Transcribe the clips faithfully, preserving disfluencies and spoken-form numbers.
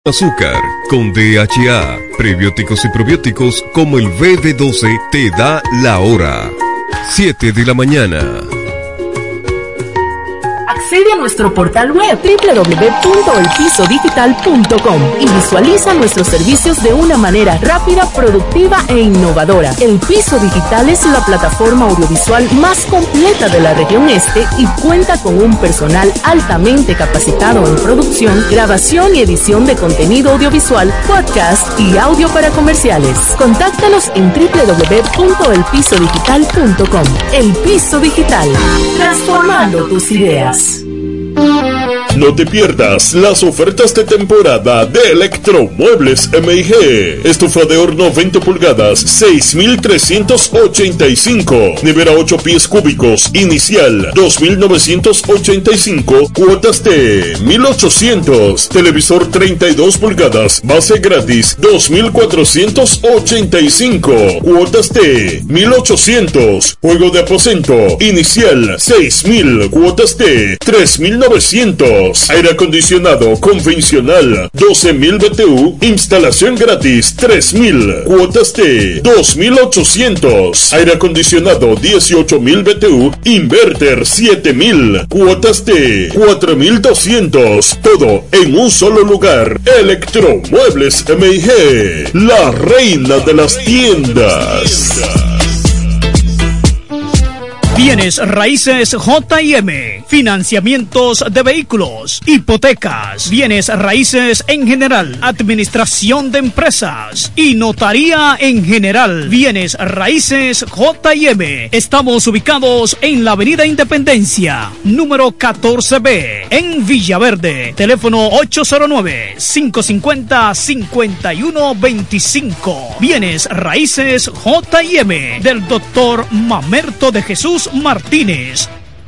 Azúcar con D H A, prebióticos y probióticos como el B D doce te da la hora. siete de la mañana. Accede a nuestro portal web doble u doble u doble u punto el piso digital punto com y visualiza nuestros servicios de una manera rápida, productiva e innovadora. El Piso Digital es la plataforma audiovisual más completa de la región este y cuenta con un personal altamente capacitado en producción, grabación y edición de contenido audiovisual, podcast y audio para comerciales. Contáctanos en doble u doble u doble u punto el piso digital punto com. El Piso Digital, transformando tus ideas. No te pierdas las ofertas de temporada de Electromuebles M I G. Estufa de horno veinte pulgadas, seis mil trescientos ochenta y cinco. Nevera ocho pies cúbicos, inicial, dos mil novecientos ochenta y cinco. Cuotas de mil ochocientos. Televisor treinta y dos pulgadas, base gratis, dos mil cuatrocientos ochenta y cinco. Cuotas de mil ochocientos. Juego de aposento, inicial, seis mil. Cuotas de tres mil novecientos. Aire acondicionado convencional doce mil B T U, instalación gratis tres mil, cuotas de dos mil ochocientos. Aire acondicionado dieciocho mil B T U, inverter siete mil, cuotas de cuatro mil doscientos. Todo en un solo lugar. Electromuebles M I G, la reina de las tiendas. Bienes raíces J y M, financiamientos de vehículos, hipotecas, bienes raíces en general, administración de empresas y notaría en general. Bienes raíces J y M. Estamos ubicados en la Avenida Independencia, número catorce B, en Villaverde. Teléfono ocho cero nueve, cinco cinco cero, cinco uno dos cinco. Bienes raíces J y M del doctor Mamerto de Jesús Martínez.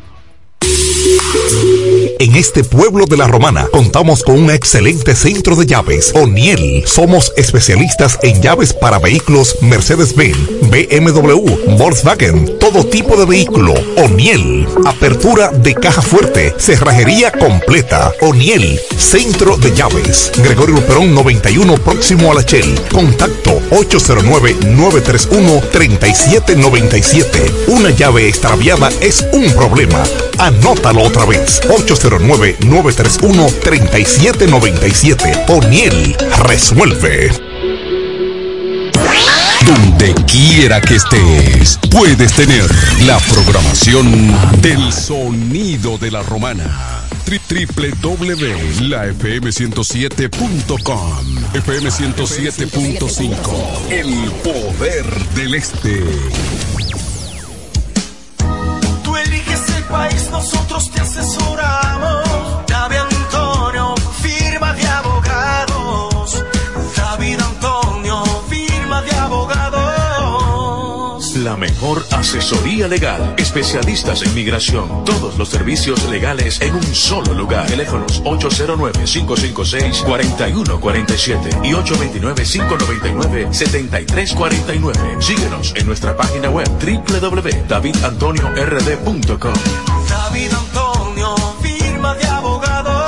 En este pueblo de La Romana contamos con un excelente centro de llaves, O'Neill. Somos especialistas en llaves para vehículos Mercedes-Benz, B M W, Volkswagen, todo tipo de vehículo. O'Neill. Apertura de caja fuerte, cerrajería completa. O'Neill, centro de llaves. Gregorio Luperón noventa y uno, próximo a la Shell. Contacto ocho cero nueve, nueve tres uno, tres siete nueve siete. Una llave extraviada es un problema. Anótalo otra vez. ocho cero nueve, nueve tres uno, tres siete nueve siete. O'Neill resuelve. Donde quiera que estés, puedes tener la programación del sonido de La Romana. doble u doble u doble u punto la f m ciento siete punto com. F M ciento siete punto cinco. El poder del este. Tú eliges el país, nosotros te asesoramos. David Antonio, firma de abogados. David Antonio, firma de abogados. La mejor asesoría legal. Especialistas en migración. Todos los servicios legales en un solo lugar. Teléfonos ocho cero nueve, cinco cinco seis, cuatro uno cuatro siete y ocho dos nueve, cinco nueve nueve, siete tres cuatro nueve. Síguenos en nuestra página web doble u doble u doble u punto david antonio r d punto com. David Antonio, firma de abogados.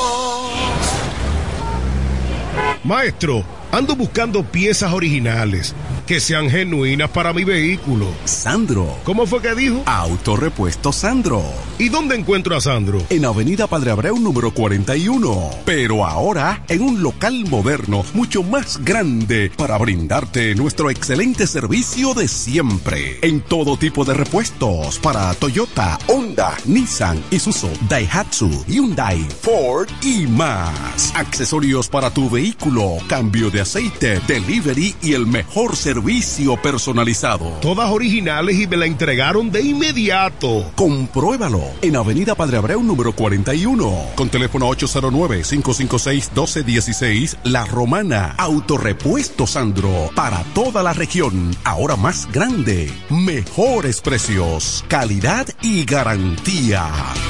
Maestro, ando buscando piezas originales que sean genuinas para mi vehículo. Sandro. ¿Cómo fue que dijo? Autorepuesto Sandro. ¿Y dónde encuentro a Sandro? En Avenida Padre Abreu número cuarenta y uno. Pero ahora en un local moderno mucho más grande para brindarte nuestro excelente servicio de siempre. En todo tipo de repuestos para Toyota, Honda, Nissan, Isuzu, Daihatsu, Hyundai, Ford y más. Accesorios para tu vehículo, cambio de aceite, delivery y el mejor servicio personalizado. Todas originales y me la entregaron de inmediato. Compruébalo en Avenida Padre Abreu número cuarenta y uno. Con teléfono ocho cero nueve, cinco cinco seis, uno dos uno seis. La Romana. Autorepuesto Sandro. Para toda la región. Ahora más grande. Mejores precios. Calidad y garantía.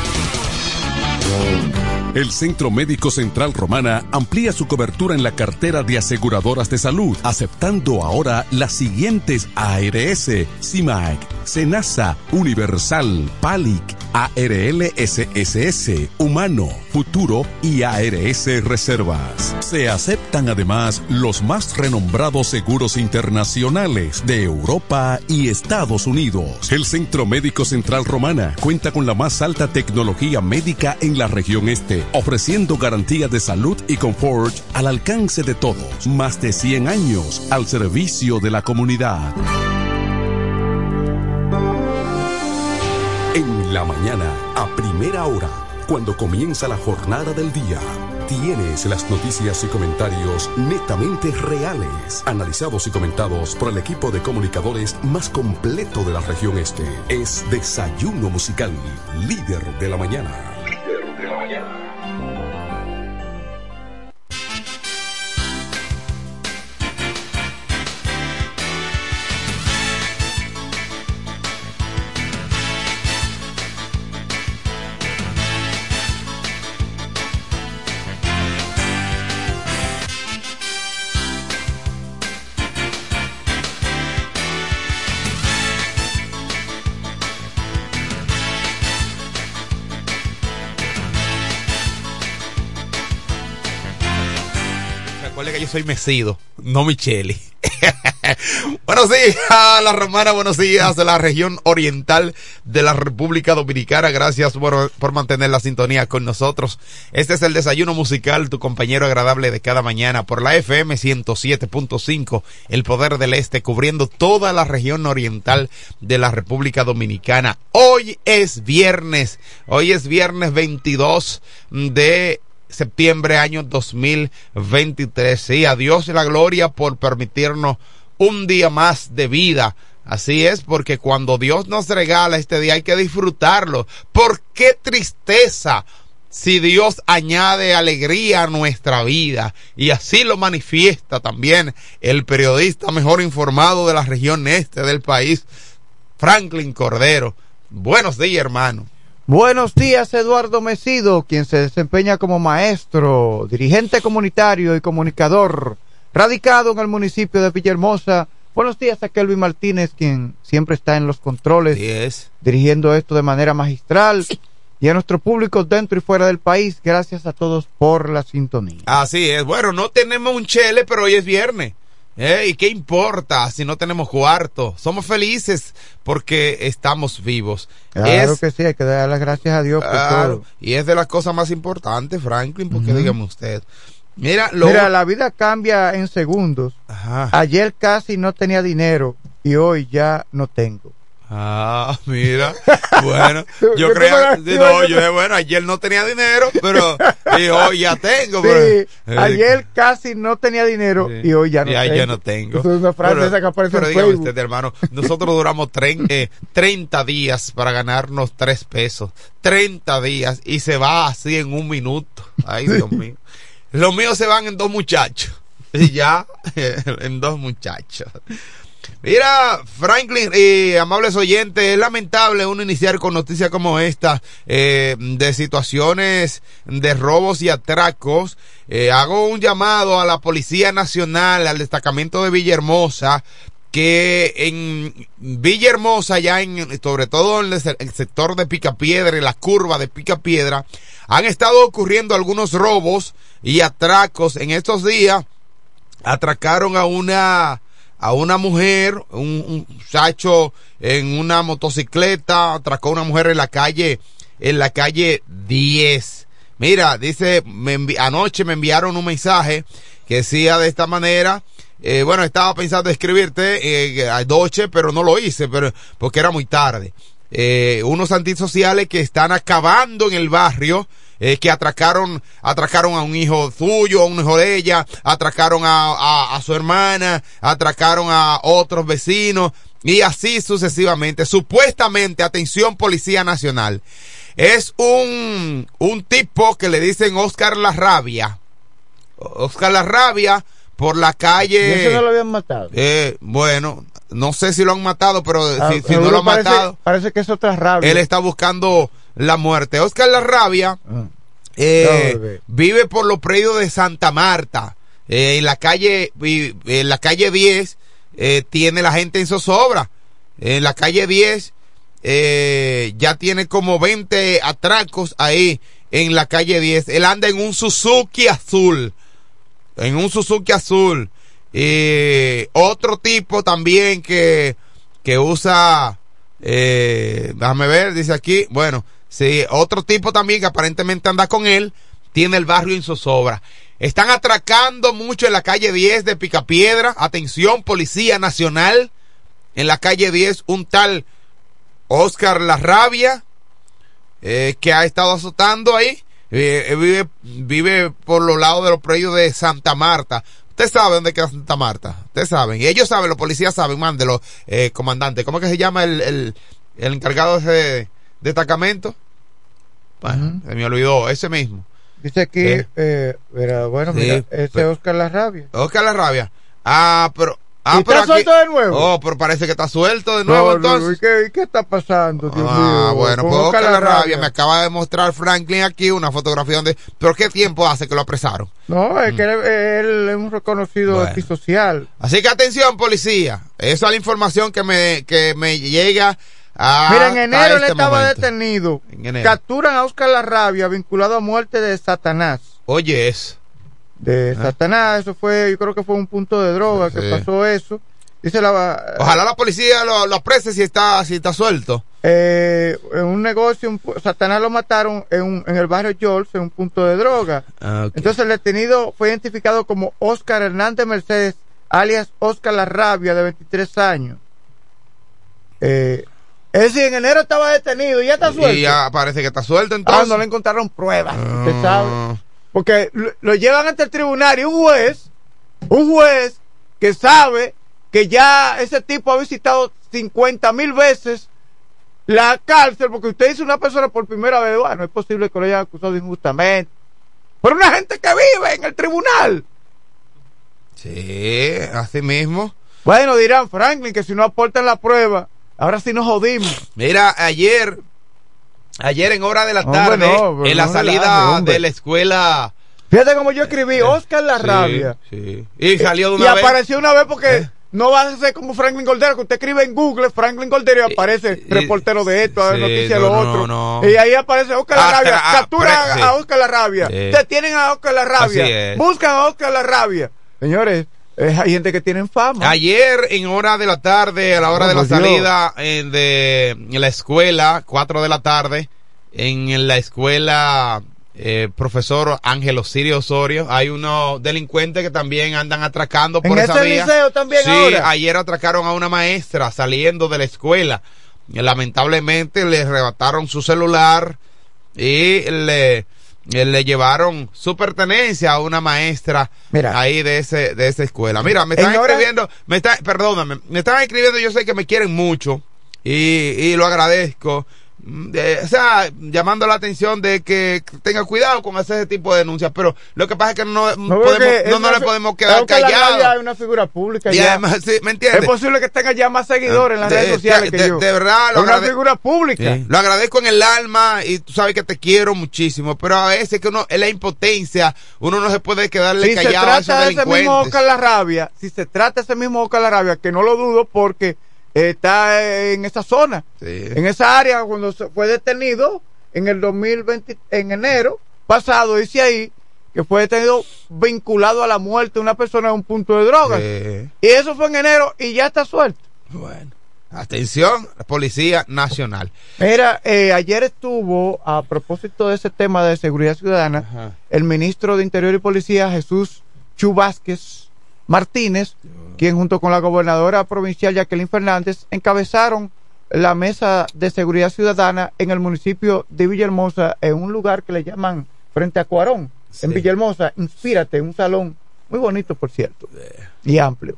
El Centro Médico Central Romana amplía su cobertura en la cartera de aseguradoras de salud, aceptando ahora las siguientes A R S, CIMAC, SENASA, Universal, PALIC, A R L S S S, Humano, Futuro y A R S Reservas. Se aceptan además los más renombrados seguros internacionales de Europa y Estados Unidos. El Centro Médico Central Romana cuenta con la más alta tecnología médica en la región este, ofreciendo garantías de salud y confort al alcance de todos. Más de cien años al servicio de la comunidad. En la mañana, a primera hora, cuando comienza la jornada del día, tienes las noticias y comentarios netamente reales, analizados y comentados por el equipo de comunicadores más completo de la región este. Es Desayuno Musical, líder de la mañana. Líder de la mañana. Yo soy Mesido, no Micheli. Buenos días a la Romana, buenos días a la región oriental de la República Dominicana. Gracias por, por mantener la sintonía con nosotros. Este es el Desayuno Musical, tu compañero agradable de cada mañana por la F M ciento siete punto cinco, El Poder del Este, cubriendo toda la región oriental de la República Dominicana. Hoy es viernes, hoy es viernes veintidós de septiembre año dos mil veintitrés. Sí, a Dios la gloria por permitirnos un día más de vida. Así es, porque cuando Dios nos regala este día hay que disfrutarlo. ¿Por qué tristeza si Dios añade alegría a nuestra vida? Y así lo manifiesta también el periodista mejor informado de la región este del país, Franklin Cordero. Buenos días, hermano. Buenos días, Eduardo Mesido, quien se desempeña como maestro, dirigente comunitario y comunicador, radicado en el municipio de Villahermosa. Buenos días a Kelvin Martínez, quien siempre está en los controles, yes. dirigiendo esto de manera magistral. Y a nuestro público dentro y fuera del país, gracias a todos por la sintonía. Así es. Bueno, no tenemos un chele, pero hoy es viernes. ¿Eh? ¿Y qué importa si no tenemos cuarto? Somos felices porque estamos vivos. Claro es, que sí, hay que dar las gracias a Dios claro, por todo. Y es de las cosas más importantes, Franklin, porque uh-huh. dígame usted. Mira, lo... Mira, la vida cambia en segundos. Ajá. Ayer casi no tenía dinero y hoy ya no tengo. Ah, mira, bueno, yo creo, no, yo, bueno, ayer no tenía dinero, pero y hoy ya tengo. Sí, pero, ayer casi no tenía dinero sí. y hoy ya no y tengo. Ya no tengo. Eso es una frase pero, esa que aparece pero en dígame Facebook. usted, hermano, nosotros duramos treinta, eh, treinta días para ganarnos tres pesos, treinta días y se va así en un minuto. Ay, Dios mío. Los míos se van en dos muchachos y ya en dos muchachos. Mira, Franklin y amables oyentes, es lamentable uno iniciar con noticias como esta, eh, de situaciones de robos y atracos. Eh, hago un llamado a la Policía Nacional, al destacamento de Villahermosa, que en Villahermosa, ya en, sobre todo en el sector de Picapiedra, en la curva de Picapiedra, han estado ocurriendo algunos robos y atracos. En estos días atracaron a una a una mujer, un, un muchacho en una motocicleta, atracó a una mujer en la calle, en la calle diez. Mira, dice, me envi- anoche me enviaron un mensaje que decía de esta manera, eh, bueno, estaba pensando escribirte eh, anoche, pero no lo hice, pero porque era muy tarde. Eh, unos antisociales que están acabando en el barrio, eh, que atracaron, atracaron a un hijo suyo, a un hijo de ella, atracaron a, a, a su hermana, atracaron a otros vecinos, y así sucesivamente. Supuestamente, atención Policía Nacional, es un, un tipo que le dicen Oscar La Rabia. Oscar La Rabia, por la calle. ¿Y ese no lo habían matado? Eh, bueno, no sé si lo han matado, pero ah, si, si no lo han parece, matado, parece que es otra rabia. Él está buscando la muerte. Oscar La Rabia ah. eh, no, vive por los predios de Santa Marta, eh, en la calle, en la calle diez, eh, tiene la gente en zozobra. En la calle diez, eh, ya tiene como veinte atracos ahí en la calle diez. Él anda en un Suzuki azul, en un Suzuki azul. Y otro tipo también que, que usa, eh, déjame ver, dice aquí, bueno, sí, otro tipo también que aparentemente anda con él, tiene el barrio en zozobra. Están atracando mucho en la calle diez de Picapiedra. Atención, Policía Nacional. En la calle diez, un tal Oscar Larrabia, eh, que ha estado azotando ahí. Eh, vive, vive por los lados de los predios de Santa Marta. Usted sabe dónde queda Santa Marta. Ustedes saben. Y ellos saben, los policías saben. Mándelo, eh, comandante. ¿Cómo es que se llama el, el, el encargado de ese destacamento? Bueno, uh-huh. Se me olvidó. Ese mismo. Dice aquí, eh, eh, pero bueno, mira, sí, ese es Oscar Larrabia. Oscar Larrabia. Ah, pero... Ah, ¿Y pero está aquí, suelto de nuevo? Oh, pero parece que está suelto de nuevo, no, entonces. ¿Y qué, ¿y qué está pasando, Dios ah, mío? bueno, pues Oscar Larrabia me acaba de mostrar Franklin aquí una fotografía donde... ¿Pero qué tiempo hace que lo apresaron? No, es mm. que él, él es un reconocido bueno. antisocial. Así que atención, policía. Esa es la información que me, que me llega a... Mira, en enero este él estaba momento. detenido. Capturan a Oscar Larrabia vinculado a muerte de Satanás. Oye, eso. De ¿Ah? Satanás, eso fue, yo creo que fue un punto de droga sí. que pasó eso. Dice la, Ojalá la policía lo, lo aprecie si está, si está suelto. Eh, en un negocio, un, Satanás lo mataron en, un, en el barrio George, en un punto de droga. Ah, okay. Entonces el detenido fue identificado como Oscar Hernández Mercedes, alias Oscar Larrabia, de veintitrés años. Eh, es decir, en enero estaba detenido y ya está suelto. Y ya parece que está suelto entonces. Ah, no le encontraron pruebas, uh... usted sabe. Porque lo, lo llevan ante el tribunal y un juez, un juez que sabe que ya ese tipo ha visitado cincuenta mil veces la cárcel, porque usted dice una persona por primera vez, bueno, es posible que lo hayan acusado injustamente, pero una gente que vive en el tribunal. Sí, así mismo. Bueno, dirán, Franklin, que si no aportan la prueba, ahora sí nos jodimos. Mira, ayer, ayer en hora de la tarde, hombre, no, en la no salida relaje, de la escuela... Fíjate como yo escribí, Oscar Larrabia. Sí, sí. Y salió de una y vez. Y apareció una vez porque... ¿Eh? No va a ser como Franklin Cordero, que usted escribe en Google Franklin Cordero y aparece y, reportero de esto, sí, noticia de no, lo otro. No, no. Y ahí aparece Oscar ah, Larrabia. Ah, Captura ah, sí. a Oscar Larrabia. Sí. Detienen a Oscar Larrabia. Buscan a Oscar Larrabia. Señores, eh, hay gente que tiene fama. Ayer, en hora de la tarde, a la hora oh, de la salida eh, de en la escuela, cuatro de la tarde, en la escuela... Eh, profesor Ángel Osirio Osorio, hay unos delincuentes que también andan atracando por ¿En esa ese vía. liceo también sí, ahora? Ayer atracaron a una maestra saliendo de la escuela. Lamentablemente le arrebataron su celular y le, le llevaron su pertenencia a una maestra Mira. ahí de ese de esa escuela. Mira, me están escribiendo, me está, perdóname, me están escribiendo, yo sé que me quieren mucho y, y lo agradezco. De, o sea, llamando la atención de que tenga cuidado con hacer ese tipo de denuncias, pero lo que pasa es que no, no, podemos, no, no le podemos quedar callados. Hay una figura pública y ya. Además, sí, ¿me entiendes? Es posible que tenga ya más seguidores en las de, redes sociales de, que de, yo. De verdad, lo una agrade... figura pública. Sí. Lo agradezco en el alma y tú sabes que te quiero muchísimo, pero a veces que uno, en la impotencia, uno no se puede quedarle si callado a esos delincuentes. Si se trata de ese mismo Oscar Larrabia, si se trata de ese mismo Oscar Larrabia, que no lo dudo porque está en esa zona, sí. en esa área cuando fue detenido en el dos mil veinte, en enero pasado, dice ahí que fue detenido vinculado a la muerte de una persona en un punto de drogas, sí. y eso fue en enero y ya está suelto. Bueno, atención, Policía Nacional. Mira, eh, ayer estuvo, a propósito de ese tema de seguridad ciudadana, Ajá. el ministro de Interior y Policía, Jesús Chu Vázquez Martínez, quien junto con la gobernadora provincial Jacqueline Fernández encabezaron la mesa de seguridad ciudadana en el municipio de Villahermosa, en un lugar que le llaman frente a Cuarón, sí. en Villahermosa. Inspírate, un salón muy bonito, por cierto, y amplio.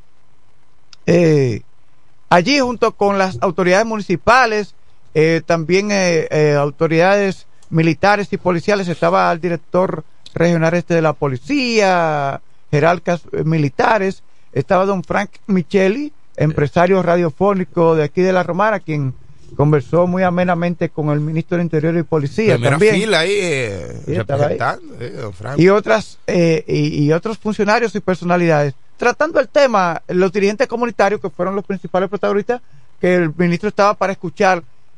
Eh, allí junto con las autoridades municipales, eh, también eh, eh, autoridades militares y policiales, estaba el director regional este de la policía, jerarcas eh, militares, estaba don Frank Micheli, empresario radiofónico de aquí de La Romana, quien conversó muy amenamente con el ministro del Interior y Policía. Primera también. fila ahí, eh, sí, representando, eh, don Frank. Y otras eh, y, y otros funcionarios y personalidades tratando el tema, los dirigentes comunitarios que fueron los principales protagonistas, que el ministro estaba para escuchar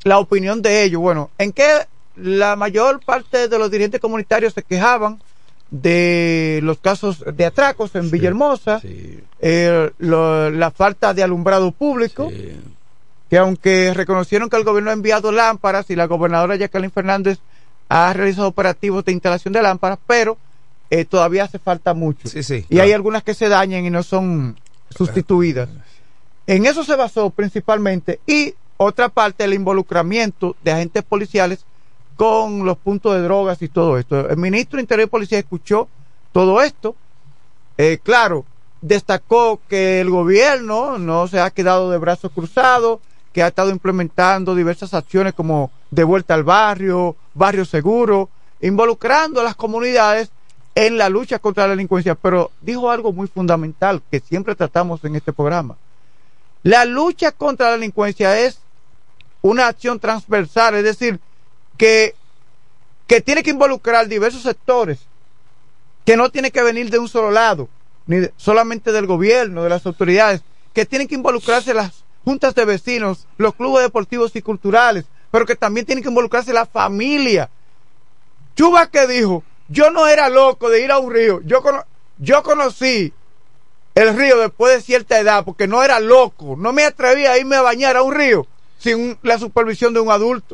la opinión de ellos. Bueno, en que la mayor parte de los dirigentes comunitarios se quejaban de los casos de atracos en sí, Villahermosa, sí. Eh, lo, la falta de alumbrado público, sí. que aunque reconocieron que el gobierno ha enviado lámparas y la gobernadora Jacqueline Fernández ha realizado operativos de instalación de lámparas, pero eh, todavía hace falta mucho. Sí, sí, y claro. hay algunas que se dañan y no son sustituidas. En eso se basó principalmente, y otra parte el involucramiento de agentes policiales con los puntos de drogas y todo esto. El ministro de Interior y Policía escuchó todo esto. Eh, claro, destacó que el gobierno no se ha quedado de brazos cruzados, que ha estado implementando diversas acciones como de vuelta al barrio, barrio seguro, involucrando a las comunidades en la lucha contra la delincuencia. Pero dijo algo muy fundamental que siempre tratamos en este programa. La lucha contra la delincuencia es una acción transversal, es decir, que, que tiene que involucrar diversos sectores, que no tiene que venir de un solo lado, ni de, solamente del gobierno, de las autoridades, que tienen que involucrarse las juntas de vecinos, los clubes deportivos y culturales, pero que también tienen que involucrarse la familia. Chuba que dijo, yo no era loco de ir a un río, yo, cono yo conocí el río después de cierta edad, porque no era loco, no me atrevía a irme a bañar a un río sin un, la supervisión de un adulto.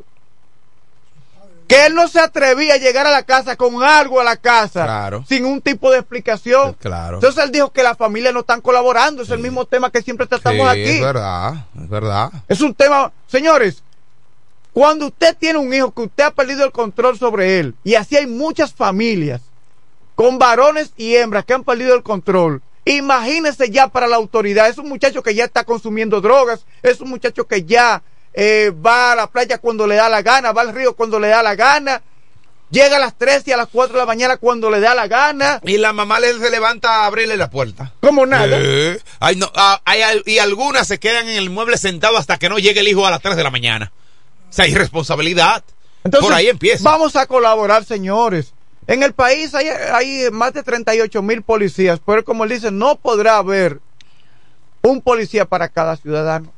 Que él no se atrevía a llegar a la casa con algo a la casa, claro, sin un tipo de explicación. Claro. Entonces él dijo que las familias no están colaborando, es sí. el mismo tema que siempre tratamos sí, aquí. Es verdad, es verdad. Es un tema, señores, cuando usted tiene un hijo que usted ha perdido el control sobre él, y así hay muchas familias con varones y hembras que han perdido el control, imagínese ya para la autoridad, es un muchacho que ya está consumiendo drogas, es un muchacho que ya Eh, va a la playa cuando le da la gana, va al río cuando le da la gana, llega a las tres y a las cuatro de la mañana cuando le da la gana. Y la mamá le se levanta a abrirle la puerta. Como nada. Eh, hay, no, ah, hay, y algunas se quedan en el mueble sentado hasta que no llegue el hijo a las tres de la mañana. O sea, irresponsabilidad. Entonces, por ahí empieza. Vamos a colaborar, señores. En el país hay, hay más de treinta y ocho mil policías, pero como él dice, no podrá haber un policía para cada ciudadano.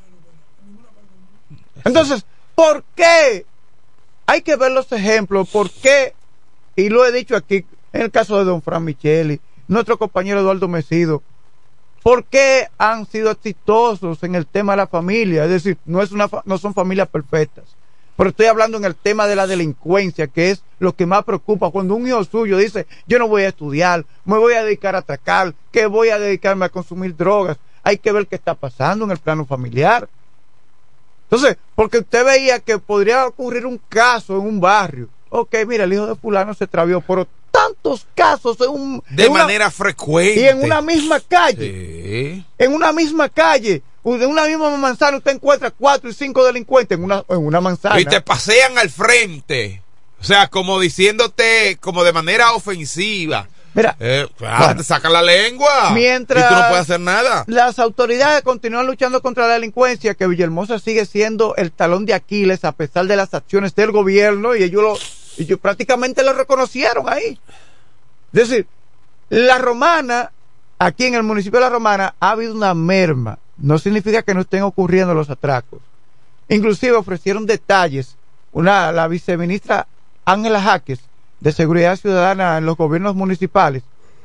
Entonces, ¿por qué? Hay que ver los ejemplos, ¿por qué? Y lo he dicho aquí, en el caso de don Fran Micheli, nuestro compañero Eduardo Mesido, ¿por qué han sido exitosos en el tema de la familia? Es decir, no, es una, no son familias perfectas, pero estoy hablando en el tema de la delincuencia, que es lo que más preocupa. Cuando un hijo suyo dice, yo no voy a estudiar, me voy a dedicar a atracar, que voy a dedicarme a consumir drogas, hay que ver qué está pasando en el plano familiar. Entonces, porque usted veía que podría ocurrir un caso en un barrio. Ok, mira, el hijo de fulano se extravió, pero tantos casos en un, de en manera una, frecuente. Y en una misma calle. Sí. En una misma calle. En una misma manzana usted encuentra cuatro y cinco delincuentes en una, en una manzana. Y te pasean al frente. O sea, como diciéndote, como de manera ofensiva. Mira, eh, claro, bueno, te sacan la lengua mientras y tú no puedes hacer nada. Las autoridades continúan luchando contra la delincuencia, que Villahermosa sigue siendo el talón de Aquiles a pesar de las acciones del gobierno, y ellos, lo, ellos prácticamente lo reconocieron ahí. Es decir, la Romana, aquí en el municipio de La Romana ha habido una merma. No significa que no estén ocurriendo los atracos. Inclusive ofrecieron detalles. Una, la viceministra Ángela Jaques, de Seguridad Ciudadana en los gobiernos municipales,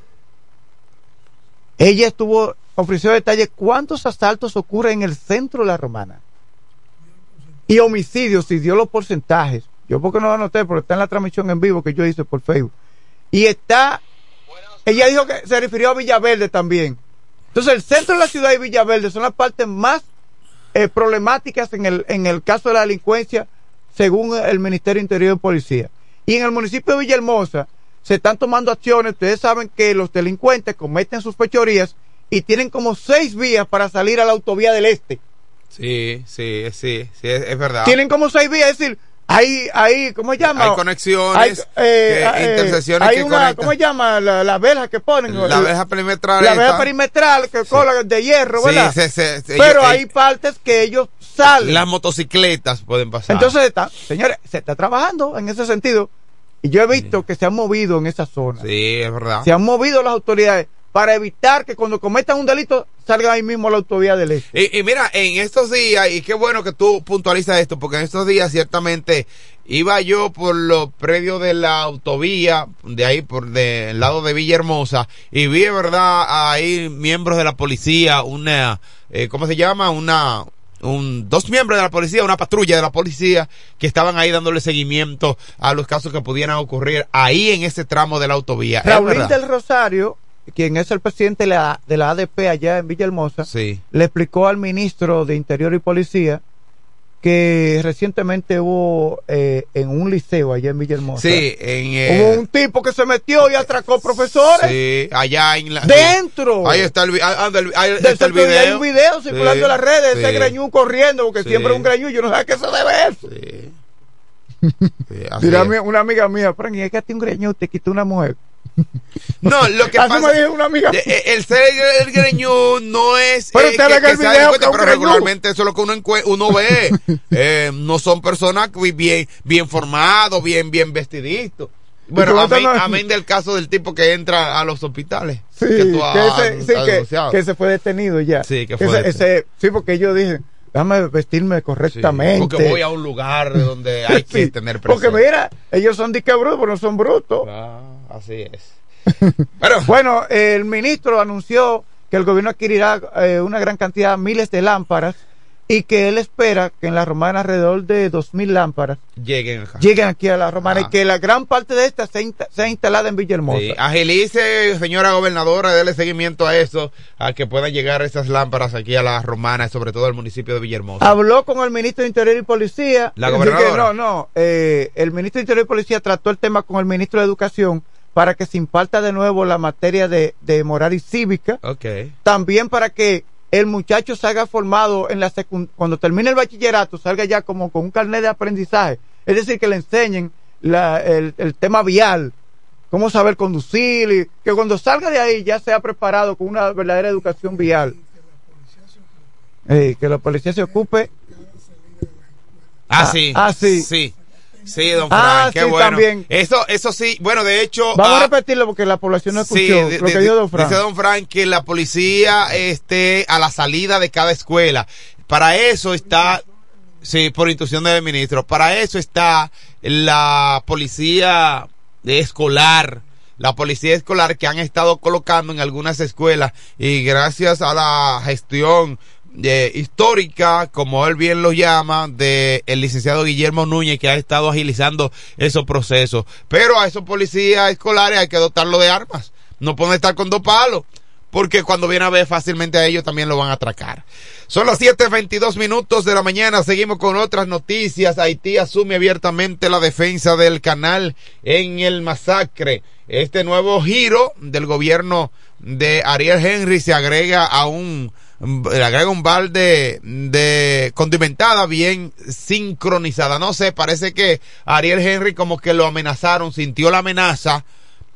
ella estuvo, ofreció detalles cuántos asaltos ocurren en el centro de La Romana y homicidios, y dio los porcentajes. Yo porque no lo anoté, porque está en la transmisión en vivo que yo hice por Facebook, y está, ella dijo que se refirió a Villaverde también. Entonces el centro de la ciudad y Villaverde son las partes más eh, problemáticas en el, en el caso de la delincuencia, según el Ministerio de Interior y Policía. Y en el municipio de Villahermosa se están tomando acciones. Ustedes saben que los delincuentes cometen sus fechorías y tienen como seis vías para salir a la autovía del Este. Sí, sí, sí, sí, es, es verdad. Tienen como seis vías, es decir, hay, hay, ¿cómo se llama? Hay conexiones, hay, eh, que, eh, intersecciones hay que una, conectan. ¿cómo se llama? La, la verja que ponen. La verja perimetral. La verja perimetral que sí. cola de hierro, ¿verdad? Sí, sí, sí, sí, pero ellos, hay ellos, partes que ellos salen. Las motocicletas pueden pasar. Entonces, está, señores, se está trabajando en ese sentido. Y yo he visto sí. que se han movido en esa zona. Sí, es verdad. Se han movido las autoridades. para evitar que cuando cometan un delito salgan ahí mismo a la autovía del este. Y, y mira, en estos días, y qué bueno que tú puntualizas esto, porque en estos días ciertamente iba yo por los predios de la autovía, de ahí por de, el lado de Villahermosa, y vi, verdad, ahí miembros de la policía, una, eh, ¿cómo se llama? Una... Un, dos miembros de la policía, una patrulla de la policía que estaban ahí dándole seguimiento a los casos que pudieran ocurrir ahí en ese tramo de la autovía. Raúl del Rosario, quien es el presidente de la, de la A D P allá en Villahermosa, sí, le explicó al ministro de Interior y Policía que recientemente hubo eh, en un liceo allá en Villahermosa, sí, en, eh, hubo un tipo que se metió y atracó profesores. Sí, allá en la... Dentro. Ahí está el, ahí, ahí de está el video. Hay un video circulando sí, en las redes, sí, ese greñú corriendo, porque sí, siempre es un greñú, yo no sé a qué se debe eso. Sí. Sí, Dirá mi, una amiga mía, Frank, es que a ti un greñú te quitó una mujer. No, lo que así pasa me dijo una amiga. Eh, el ser el greñú no es pero eh, usted que, ve que el que video cuenta, que pero regularmente eso es lo que uno, encue- uno ve. eh, no son personas bien bien formados, bien bien vestiditos. Bueno, amén, amén del caso del tipo que entra a los hospitales. Sí, que, tú que, has, ese, sí, que, que se fue detenido ya. Sí, que fue ese, ese, sí, porque yo dije, déjame vestirme correctamente. Sí, porque voy a un lugar donde hay que sí, tener presente. Porque mira, ellos son disque brutos, pero no son brutos. Ah, así es. Pero, bueno, el ministro anunció que el gobierno adquirirá eh, una gran cantidad, miles de lámparas, y que él espera que en la Romana alrededor de dos mil lámparas lleguen acá. lleguen aquí a la Romana, ah. y que la gran parte de estas sea, sea instalada en Villahermosa. Sí, agilice, señora gobernadora, déle seguimiento a eso, a que puedan llegar esas lámparas aquí a la Romana, sobre todo al municipio de Villahermosa. Habló con el ministro de Interior y Policía. La gobernadora. Que no, no, eh, el ministro de Interior y Policía trató el tema con el ministro de Educación para que se imparta de nuevo la materia de, de moral y cívica. Okay. También para que el muchacho salga formado en la secund- cuando termine el bachillerato, salga ya como con un carnet de aprendizaje. Es decir, que le enseñen la, el, el tema vial, cómo saber conducir, y que cuando salga de ahí ya sea preparado con una verdadera educación vial. Eh, que la policía se ocupe. Ah, sí. Ah, sí. Sí. Sí, don Frank, ah, qué sí, bueno. También. Eso, eso sí, bueno, de hecho. Vamos ah, a repetirlo porque la población no escuchó sí, de, lo que de, dijo don Frank. Dice don Frank que la policía esté a la salida de cada escuela. Para eso está, sí, por instrucción del ministro, para eso está la policía escolar. La policía escolar que han estado colocando en algunas escuelas, y gracias a la gestión Eh, histórica, como él bien lo llama, de el licenciado Guillermo Núñez, que ha estado agilizando esos procesos. Pero a esos policías escolares hay que dotarlo de armas, no pueden estar con dos palos, porque cuando viene a ver fácilmente a ellos también lo van a atracar. Son las siete veintidós minutos de la mañana, seguimos con otras noticias. Haití asume abiertamente la defensa del canal en el masacre. Este nuevo giro del gobierno de Ariel Henry se agrega a un le agrega un balde de condimentada bien sincronizada. No sé, parece que Ariel Henry como que lo amenazaron, sintió la amenaza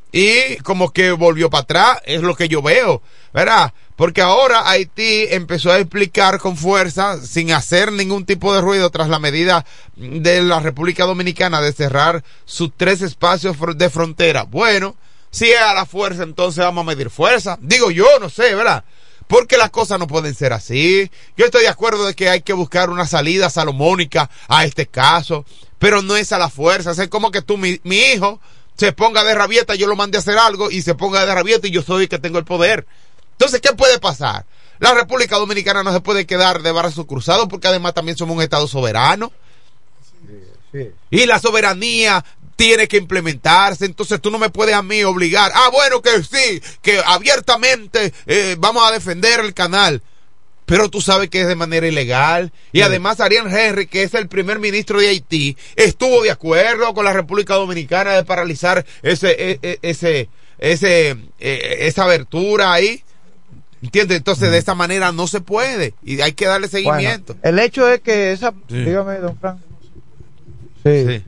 y como que volvió para atrás. Es lo que yo veo, ¿verdad? Porque ahora Haití empezó a explicar con fuerza, sin hacer ningún tipo de ruido, tras la medida de la República Dominicana de cerrar sus tres espacios de frontera. Bueno, si es a la fuerza, entonces vamos a medir fuerza. Digo yo, no sé, ¿verdad? Porque las cosas no pueden ser así. Yo estoy de acuerdo de que hay que buscar una salida salomónica a este caso, pero no es a la fuerza. Es como que tú, mi, mi hijo, se ponga de rabieta, yo lo mandé a hacer algo, y se ponga de rabieta y yo soy el que tengo el poder. Entonces, ¿qué puede pasar? La República Dominicana no se puede quedar de brazos cruzados, porque además también somos un Estado soberano. Sí, sí. Y la soberanía tiene que implementarse. Entonces tú no me puedes a mí obligar, ah bueno, que sí, que abiertamente eh, vamos a defender el canal, pero tú sabes que es de manera ilegal. Y sí. Además Ariel Henry, que es el primer ministro de Haití, estuvo de acuerdo con la República Dominicana de paralizar ese ese ese, ese eh, esa abertura ahí, ¿entiendes? Entonces de esa manera no se puede y hay que darle seguimiento. Bueno, el hecho es que esa, sí. Dígame, don Frank. Sí. Sí.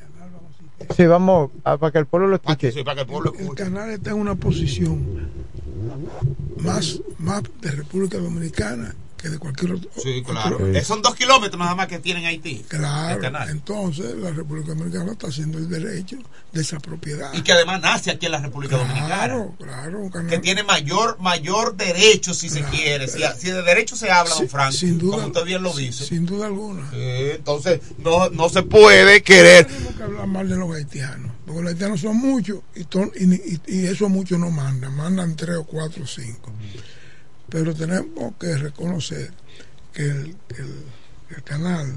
Sí, vamos a, para que el pueblo lo escuche. Sí, para que el pueblo escuche. El canal está en una posición más, más de República Dominicana que de cualquier otro. Sí, claro. Otro, sí. Son dos kilómetros nada más que tienen Haití. Claro. Entonces, la República Dominicana está haciendo el derecho de esa propiedad. Y que además nace aquí en la República claro, Dominicana. Claro, claro. Un canal. Que tiene mayor mayor derecho, si claro, se quiere. Si, si de derecho se habla, sí, don Frank, sin duda, como usted bien lo dice. Sin duda alguna. Sí, entonces, no, no se puede querer. No tenemos que hablar mal de los haitianos. Porque los haitianos son muchos y, ton, y, y, y eso muchos no mandan. Mandan tres o cuatro o cinco. Pero tenemos que reconocer que el, el, el canal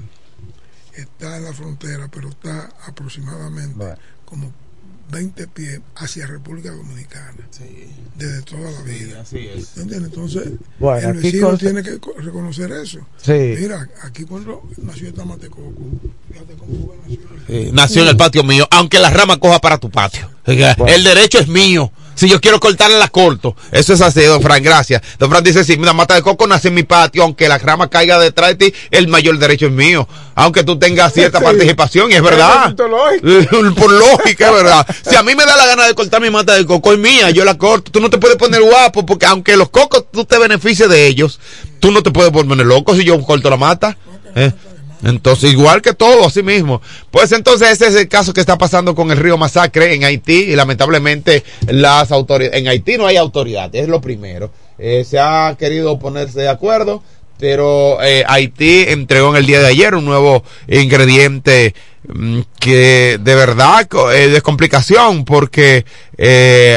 está en la frontera, pero está aproximadamente bueno. como veinte pies hacia República Dominicana, sí. desde toda la vida. Sí, así es. ¿Entiendes? Entonces, bueno, el vecino con... tiene que reconocer eso. Sí. Mira, aquí cuando nació Tamatecoco, fíjate cómo nació. Sí, nació en el patio mío, aunque la rama coja para tu patio. Bueno. El derecho es mío. Si yo quiero cortarla, la corto. Eso es así, don Fran, gracias. Don Fran dice, sí, la mata de coco nace en mi patio, aunque la rama caiga detrás de ti, el mayor derecho es mío. Aunque tú tengas cierta sí. participación, y es verdad. Por lógica, es verdad. Si a mí me da la gana de cortar mi mata de coco, es mía, yo la corto. Tú no te puedes poner guapo, porque aunque los cocos tú te beneficies de ellos, tú no te puedes poner loco si yo corto la mata. ¿Eh? Entonces, igual que todo, así mismo. Pues entonces ese es el caso que está pasando con el río Masacre en Haití, y lamentablemente las autoridades, en Haití no hay autoridad, es lo primero. Eh, se ha querido ponerse de acuerdo, pero eh, Haití entregó en el día de ayer un nuevo ingrediente mmm, que de verdad eh, de complicación, porque eh,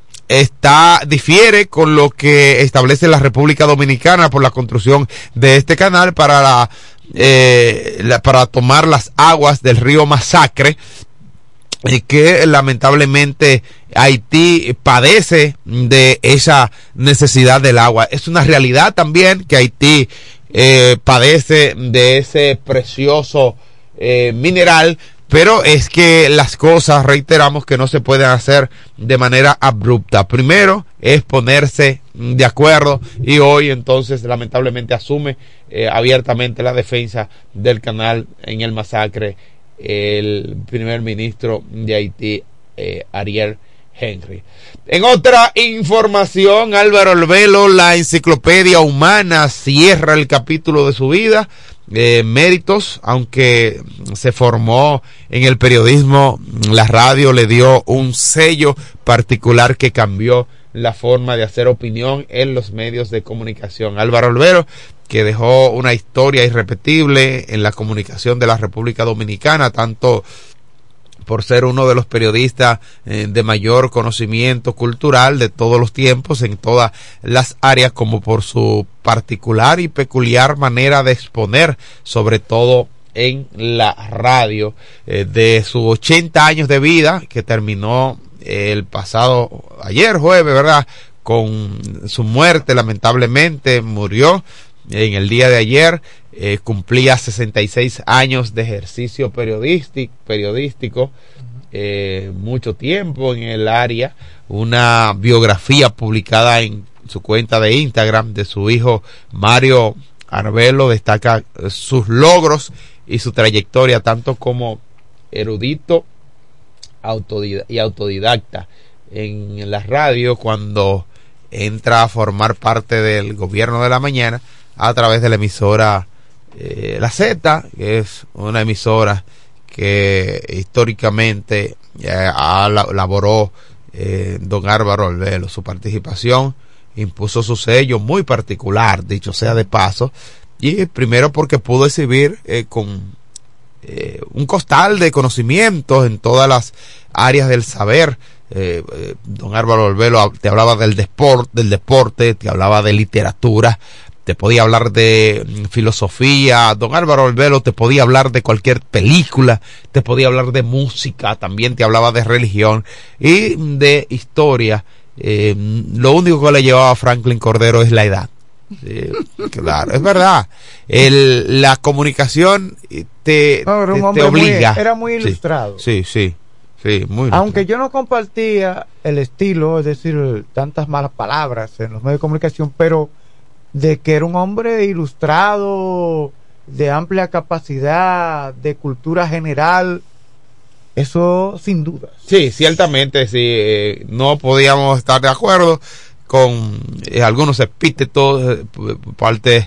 está difiere con lo que establece la República Dominicana por la construcción de este canal para la Eh, la, para tomar las aguas del río Masacre, eh, que lamentablemente Haití padece de esa necesidad del agua. Es una realidad también que Haití eh, padece de ese precioso eh, mineral, pero es que las cosas, reiteramos, que no se pueden hacer de manera abrupta. Primero es ponerse de acuerdo, y hoy entonces lamentablemente asume eh, abiertamente la defensa del canal en el Masacre el primer ministro de Haití, eh, Ariel Henry. En otra información, Álvaro Albelo, la enciclopedia humana, cierra el capítulo de su vida. Eh, méritos, aunque se formó en el periodismo, la radio le dio un sello particular que cambió la forma de hacer opinión en los medios de comunicación. Álvaro Albelo, que dejó una historia irrepetible en la comunicación de la República Dominicana, tanto por ser uno de los periodistas eh, de mayor conocimiento cultural de todos los tiempos en todas las áreas, como por su particular y peculiar manera de exponer, sobre todo en la radio, eh, de sus ochenta años de vida, que terminó eh, el pasado ayer jueves, ¿verdad?, con su muerte. Lamentablemente murió en el día de ayer. Eh, cumplía sesenta y seis años de ejercicio periodístico, periodístico eh, mucho tiempo en el área. Una biografía publicada en su cuenta de Instagram de su hijo Mario Arbelo destaca sus logros y su trayectoria tanto como erudito autodidacta y autodidacta en la radio, cuando entra a formar parte del gobierno de la mañana a través de la emisora Eh, La Z, que es una emisora que históricamente eh, elaboró eh, don Álvaro Albelo. Su participación impuso su sello muy particular, dicho sea de paso, y primero porque pudo exhibir eh, con eh, un costal de conocimientos en todas las áreas del saber. Eh, eh, don Álvaro Albelo te hablaba del deporte, del deporte, te hablaba de literatura, te podía hablar de filosofía. Don Álvaro Albelo te podía hablar de cualquier película, te podía hablar de música, también te hablaba de religión y de historia. Eh, lo único que le llevaba a Franklin Cordero es la edad. Eh, claro, es verdad. El, la comunicación te, no, era un te, hombre te obliga. Muy, era muy ilustrado. Sí, sí, sí, sí, muy Aunque yo no compartía el estilo, es decir, tantas malas palabras en los medios de comunicación, pero de que era un hombre ilustrado, de amplia capacidad, de cultura general, eso sin duda. Sí, ciertamente, sí, eh, no podíamos estar de acuerdo con eh, algunos epítetos eh, por parte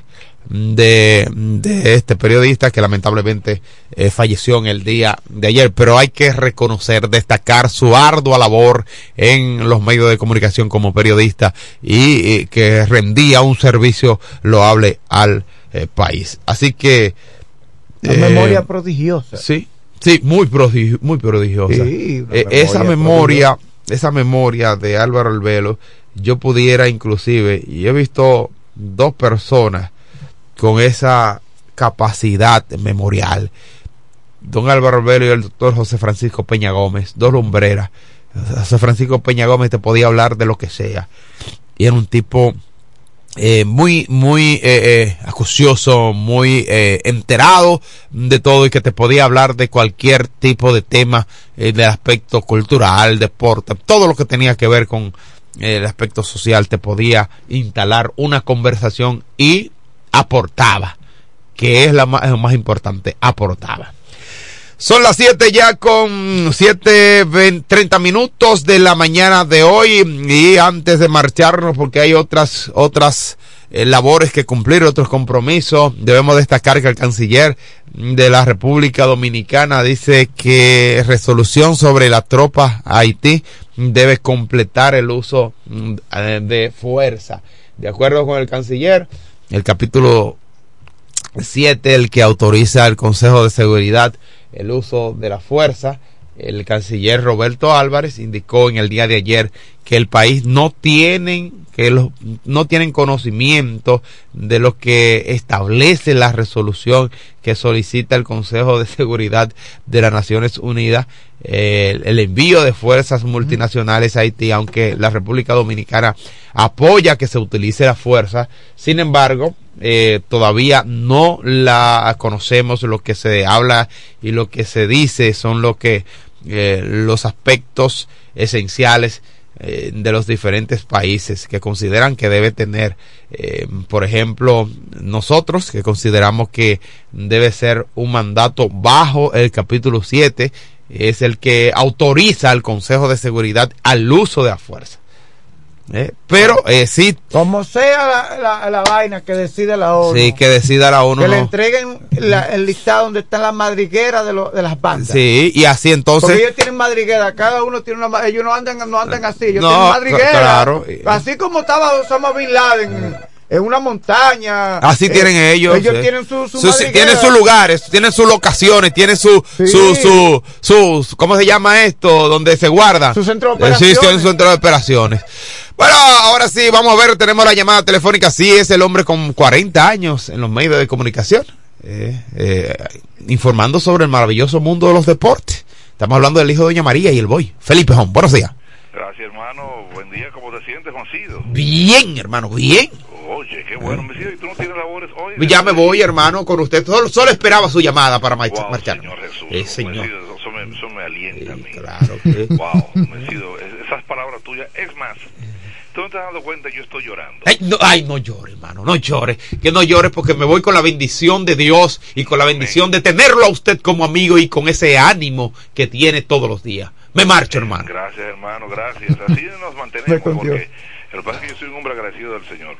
de, de este periodista que lamentablemente eh, falleció en el día de ayer, pero hay que reconocer, destacar su ardua labor en los medios de comunicación como periodista y eh, que rendía un servicio loable al eh, país. Así que una eh, memoria prodigiosa. Sí, sí, muy prodigio, muy prodigiosa. Sí, eh, memoria esa memoria, prodigiosa. esa memoria de Álvaro Albelo, yo pudiera inclusive, y he visto dos personas con esa capacidad memorial, don Álvaro Albelo y el doctor José Francisco Peña Gómez, dos lumbreras. José Francisco Peña Gómez te podía hablar de lo que sea, y era un tipo eh, muy, muy eh, eh, acucioso, muy eh, enterado de todo, y que te podía hablar de cualquier tipo de tema, eh, del aspecto cultural, deporte, todo lo que tenía que ver con eh, el aspecto social, te podía instalar una conversación y aportaba, que es la más, lo más importante, aportaba. Son las siete ya con siete treinta minutos de la mañana de hoy, y antes de marcharnos, porque hay otras otras eh, labores que cumplir, otros compromisos, debemos destacar que el canciller de la República Dominicana dice que resolución sobre la tropa a Haití debe completar el uso de fuerza. De acuerdo con el canciller, el capítulo siete, el que autoriza al Consejo de Seguridad el uso de la fuerza, el canciller Roberto Álvarez indicó en el día de ayer que el país no tienen que los, no tienen conocimiento de lo que establece la resolución que solicita el Consejo de Seguridad de las Naciones Unidas, eh, el, el envío de fuerzas multinacionales a Haití, aunque la República Dominicana apoya que se utilice la fuerza. Sin embargo, eh, todavía no la conocemos. Lo que se habla y lo que se dice son lo que eh, los aspectos esenciales eh, de los diferentes países que consideran que debe tener, eh, por ejemplo, nosotros que consideramos que debe ser un mandato bajo el capítulo siete, es el que autoriza al Consejo de Seguridad al uso de la fuerza. Eh, pero eh, sí, como sea la, la, la vaina que decide la ONU, sí, que decida la ONU, que no. le entreguen la, el listado donde están las madrigueras de, lo, de las bandas. Sí, y así entonces, porque ellos tienen madriguera, cada uno tiene una, ellos no andan no andan así, ellos no, tienen madriguera, claro. Así como estaba Osama Bin Laden en una montaña, así eh, tienen ellos, ellos eh. tienen su, su, su tienen sus lugares, tienen sus locaciones, tienen su, sí. su, su, su, ¿cómo se llama esto? Donde se guardan su centro de operaciones. Sí, tienen su centro de operaciones. Bueno, ahora sí, vamos a ver, tenemos la llamada telefónica. Sí, es el hombre con cuarenta años en los medios de comunicación, eh, eh, informando sobre el maravilloso mundo de los deportes. Estamos hablando del hijo de Doña María y el boy, Felipe Jón. Buenos días. Gracias, hermano. Buen día. ¿Cómo te sientes, Juancido? Bien, hermano, bien. Oye, qué bueno. Me ¿y tú no tienes labores hoy? Ya me voy, hermano, con usted. Solo, solo esperaba su llamada para marchar. Wow, Señor Jesús. Eh, señor. Mencido, eso, me, eso me alienta eh, a mí. Claro que... Wow, Mencido, esas palabras tuyas. Es más, tú no te has dado cuenta, yo estoy llorando. Ay, no, ay, no llores, hermano, no llores. Que no llores porque me voy con la bendición de Dios y con la bendición de tenerlo a usted como amigo y con ese ánimo que tiene todos los días. Me marcho, hermano. Gracias, hermano, gracias. Así nos mantenemos porque el que pasa es que yo soy un hombre agradecido del Señor.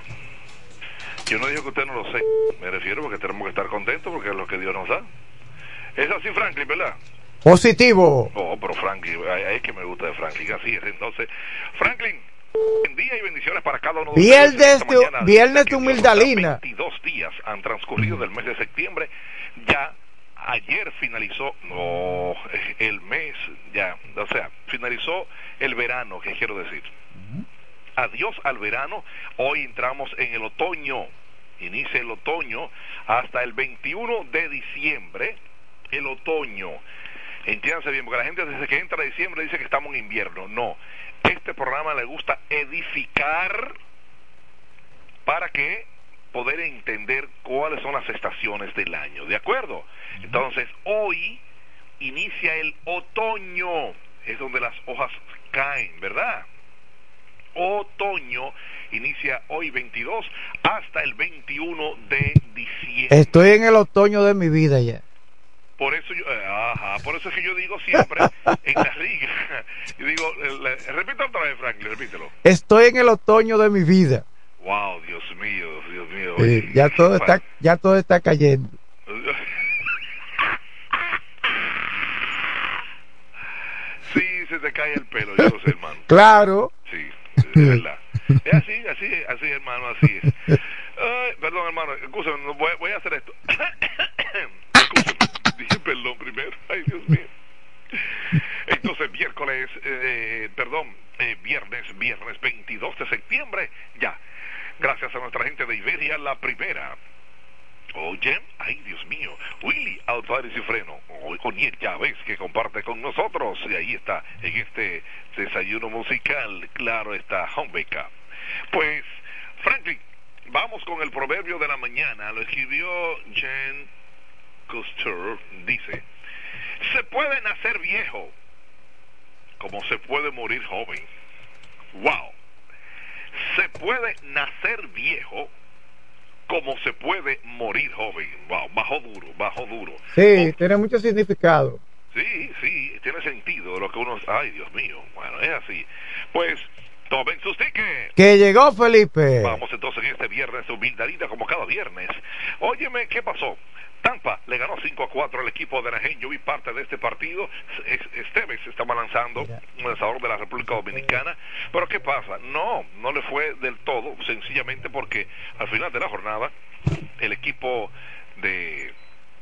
Yo no digo que usted no lo sé, me refiero porque tenemos que estar contentos porque es lo que Dios nos da. Es así, Franklin, ¿verdad? Positivo. Oh, pero Franklin, es que me gusta de Franklin, así es. Entonces, Franklin, buen día y bendiciones para cada uno de viernes ustedes. De, mañana, viernes de humildalina. veintidós días han transcurrido del mes de septiembre. Ya ayer finalizó no, el mes, ya, o sea, finalizó el verano, ¿qué quiero decir? Uh-huh. Adiós al verano. Hoy entramos en el otoño. Inicia el otoño hasta el veintiuno de diciembre. El otoño. Entiéndanse bien, porque la gente desde que entra diciembre dice que estamos en invierno. No. Este programa le gusta edificar para que poder entender cuáles son las estaciones del año. ¿De acuerdo? Entonces, hoy inicia el otoño. Es donde las hojas caen, ¿verdad? Otoño inicia hoy veintidós hasta el veintiuno de diciembre. Estoy en el otoño de mi vida ya. Por eso yo, eh, ajá, por eso es que yo digo siempre en la liga, yo digo, eh, repito otra vez, Franklin, repítelo. Estoy en el otoño de mi vida. Wow, Dios mío, Dios mío. Sí, Oye, ya todo para... está, ya todo está cayendo. Sí, se te cae el pelo, yo lo sé, hermano. Claro. Sí, es verdad. Es así, así, así, hermano, así es. Ay, perdón, hermano, escúchame, voy, voy a hacer esto. Escúchame, dije perdón primero. Ay, Dios mío. Entonces, miércoles, eh, perdón, eh, viernes, viernes veintidós de septiembre, ya. Gracias a nuestra gente de Iberia, la primera. Oye, ay Dios mío, Willy Autoares y Freno, Oniel Chávez, que comparte con nosotros, y ahí está, en este desayuno musical, claro está, Hombeca. Pues, Franklin, vamos con el proverbio de la mañana, lo escribió Jean Cousteau, dice, se puede nacer viejo, como se puede morir joven. Wow, se puede nacer viejo, como se puede morir joven. Wow, bajo duro, bajo duro. Sí, oh, tiene mucho significado. Sí, sí, tiene sentido lo que uno... Ay, Dios mío, bueno, es así. Pues, tomen sus tickets. Que llegó Felipe. Vamos entonces en este viernes, humildadita como cada viernes. Óyeme, ¿qué pasó? Tampa le ganó cinco a cuatro al equipo de Anaheim. Yo vi parte de este partido. Esteves estaba lanzando, un lanzador de la República Dominicana. Pero ¿qué pasa? No, no le fue del todo, sencillamente porque al final de la jornada el equipo de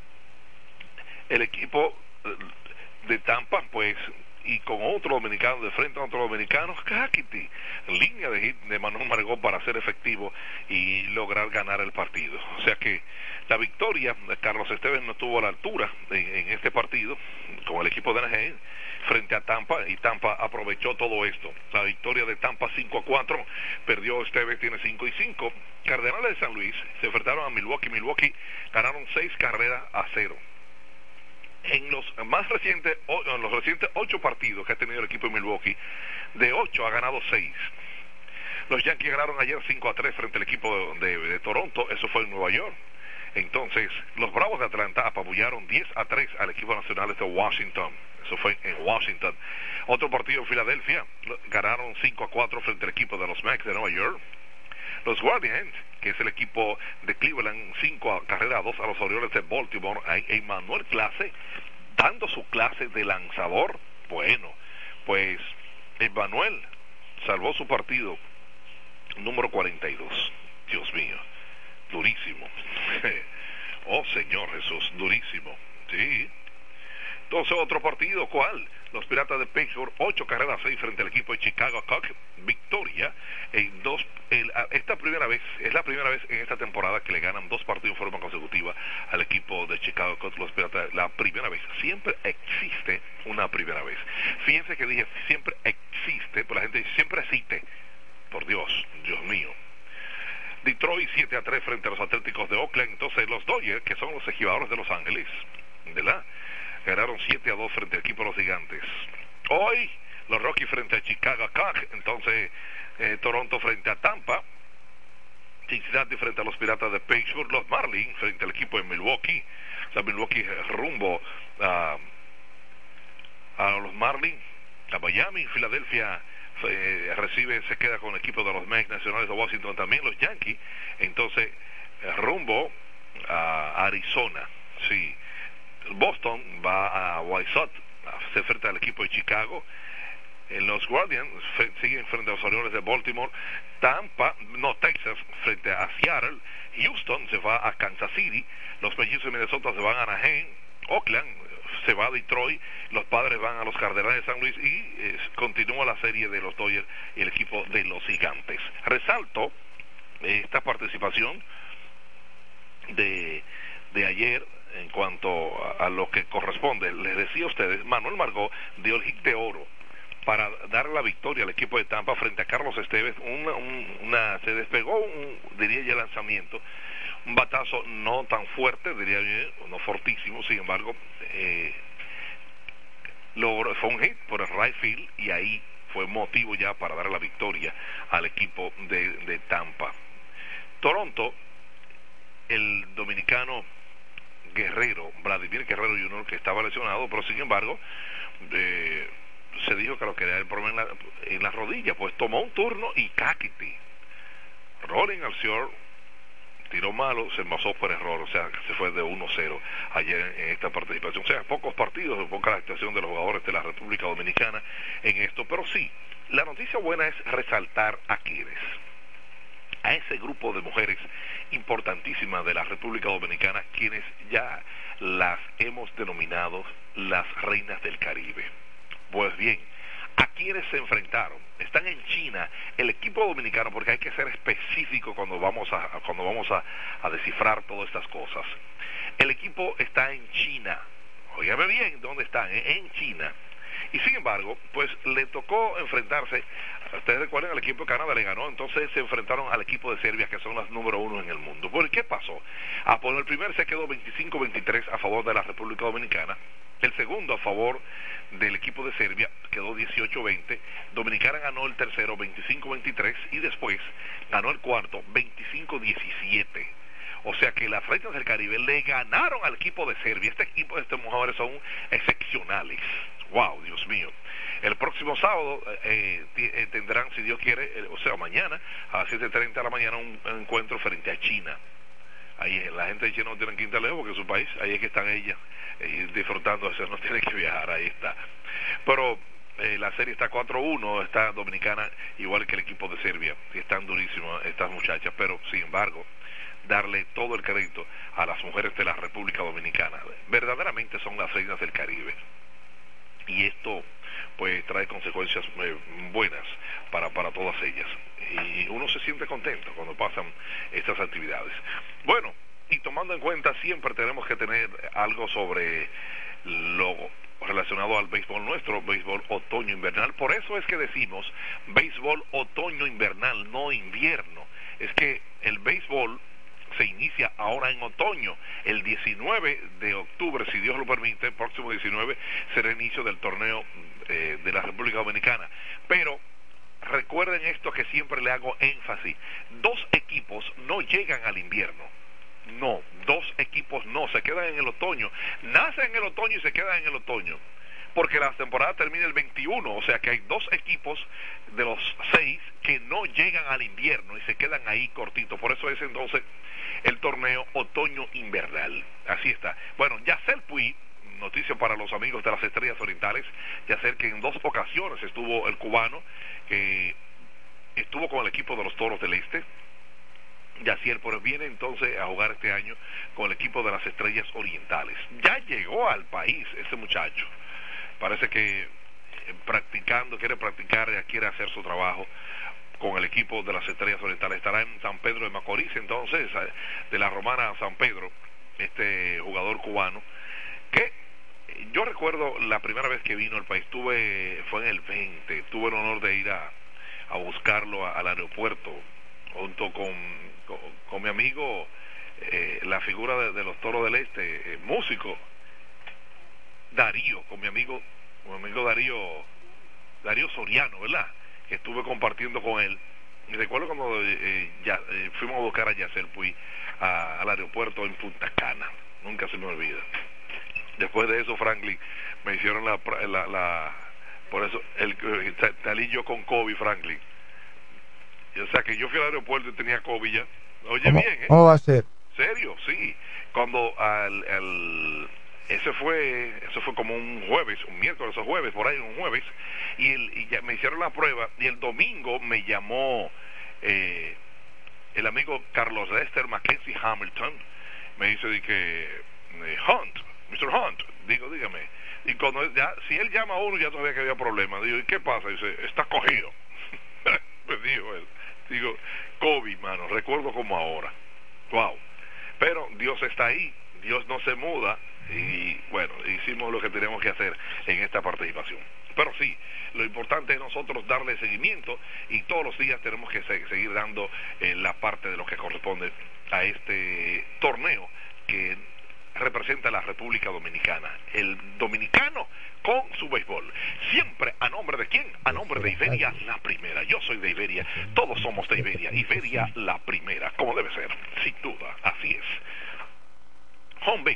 el equipo de Tampa, pues, y con otro dominicano de frente a otro dominicano, Kakiti, línea de hit de Manuel Margot para ser efectivo y lograr ganar el partido. O sea que la victoria de Carlos Esteves no estuvo a la altura en, en este partido con el equipo de Anaheim frente a Tampa, y Tampa aprovechó todo esto. La victoria de Tampa cinco a cuatro, perdió Esteves, tiene cinco y cinco. Cardenales de San Luis se enfrentaron a Milwaukee. Milwaukee ganaron seis carreras a cero. En los más recientes, en los recientes ocho partidos que ha tenido el equipo de Milwaukee, de ocho ha ganado seis. Los Yankees ganaron ayer cinco a tres frente al equipo de, de, de Toronto, eso fue en Nueva York. Entonces, los Bravos de Atlanta apabullaron diez a tres al equipo nacional de Washington, eso fue en Washington. Otro partido en Filadelfia, ganaron cinco a cuatro frente al equipo de los Mets de Nueva York. Los Guardians, que es el equipo de Cleveland, cinco a carrera a dos a los Orioles de Baltimore. Emmanuel Clase dando su clase de lanzador. Bueno, pues Emmanuel salvó su partido número cuarenta y dos. Dios mío, durísimo. Oh Señor Jesús, durísimo. Sí. Entonces otro partido, ¿cuál? Los Piratas de Pittsburgh, ocho carreras a seis frente al equipo de Chicago Cubs, victoria en dos, el, esta primera vez, es la primera vez en esta temporada que le ganan dos partidos en forma consecutiva al equipo de Chicago Cubs, los Piratas, la primera vez, siempre existe una primera vez. Fíjense que dije, siempre existe, pues la gente dice, siempre existe, por Dios, Dios mío. Detroit siete a tres frente a los Atléticos de Oakland. Entonces los Dodgers, que son los ejibadores de Los Ángeles, ¿verdad?, ganaron siete a dos frente al equipo de los Gigantes. Hoy los Rockies frente a Chicago Cubs. Entonces eh, Toronto frente a Tampa, Cincinnati frente a los Piratas de Pittsburgh, los Marlins frente al equipo de Milwaukee. O sea, Milwaukee rumbo a, a los Marlins, a Miami. Filadelfia eh, recibe, se queda con el equipo de los Mets Nacionales de Washington. También los Yankees, entonces eh, rumbo a Arizona. Sí, Boston va a White Sox, se enfrenta al equipo de Chicago. En los Guardians siguen frente a los Orioles de Baltimore. Tampa, no, Texas frente a Seattle. Houston se va a Kansas City. Los Mellizos de Minnesota se van a Anaheim. Oakland se va a Detroit. Los Padres van a los Cardenales de San Luis. Y eh, continúa la serie de los Dodgers y el equipo de los Gigantes. Resalto eh, esta participación de, de ayer en cuanto a, a lo que corresponde. Les decía a ustedes, Manuel Margot dio el hit de oro para dar la victoria al equipo de Tampa frente a Carlos Esteves. Una, un, una, se despegó, un, diría ya, lanzamiento, un batazo no tan fuerte, diría yo, no fortísimo, sin embargo, eh, logró, fue un hit por el right field, y ahí fue motivo ya para dar la victoria al equipo de, de Tampa. Toronto, el dominicano Guerrero, Vladimir Guerrero junior, que estaba lesionado, pero sin embargo eh, se dijo que lo quería el problema en la, en la rodilla, pues tomó un turno y Kakiti, Rolling Alcior, tiró malo, se envasó por error, o sea, que se fue de uno cero ayer en esta participación. O sea, pocos partidos, poca la actuación de los jugadores de la República Dominicana en esto, pero sí, la noticia buena es resaltar a quienes, a ese grupo de mujeres importantísimas de la República Dominicana, quienes ya las hemos denominado las reinas del Caribe. Pues bien, ¿a quiénes se enfrentaron? Están en China, el equipo dominicano, porque hay que ser específico cuando vamos a, cuando vamos a, a descifrar todas estas cosas. El equipo está en China, óigame bien, ¿dónde están? En China. Y sin embargo, pues le tocó enfrentarse, ustedes recuerdan, al equipo de Canadá le ganó, entonces se enfrentaron al equipo de Serbia, que son las número uno en el mundo. ¿Por qué pasó? Ah, pues el primer se quedó veinticinco veintitrés a favor de la República Dominicana, el segundo a favor del equipo de Serbia quedó dieciocho veinte, Dominicana ganó el tercero veinticinco veintitrés y después ganó el cuarto veinticinco diecisiete. O sea que las reinas del Caribe le ganaron al equipo de Serbia. Este equipo de estas mujeres son excepcionales. Wow, Dios mío. El próximo sábado eh, eh, tendrán, si Dios quiere, eh, o sea, mañana a las siete treinta de la mañana un, un encuentro frente a China. Ahí la gente de China no tiene que ir lejos porque es su país, ahí es que están ellas eh, disfrutando de eso, no tienen que viajar, ahí está. Pero eh, la serie está cuatro uno, está Dominicana igual que el equipo de Serbia, y están durísimas estas muchachas, pero sin embargo, darle todo el crédito a las mujeres de la República Dominicana. Verdaderamente son las reinas del Caribe. Y esto pues trae consecuencias eh, buenas para, para todas ellas. Y uno se siente contento cuando pasan estas actividades. Bueno, y tomando en cuenta, siempre tenemos que tener algo sobre lo relacionado al béisbol nuestro, béisbol otoño-invernal. Por eso es que decimos béisbol otoño-invernal, no invierno. Es que el béisbol se inicia ahora en otoño, el diecinueve de octubre, si Dios lo permite, el próximo diecinueve será el inicio del torneo eh, de la República Dominicana. Pero recuerden esto que siempre le hago énfasis, dos equipos no llegan al invierno, no, dos equipos no, se quedan en el otoño, nacen en el otoño y se quedan en el otoño, porque la temporada termina el veintiuno, o sea que hay dos equipos de los seis que no llegan al invierno y se quedan ahí cortitos. Por eso es entonces el torneo otoño-invernal. Así está. Bueno, Yacel Puig, noticia para los amigos de las Estrellas Orientales, Yacel, que en dos ocasiones estuvo el cubano, que estuvo con el equipo de los Toros del Este. Yaciel, pues viene entonces a jugar este año con el equipo de las Estrellas Orientales. Ya llegó al país ese muchacho. Parece que practicando, quiere practicar, quiere hacer su trabajo con el equipo de las Estrellas Orientales. Estará en San Pedro de Macorís, entonces, de la Romana a San Pedro, este jugador cubano, que yo recuerdo la primera vez que vino al país, tuve, fue en el veinte, tuve el honor de ir a, a buscarlo a, al aeropuerto, junto con, con, con mi amigo, eh, la figura de, de los Toros del Este, eh, músico, Darío, con mi amigo, con mi amigo Darío, Darío Soriano, ¿verdad? Que estuve compartiendo con él. Y recuerdo cuando eh, ya, eh, fuimos a buscar a Yacel Puig a, al aeropuerto en Punta Cana, nunca se me olvida. Después de eso, Franklin, me hicieron la, la, la por eso, el salí yo con COVID, Franklin. O sea que yo fui al aeropuerto y tenía COVID ya. Oye, ¿Cómo, bien, ¿eh? ¿Cómo va a ser? ¿Serio? Sí. Cuando al, al ese fue eso fue como un jueves, un miércoles o jueves, por ahí un jueves, y, el, y ya me hicieron la prueba, y el domingo me llamó eh, el amigo Carlos Lester Mackenzie Hamilton, me dice de que eh, Hunt, mister Hunt, digo, dígame, y cuando ya, si él llama a uno ya sabía que había problemas, digo, ¿y qué pasa? Dice, está cogido. Pues digo él, digo, COVID, mano, recuerdo como ahora, wow, pero Dios está ahí, Dios no se muda, y bueno, hicimos lo que tenemos que hacer en esta participación. Pero sí, lo importante es nosotros darle seguimiento, y todos los días tenemos que se seguir dando eh, la parte de lo que corresponde a este torneo que representa a la República Dominicana, el dominicano con su béisbol, siempre a nombre de quién, a nombre de Iberia la Primera. Yo soy de Iberia, todos somos de Iberia, Iberia la Primera, como debe ser, sin duda, así es. Home Beca,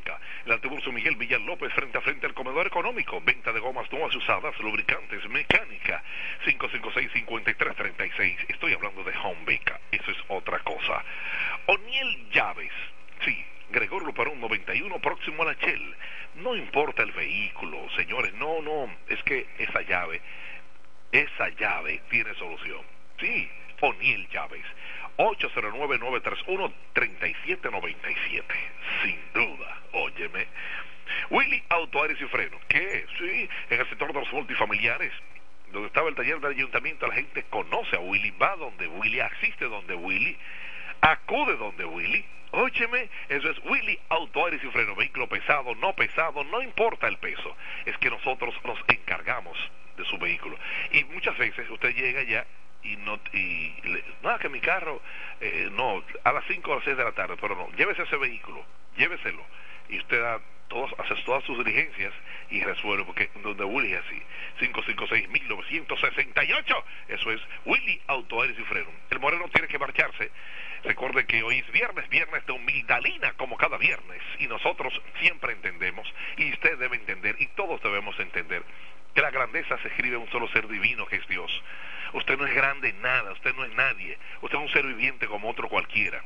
el Altiburso Miguel Villalópez, frente a frente al comedor económico. Venta de gomas nuevas y usadas, lubricantes, mecánica. cinco cinco seis, cinco tres tres seis. Estoy hablando de Home Beca, eso es otra cosa. O'Neill Llaves, sí, Gregorio Luperón noventa y uno, próximo a la Shell. No importa el vehículo, señores, no, no, es que esa llave, esa llave tiene solución. Sí, O'Neill Llaves. ocho cero nueve, nueve tres uno, tres siete nueve siete. Sin duda, óyeme. Willy Auto, Aires y Freno. ¿Qué? Sí, en el sector de los multifamiliares, donde estaba el taller del ayuntamiento, la gente conoce a Willy, va donde Willy, asiste donde Willy, acude donde Willy. Óyeme, eso es Willy Auto, Aires y Freno. Vehículo pesado, no pesado, no importa el peso. Es que nosotros nos encargamos de su vehículo. Y muchas veces usted llega ya y no, y le, no, que mi carro, eh, no, a las cinco o las seis de la tarde, pero no, llévese ese vehículo, lléveselo, y usted da todos, hace todas sus diligencias y resuelve, porque donde Willy es así. Cinco cinco seis, nueve seis ocho, eso es Willy Auto, Aires y Freno. El moreno tiene que marcharse. Recuerde que hoy es viernes, viernes de humildalina, como cada viernes, y nosotros siempre entendemos, y usted debe entender, y todos debemos entender, que la grandeza se escribe en un solo ser divino, que es Dios. Usted no es grande en nada, usted no es nadie, usted es un ser viviente como otro cualquiera.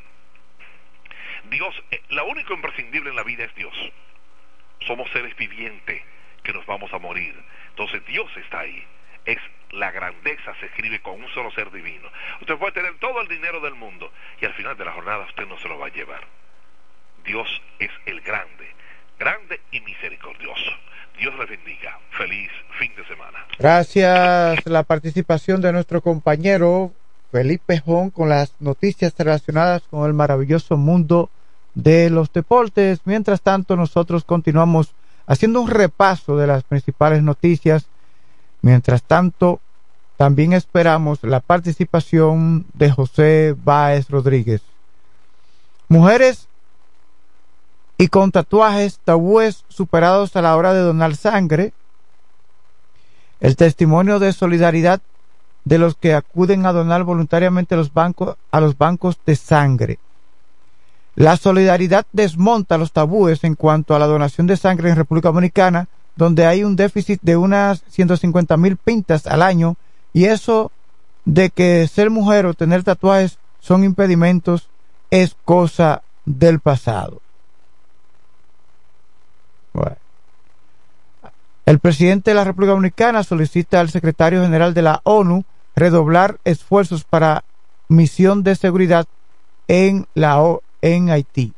Dios, eh, lo único imprescindible en la vida es Dios. Somos seres vivientes que nos vamos a morir. Entonces Dios está ahí. Es la grandeza se escribe con un solo ser divino. Usted puede tener todo el dinero del mundo y al final de la jornada usted no se lo va a llevar. Dios es el grande, grande y misericordioso. Dios les bendiga. Feliz fin de semana. Gracias la participación de nuestro compañero Felipe Jón con las noticias relacionadas con el maravilloso mundo de los deportes. Mientras tanto, nosotros continuamos haciendo un repaso de las principales noticias. Mientras tanto, también esperamos la participación de José Báez Rodríguez. Mujeres y con tatuajes, tabúes superados a la hora de donar sangre. El testimonio de solidaridad de los que acuden a donar voluntariamente a los bancos, a los bancos de sangre. La solidaridad desmonta los tabúes en cuanto a la donación de sangre en República Dominicana, donde hay un déficit de unas ciento cincuenta mil pintas al año, y eso de que ser mujer o tener tatuajes son impedimentos es cosa del pasado. Bueno. El presidente de la República Dominicana solicita al secretario general de la ONU redoblar esfuerzos para misión de seguridad en la o en Haití.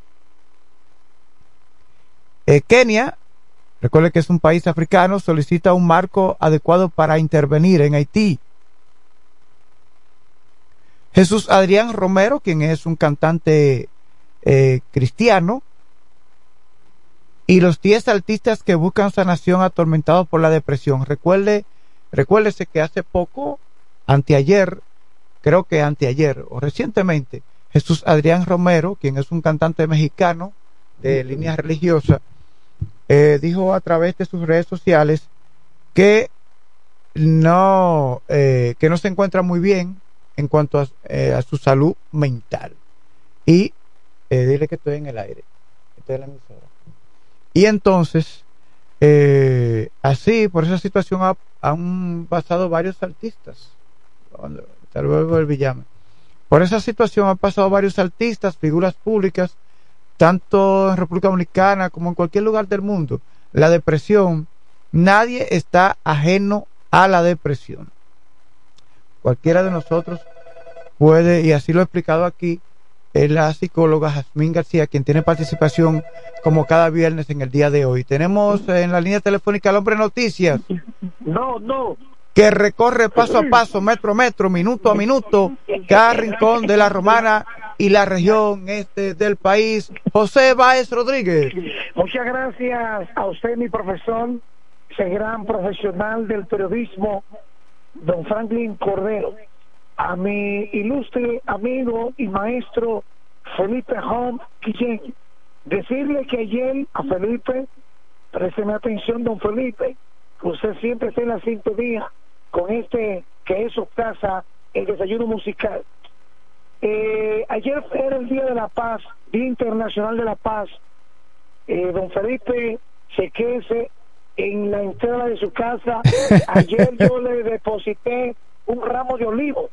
Eh, Kenia, recuerde que es un país africano, solicita un marco adecuado para intervenir en Haití. Jesús Adrián Romero, quien es un cantante eh, cristiano, y los diez artistas que buscan sanación atormentados por la depresión. Recuerde, recuérdese que hace poco, anteayer, creo que anteayer o recientemente, Jesús Adrián Romero, quien es un cantante mexicano de línea religiosa, eh, dijo a través de sus redes sociales que no, eh, que no se encuentra muy bien en cuanto a, eh, a su salud mental. Y eh, dile que estoy en el aire, estoy en la emisora. Y entonces, eh, así, por esa situación ha, han pasado varios artistas. Tal vez el Villame. Por esa situación han pasado varios artistas, figuras públicas, tanto en República Dominicana como en cualquier lugar del mundo. La depresión, nadie está ajeno a la depresión. Cualquiera de nosotros puede, y así lo he explicado aquí, es la psicóloga Jazmín García, quien tiene participación como cada viernes en el día de hoy. Tenemos en la línea telefónica al hombre noticias. No, no. Que recorre paso a paso, metro a metro, minuto a minuto, cada rincón de la Romana y la región este del país. José Báez Rodríguez. Muchas gracias a usted, mi profesor, ese gran profesional del periodismo, don Franklin Cordero. A mi ilustre amigo y maestro Felipe Home Guillén, decirle que ayer a Felipe, présteme atención, don Felipe, que usted siempre está en la sintonía con este que es su casa, el desayuno musical. Eh, ayer era el Día de la Paz, Día Internacional de la Paz, eh, don Felipe se quede en la entrada de su casa. Ayer yo le deposité un ramo de olivo.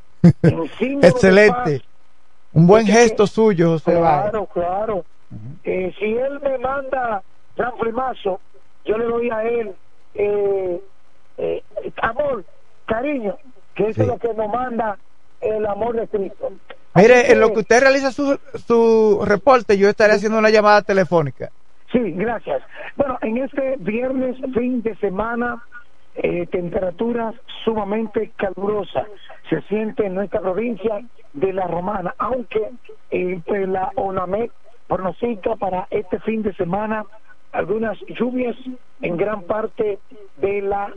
Excelente. Un buen gesto que, suyo, José. Claro, Báez. claro. Uh-huh. Eh, si él me manda San Flimazo, yo le doy a él eh, eh, amor, cariño, que eso sí. es lo que nos manda el amor de Cristo. Mire, que, en lo que usted realiza su, su reporte, yo estaré haciendo una llamada telefónica. Sí, gracias. Bueno, en este viernes, fin de semana, eh, temperaturas sumamente calurosas se siente en nuestra provincia de La Romana, aunque eh, pues la ONAMED pronostica para este fin de semana algunas lluvias en gran parte de la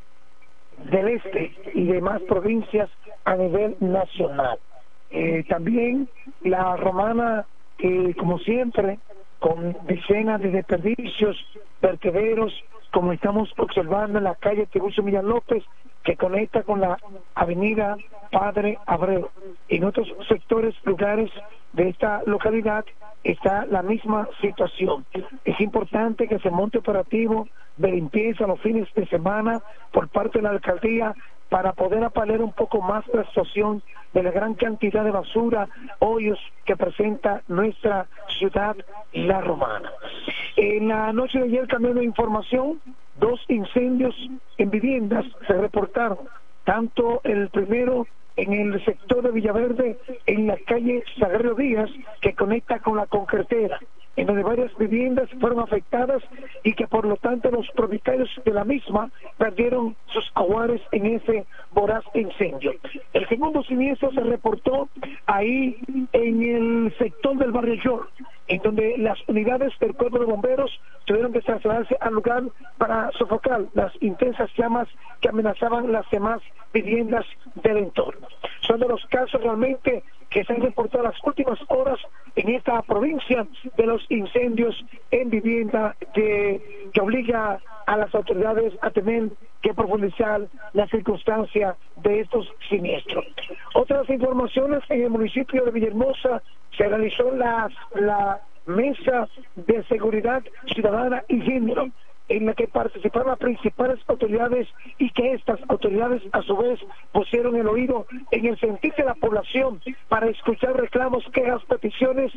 del este y demás provincias a nivel nacional. Eh, también La Romana, eh, como siempre, con decenas de desperdicios, vertederos, como estamos observando en la calle Tiburcio Millán López, que conecta con la avenida Padre Abreu. En otros sectores, lugares de esta localidad, está la misma situación. Es importante que se monte operativo de limpieza los fines de semana por parte de la alcaldía para poder apalar un poco más la situación de la gran cantidad de basura, hoyos que presenta nuestra ciudad La Romana. En la noche de ayer, cambiando de información, dos incendios en viviendas se reportaron, tanto el primero en el sector de Villaverde, en la calle Sagrario Díaz, que conecta con la concretera, en donde varias viviendas fueron afectadas y que por lo tanto los propietarios de la misma perdieron sus aguares en ese voraz incendio. El segundo siniestro se reportó ahí en el sector del barrio York, en donde las unidades del cuerpo de bomberos tuvieron que trasladarse al lugar para sofocar las intensas llamas que amenazaban las demás viviendas del entorno. Son de los casos realmente que se han reportado las últimas horas en esta provincia de los incendios en vivienda que, que obliga a las autoridades a tener que profundizar la circunstancia de estos siniestros. Otras informaciones: en el municipio de Villahermosa se realizó la, la mesa de seguridad ciudadana y género, en la que participaron las principales autoridades y que estas autoridades a su vez pusieron el oído en el sentir de la población para escuchar reclamos, quejas, peticiones,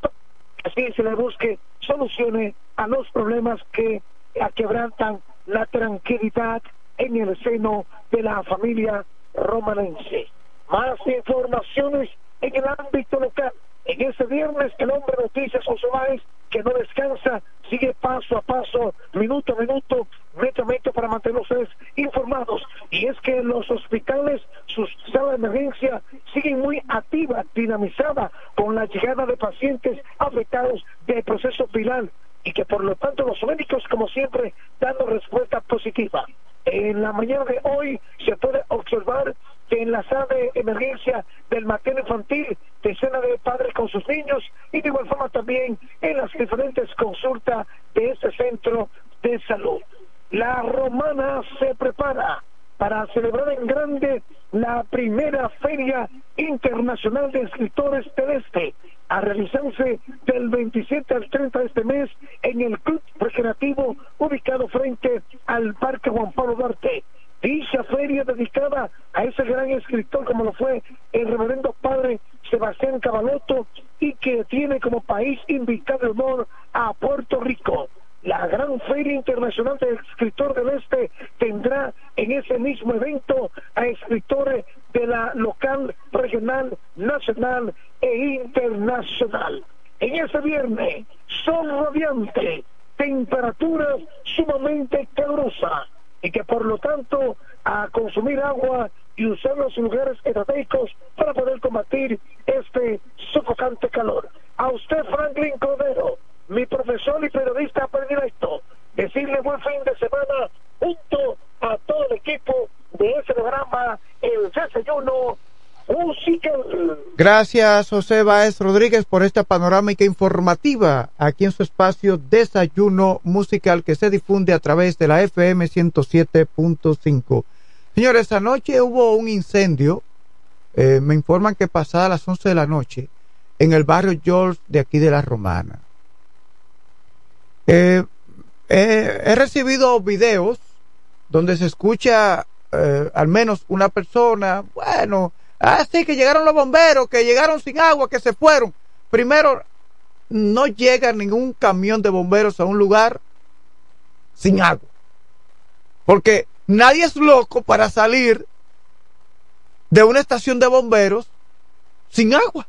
así se le busque soluciones a los problemas que aquebrantan la tranquilidad en el seno de la familia romanense. Más informaciones en el ámbito local. En este viernes, el hombre de noticias, José Báez, que no descansa, sigue paso a paso, minuto a minuto, metro a metro, para mantener ustedes informados. Y es que los hospitales, sus salas de emergencia, siguen muy activas, dinamizadas, con la llegada de pacientes afectados del proceso viral, y que por lo tanto los médicos, como siempre, dando respuesta positiva. En la mañana de hoy se puede observar que en la sala de emergencia del materno infantil, decenas de padres con sus niños, y de igual forma también en las diferentes consultas de este centro de salud. La Romana se prepara para celebrar en grande la primera Feria Internacional de Escritores del Este, a realizarse del veintisiete al treinta de este mes en el Club Recreativo ubicado frente al Parque Juan Pablo Duarte. Dicha feria dedicada a ese gran escritor como lo fue el reverendo padre Sebastián Cabalotto, y que tiene como país invitado de honor a Puerto Rico. La gran Feria Internacional del Escritor del Este tendrá en ese mismo evento a escritores de la local, regional, nacional e internacional. En ese viernes, sol radiante, temperaturas sumamente calurosas, y que por lo tanto a consumir agua y usar los lugares estratégicos para poder combatir este sofocante calor. A usted, Franklin Cordero, mi profesor y periodista predilecto, decirle buen fin de semana junto a todo el equipo de ese programa, el Desayuno Musical. Gracias, José Báez Rodríguez, por esta panorámica informativa aquí en su espacio Desayuno Musical, que se difunde a través de la F M ciento siete punto cinco. Señores, anoche hubo un incendio, eh, me informan que pasada las once de la noche, en el barrio George de aquí de La Romana. Eh, eh, he recibido videos donde se escucha eh, al menos una persona, bueno, así que llegaron los bomberos, que llegaron sin agua, que se fueron. Primero, no llega ningún camión de bomberos a un lugar sin agua, porque nadie es loco para salir de una estación de bomberos sin agua.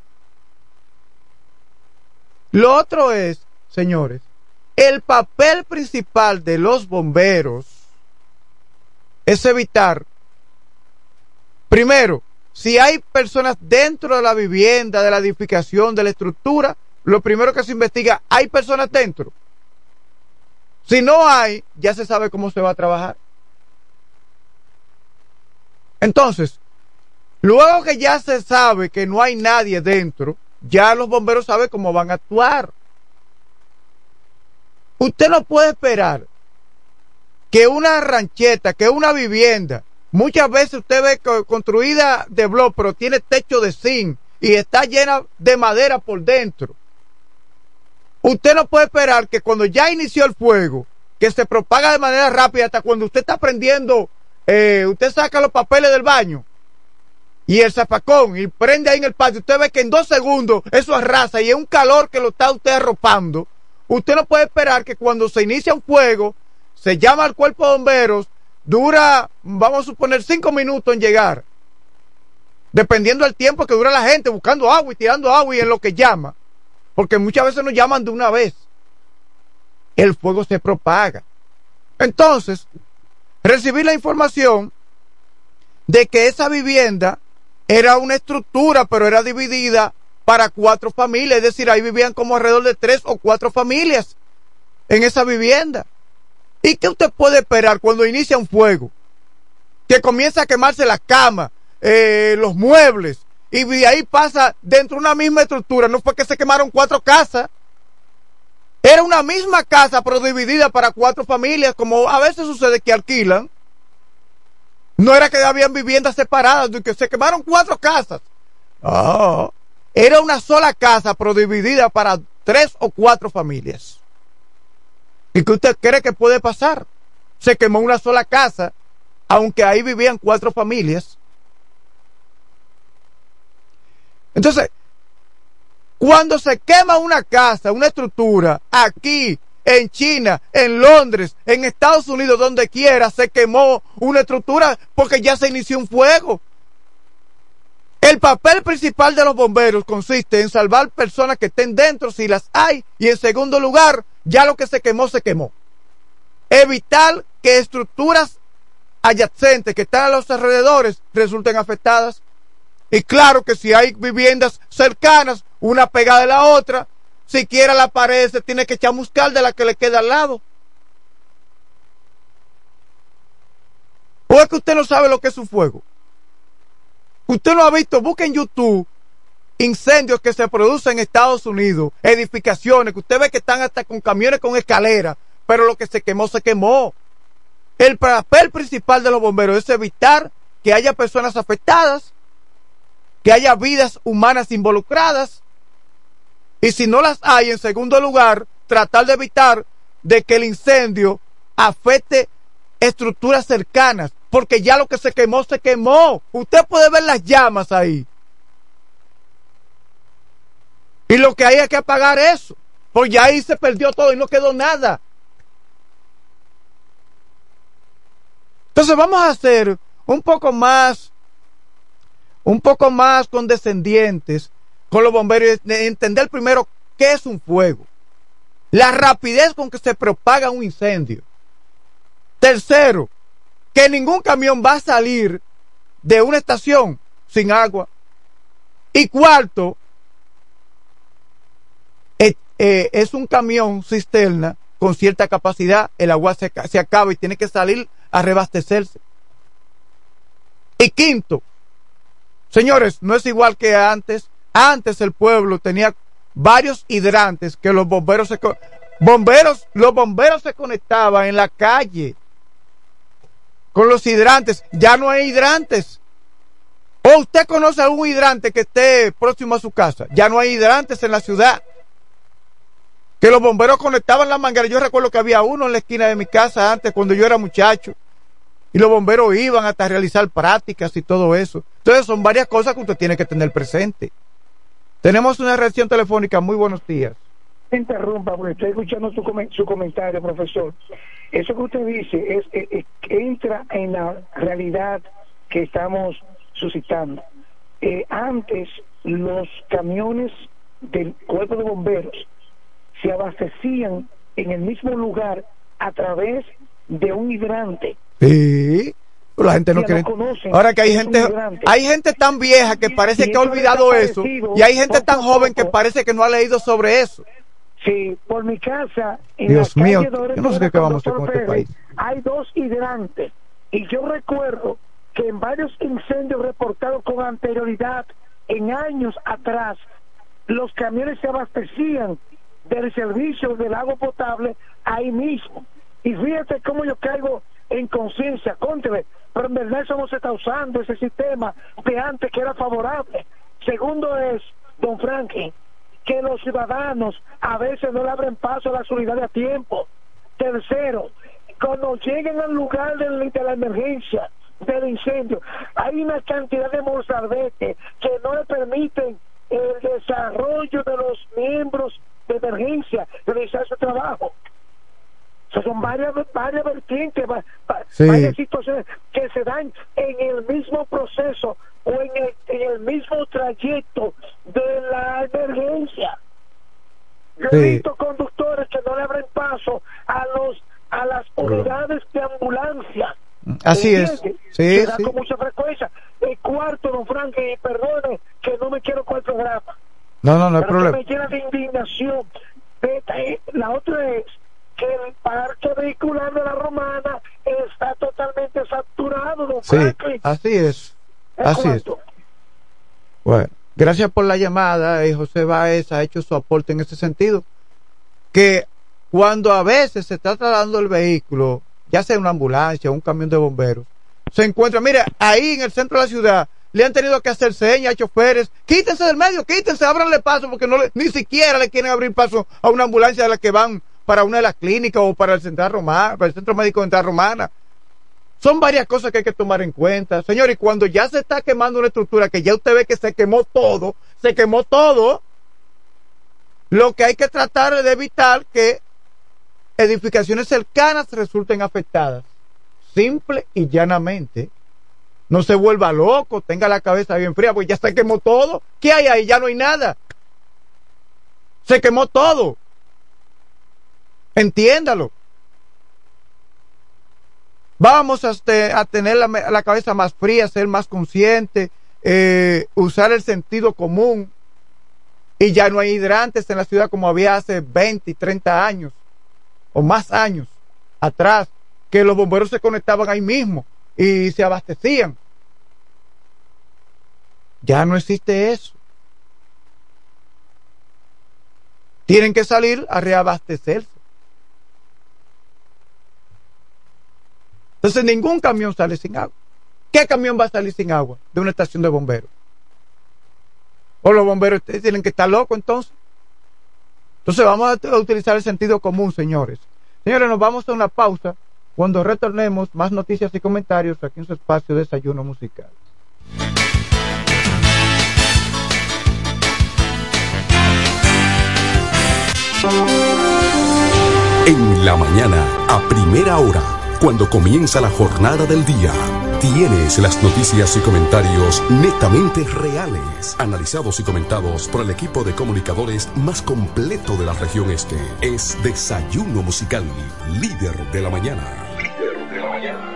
Lo otro es, señores, el papel principal de los bomberos es evitar, primero, si hay personas dentro de la vivienda, de la edificación, de la estructura, lo primero que se investiga, ¿hay personas dentro? Si no hay, ya se sabe cómo se va a trabajar. Entonces, luego que ya se sabe que no hay nadie dentro, ya los bomberos saben cómo van a actuar. Usted no puede esperar que una rancheta, que una vivienda, muchas veces usted ve construida de bloc, pero tiene techo de zinc y está llena de madera por dentro. Usted no puede esperar que cuando ya inició el fuego, que se propaga de manera rápida, hasta cuando usted está prendiendo, eh, usted saca los papeles del baño y el zapacón y prende ahí en el patio, usted ve que en dos segundos eso arrasa y es un calor que lo está usted arropando. Usted no puede esperar que cuando se inicia un fuego, se llama al cuerpo de bomberos, dura, vamos a suponer, cinco minutos en llegar, dependiendo del tiempo que dura la gente buscando agua y tirando agua y en lo que llama, porque muchas veces nos llaman de una vez. El fuego se propaga. Entonces, recibí la información de que esa vivienda era una estructura, pero era dividida para cuatro familias, es decir, ahí vivían como alrededor de tres o cuatro familias en esa vivienda. ¿Y qué usted puede esperar cuando inicia un fuego? Que comienza a quemarse la cama, eh, los muebles, y de ahí pasa dentro de una misma estructura. No fue que se quemaron cuatro casas, era una misma casa pero dividida para cuatro familias, como a veces sucede que alquilan. No era que habían viviendas separadas, que se quemaron cuatro casas. No, era una sola casa pero dividida para tres o cuatro familias. ¿Y qué usted cree que puede pasar? Se quemó una sola casa, aunque ahí vivían cuatro familias. Entonces, cuando se quema una casa, una estructura, aquí, en China, en Londres, en Estados Unidos, donde quiera, se quemó una estructura porque ya se inició un fuego. El papel principal de los bomberos consiste en salvar personas que estén dentro, si las hay, y en segundo lugar, ya lo que se quemó, se quemó. Evitar que estructuras adyacentes que están a los alrededores resulten afectadas. Y claro que si hay viviendas cercanas, una pegada de la otra, siquiera la pared se tiene que chamuscar de la que le queda al lado. ¿O es que usted no sabe lo que es un fuego? Usted lo ha visto, busque en YouTube incendios que se producen en Estados Unidos, edificaciones, que usted ve que están hasta con camiones con escalera, pero lo que se quemó, se quemó. El papel principal de los bomberos es evitar que haya personas afectadas, que haya vidas humanas involucradas, y si no las hay, en segundo lugar, tratar de evitar de que el incendio afecte estructuras cercanas, porque ya lo que se quemó, se quemó. Usted puede ver las llamas ahí. Y lo que hay es que apagar eso, porque ya ahí se perdió todo y no quedó nada. Entonces vamos a hacer un poco más, un poco más condescendientes con los bomberos, de entender primero qué es un fuego, la rapidez con que se propaga un incendio. Tercero, que ningún camión va a salir de una estación sin agua. Y cuarto, eh, eh, es un camión cisterna con cierta capacidad, el agua se, se acaba y tiene que salir a reabastecerse. Y quinto, señores, no es igual que antes. Antes el pueblo tenía varios hidrantes que los bomberos se bomberos, los bomberos se conectaban en la calle con los hidrantes. Ya no hay hidrantes. ¿O usted conoce algún hidrante que esté próximo a su casa? Ya no hay hidrantes en la ciudad. que los bomberos conectaban la manguera. Yo recuerdo que había uno en la esquina de mi casa antes, cuando yo era muchacho, y los bomberos iban hasta realizar prácticas y todo eso. Entonces son varias cosas que usted tiene que tener presente. Tenemos una reacción telefónica. Muy buenos días. Interrumpa, porque estoy escuchando su, comen- su comentario, profesor. Eso que usted dice es, es, es- entra en la realidad que estamos suscitando. Eh, antes, los camiones del cuerpo de bomberos se abastecían en el mismo lugar a través de un hidrante. Sí, pero la gente no Ya quiere. lo conocen, Ahora que hay es gente, un hidrante. hay gente tan vieja que parece Y que ha eso olvidado ha eso, desaparecido y hay gente poco tan a joven que poco. parece que no ha leído sobre eso. Sí, por mi casa, en Dios la mío, calle Doroteo yo no sé qué vamos a hacer con Doctor este Pérez, país. hay dos hidrantes. Y yo recuerdo que en varios incendios reportados con anterioridad, en años atrás, los camiones se abastecían del servicio del agua potable ahí mismo. Y fíjate cómo yo caigo en conciencia, cóntele, pero en verdad eso no se está usando, ese sistema de antes que era favorable. Segundo es, don Franklin, que los ciudadanos a veces no le abren paso a la solidaridad a tiempo. Tercero, cuando lleguen al lugar de, de la emergencia, del incendio, hay una cantidad de mozalbete que no le permiten el desarrollo de los miembros de emergencia realizar su trabajo. O sea, son varias, varias vertientes, va- va- Sí. varias situaciones que se dan en el mismo proceso o en el, en el mismo trayecto de la emergencia. Yo he Sí. visto conductores que no le abren paso a los a las unidades de ambulancia. Así es. ¿Entiende? Sí, Se da sí. con mucha frecuencia. El cuarto, don Frank, y perdone que no me quiero con el programa, No, no, no hay pero que problema. me llena de indignación. Esta es- La otra es que el parque vehicular de la Romana está totalmente saturado, don Sí, Franklin. así es. ¿Es Así es. cuánto? Bueno, gracias por la llamada. eh, José Báez ha hecho su aporte en ese sentido. Que cuando a veces se está trasladando el vehículo, ya sea una ambulancia o un camión de bomberos, se encuentra, mira, ahí en el centro de la ciudad, le han tenido que hacer señas a choferes, quítense del medio, quítense, ábranle paso, porque no le, ni siquiera le quieren abrir paso a una ambulancia de las que van para una de las clínicas o para el Central Romana, para el Centro Médico de Central Romana. Son varias cosas que hay que tomar en cuenta. Señor, y cuando ya se está quemando una estructura, que ya usted ve que se quemó todo, se quemó todo, lo que hay que tratar es de evitar que edificaciones cercanas resulten afectadas. Simple y llanamente. No se vuelva loco, tenga la cabeza bien fría, porque ya se quemó todo. ¿Qué hay ahí? Ya no hay nada. Se quemó todo. Entiéndalo. Vamos a, este, a tener la, la cabeza más fría, ser más consciente, eh, usar el sentido común. Y ya no hay hidrantes en la ciudad como había hace veinte y treinta años, o más años atrás, que los bomberos se conectaban ahí mismo y se abastecían. Ya no existe eso. Tienen que salir a reabastecerse. Entonces ningún camión sale sin agua. ¿Qué camión va a salir sin agua de una estación de bomberos? O los bomberos tienen que estar locos entonces. Entonces vamos a utilizar el sentido común, señores. Señores, nos vamos a una pausa. Cuando retornemos, más noticias y comentarios aquí en su espacio de Desayuno Musical. En la mañana, a primera hora, cuando comienza la jornada del día, tienes las noticias y comentarios netamente reales, analizados y comentados por el equipo de comunicadores más completo de la región este. Es Desayuno Musical, líder de la mañana. Líder de la mañana.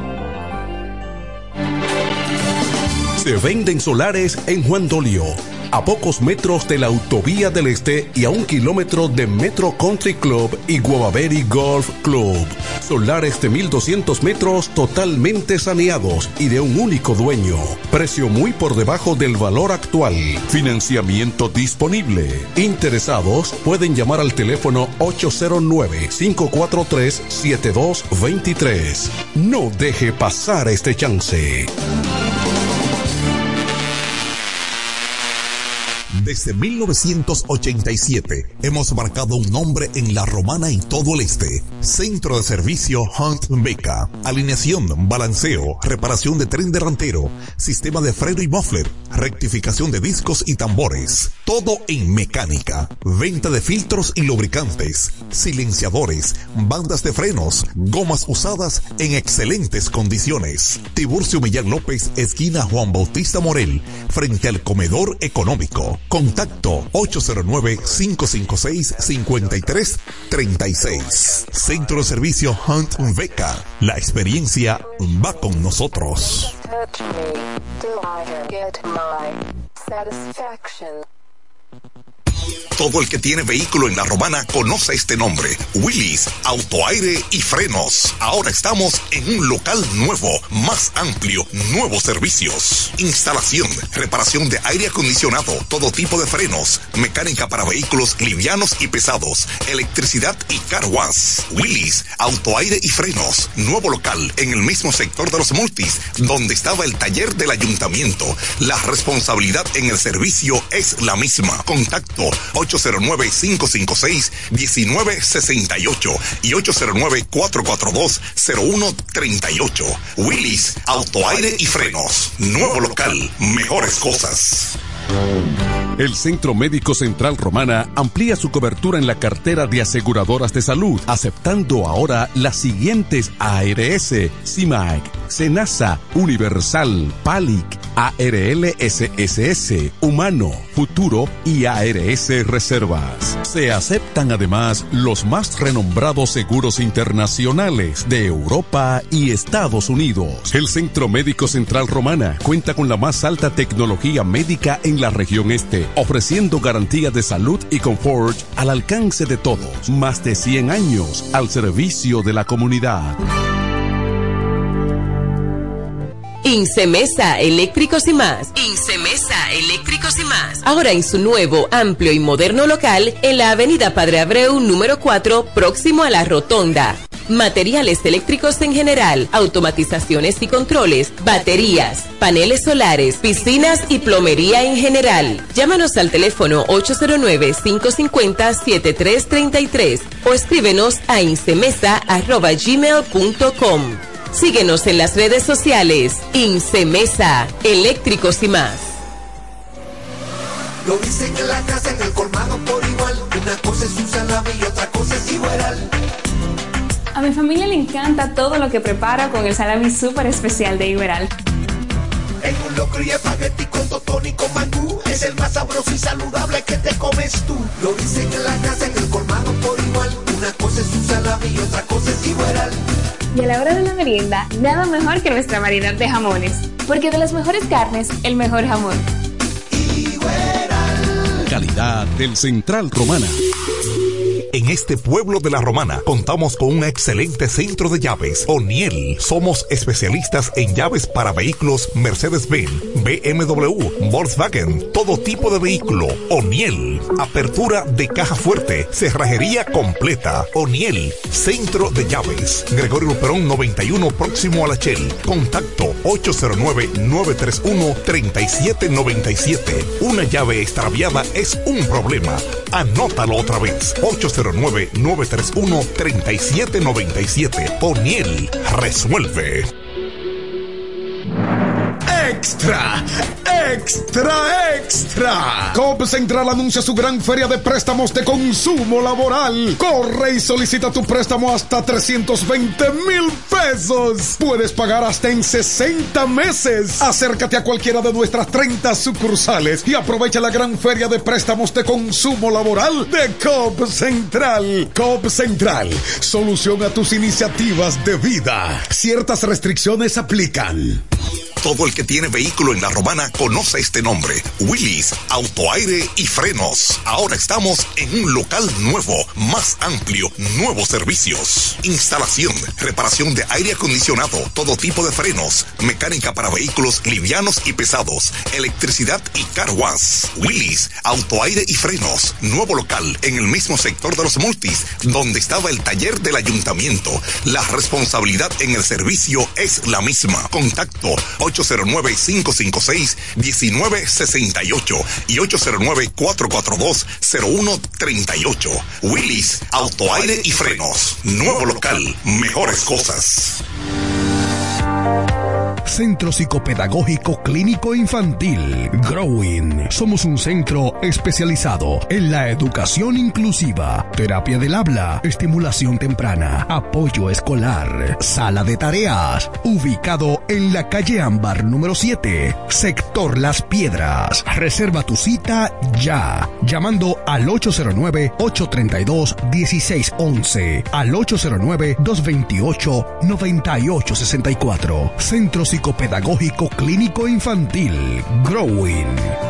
Se venden solares en Juan Dolio, a pocos metros de la Autovía del Este y a un kilómetro de Metro Country Club y Guavaberi Golf Club. Solares de mil doscientos metros totalmente saneados y de un único dueño. Precio muy por debajo del valor actual. Financiamiento disponible. Interesados pueden llamar al teléfono ocho cero nueve, cinco cuatro tres, siete dos dos tres. No deje pasar este chance. Desde mil novecientos ochenta y siete hemos marcado un nombre en La Romana y todo el este. Centro de servicio Hunt Beca. Alineación, balanceo, reparación de tren delantero, sistema de freno y muffler, rectificación de discos y tambores. Todo en mecánica. Venta de filtros y lubricantes, silenciadores, bandas de frenos, gomas usadas en excelentes condiciones. Tiburcio Millán López, esquina Juan Bautista Morel, frente al comedor económico. Contacto ocho cero nueve, cinco cinco seis, cinco tres tres seis. Centro de servicio Hunt Beca. La experiencia va con nosotros. Touch me till I get my satisfaction. Todo el que tiene vehículo en La Romana conoce este nombre. Willys, Autoaire y Frenos. Ahora estamos en un local nuevo, más amplio, nuevos servicios. Instalación, reparación de aire acondicionado, todo tipo de frenos, mecánica para vehículos livianos y pesados, electricidad y car wash. Willys, Autoaire y Frenos. Nuevo local en el mismo sector de los multis, donde estaba el taller del ayuntamiento. La responsabilidad en el servicio es la misma. Contacto ocho cero nueve, cinco cinco seis, uno nueve seis ocho y ocho cero nueve, cuatro cuatro dos, cero uno tres ocho. Willys, Autoaire y Frenos. Nuevo local, mejores cosas. El Centro Médico Central Romana amplía su cobertura en la cartera de aseguradoras de salud, aceptando ahora las siguientes A R S, CIMAC, SENASA, Universal, PALIC, A R L S S S, Humano, Futuro y A R S Reservas. Se aceptan además los más renombrados seguros internacionales de Europa y Estados Unidos. El Centro Médico Central Romana cuenta con la más alta tecnología médica en la región este, ofreciendo garantía de salud y confort al alcance de todos. Más de cien años al servicio de la comunidad. Incemesa Eléctricos y Más. Incemesa Eléctricos y Más. Ahora en su nuevo, amplio y moderno local en la avenida Padre Abreu número cuatro, próximo a la Rotonda. Materiales eléctricos en general, automatizaciones y controles, baterías, paneles solares, piscinas y plomería en general. Llámanos al teléfono ocho cero nueve, cinco cinco cero, siete tres tres tres o escríbenos a incemesa arroba gmail punto com. Síguenos en las redes sociales. Incemesa, Eléctricos y Más. Lo dicen en la casa, en el colmado por igual. Una cosa es un salami y otra cosa es Igueral. A mi familia le encanta todo lo que prepara con el salami súper especial de Igueral. En un locro y espagueti con totón y con mangú. Es el más sabroso y saludable que te comes tú. Lo dicen en la casa, en el colmado por igual. Una cosa es un salami y otra cosa es Igueral. Y a la hora de la merienda, nada mejor que nuestra variedad de jamones. Porque de las mejores carnes, el mejor jamón. Calidad del Central Romana. En este pueblo de La Romana contamos con un excelente centro de llaves, O'Neill. Somos especialistas en llaves para vehículos Mercedes-Benz, B M W, Volkswagen, todo tipo de vehículo. O'Neill. Apertura de caja fuerte, cerrajería completa. O'Neill, centro de llaves. Gregorio Luperón noventa y uno, próximo a la Shell. Contacto ocho cero nueve, nueve tres uno, tres siete nueve siete. Una llave extraviada es un problema. Anótalo otra vez. ocho cero nueve, nueve tres uno, tres siete nueve siete. O'Neill resuelve. ¡Extra! ¡Extra, extra! Coop Central anuncia su gran feria de préstamos de consumo laboral. Corre y solicita tu préstamo hasta trescientos veinte mil pesos. Puedes pagar hasta en sesenta meses. Acércate a cualquiera de nuestras treinta sucursales y aprovecha la gran feria de préstamos de consumo laboral de Coop Central. Coop Central, solución a tus iniciativas de vida. Ciertas restricciones aplican. Todo el que tiene vehículo en La Romana conoce este nombre. Willys, Autoaire y Frenos. Ahora estamos en un local nuevo, más amplio, nuevos servicios. Instalación, reparación de aire acondicionado, todo tipo de frenos, mecánica para vehículos livianos y pesados, electricidad y car wash. Willys, Autoaire y Frenos. Nuevo local en el mismo sector de los multis, donde estaba el taller del ayuntamiento. La responsabilidad en el servicio es la misma. Contacto ocho ocho cero nueve, cinco cinco seis, uno nueve seis ocho y ocho cero nueve, cuatro cuatro dos, cero uno tres ocho. Willis, Auto, Aire y Frenos. Nuevo local, mejores cosas. Centro Psicopedagógico Clínico Infantil Growing. Somos un centro especializado en la educación inclusiva, terapia del habla, estimulación temprana, apoyo escolar, sala de tareas, ubicado en la calle Ámbar número siete, sector Las Piedras. Reserva tu cita ya, llamando al ocho cero nueve, ocho tres dos, uno seis uno uno, al ocho cero nueve, dos dos ocho, nueve ocho seis cuatro. Centro Psicopedagógico Clínico Infantil Growing.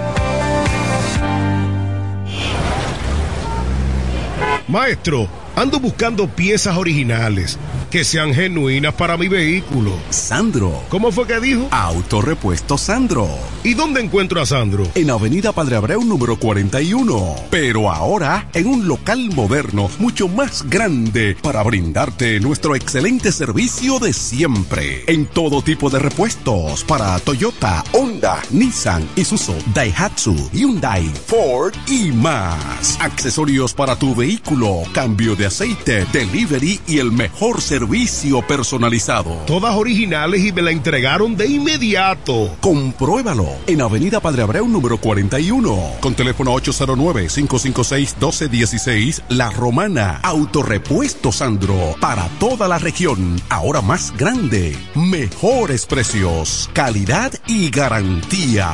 Maestro, ando buscando piezas originales que sean genuinas para mi vehículo. Sandro. ¿Cómo fue que dijo? Autorepuesto Sandro. ¿Y dónde encuentro a Sandro? En Avenida Padre Abreu número cuarenta y uno. Pero ahora en un local moderno mucho más grande para brindarte nuestro excelente servicio de siempre. En todo tipo de repuestos para Toyota, Honda, Nissan, Isuzu, Daihatsu, Hyundai, Ford y más. Accesorios para tu vehículo, cambio de aceite, delivery y el mejor servicio personalizado. Todas originales y me la entregaron de inmediato. Compruébalo en Avenida Padre Abreu número cuarenta y uno. Con teléfono ocho cero nueve, cinco cinco seis, uno dos uno seis. La Romana. Autorepuesto Sandro. Para toda la región. Ahora más grande. Mejores precios. Calidad y garantía.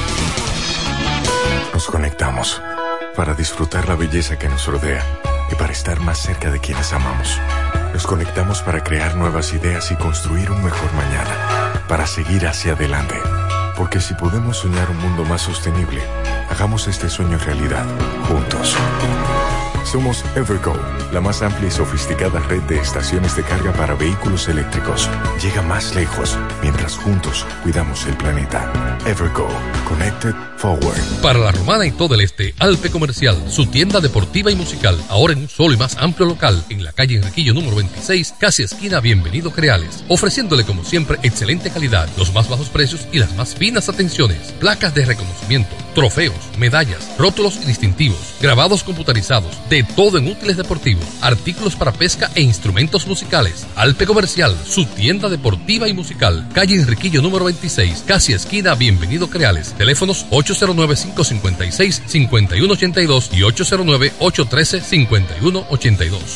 Nos conectamos para disfrutar la belleza que nos rodea y para estar más cerca de quienes amamos. Nos conectamos para crear nuevas ideas y construir un mejor mañana, para seguir hacia adelante. Porque si podemos soñar un mundo más sostenible, hagamos este sueño realidad, juntos. Somos Evergo, la más amplia y sofisticada red de estaciones de carga para vehículos eléctricos. Llega más lejos mientras juntos cuidamos el planeta. Evergo, Connected Forward. Para la Romana y todo el este, Alpe Comercial, su tienda deportiva y musical, ahora en un solo y más amplio local, en la calle Enriquillo número veintiséis, casi esquina Bienvenido Creales, ofreciéndole como siempre excelente calidad, los más bajos precios y las más finas atenciones, placas de reconocimiento, trofeos, medallas, rótulos y distintivos, grabados computarizados, de todo en útiles deportivos, artículos para pesca e instrumentos musicales. Alpe Comercial, su tienda deportiva y musical, calle Enriquillo número veintiséis, casi esquina Bienvenido Creales, teléfonos ocho cero nueve, cinco cinco seis, cinco uno ocho dos y ocho cero nueve, ocho uno tres, cinco uno ocho dos.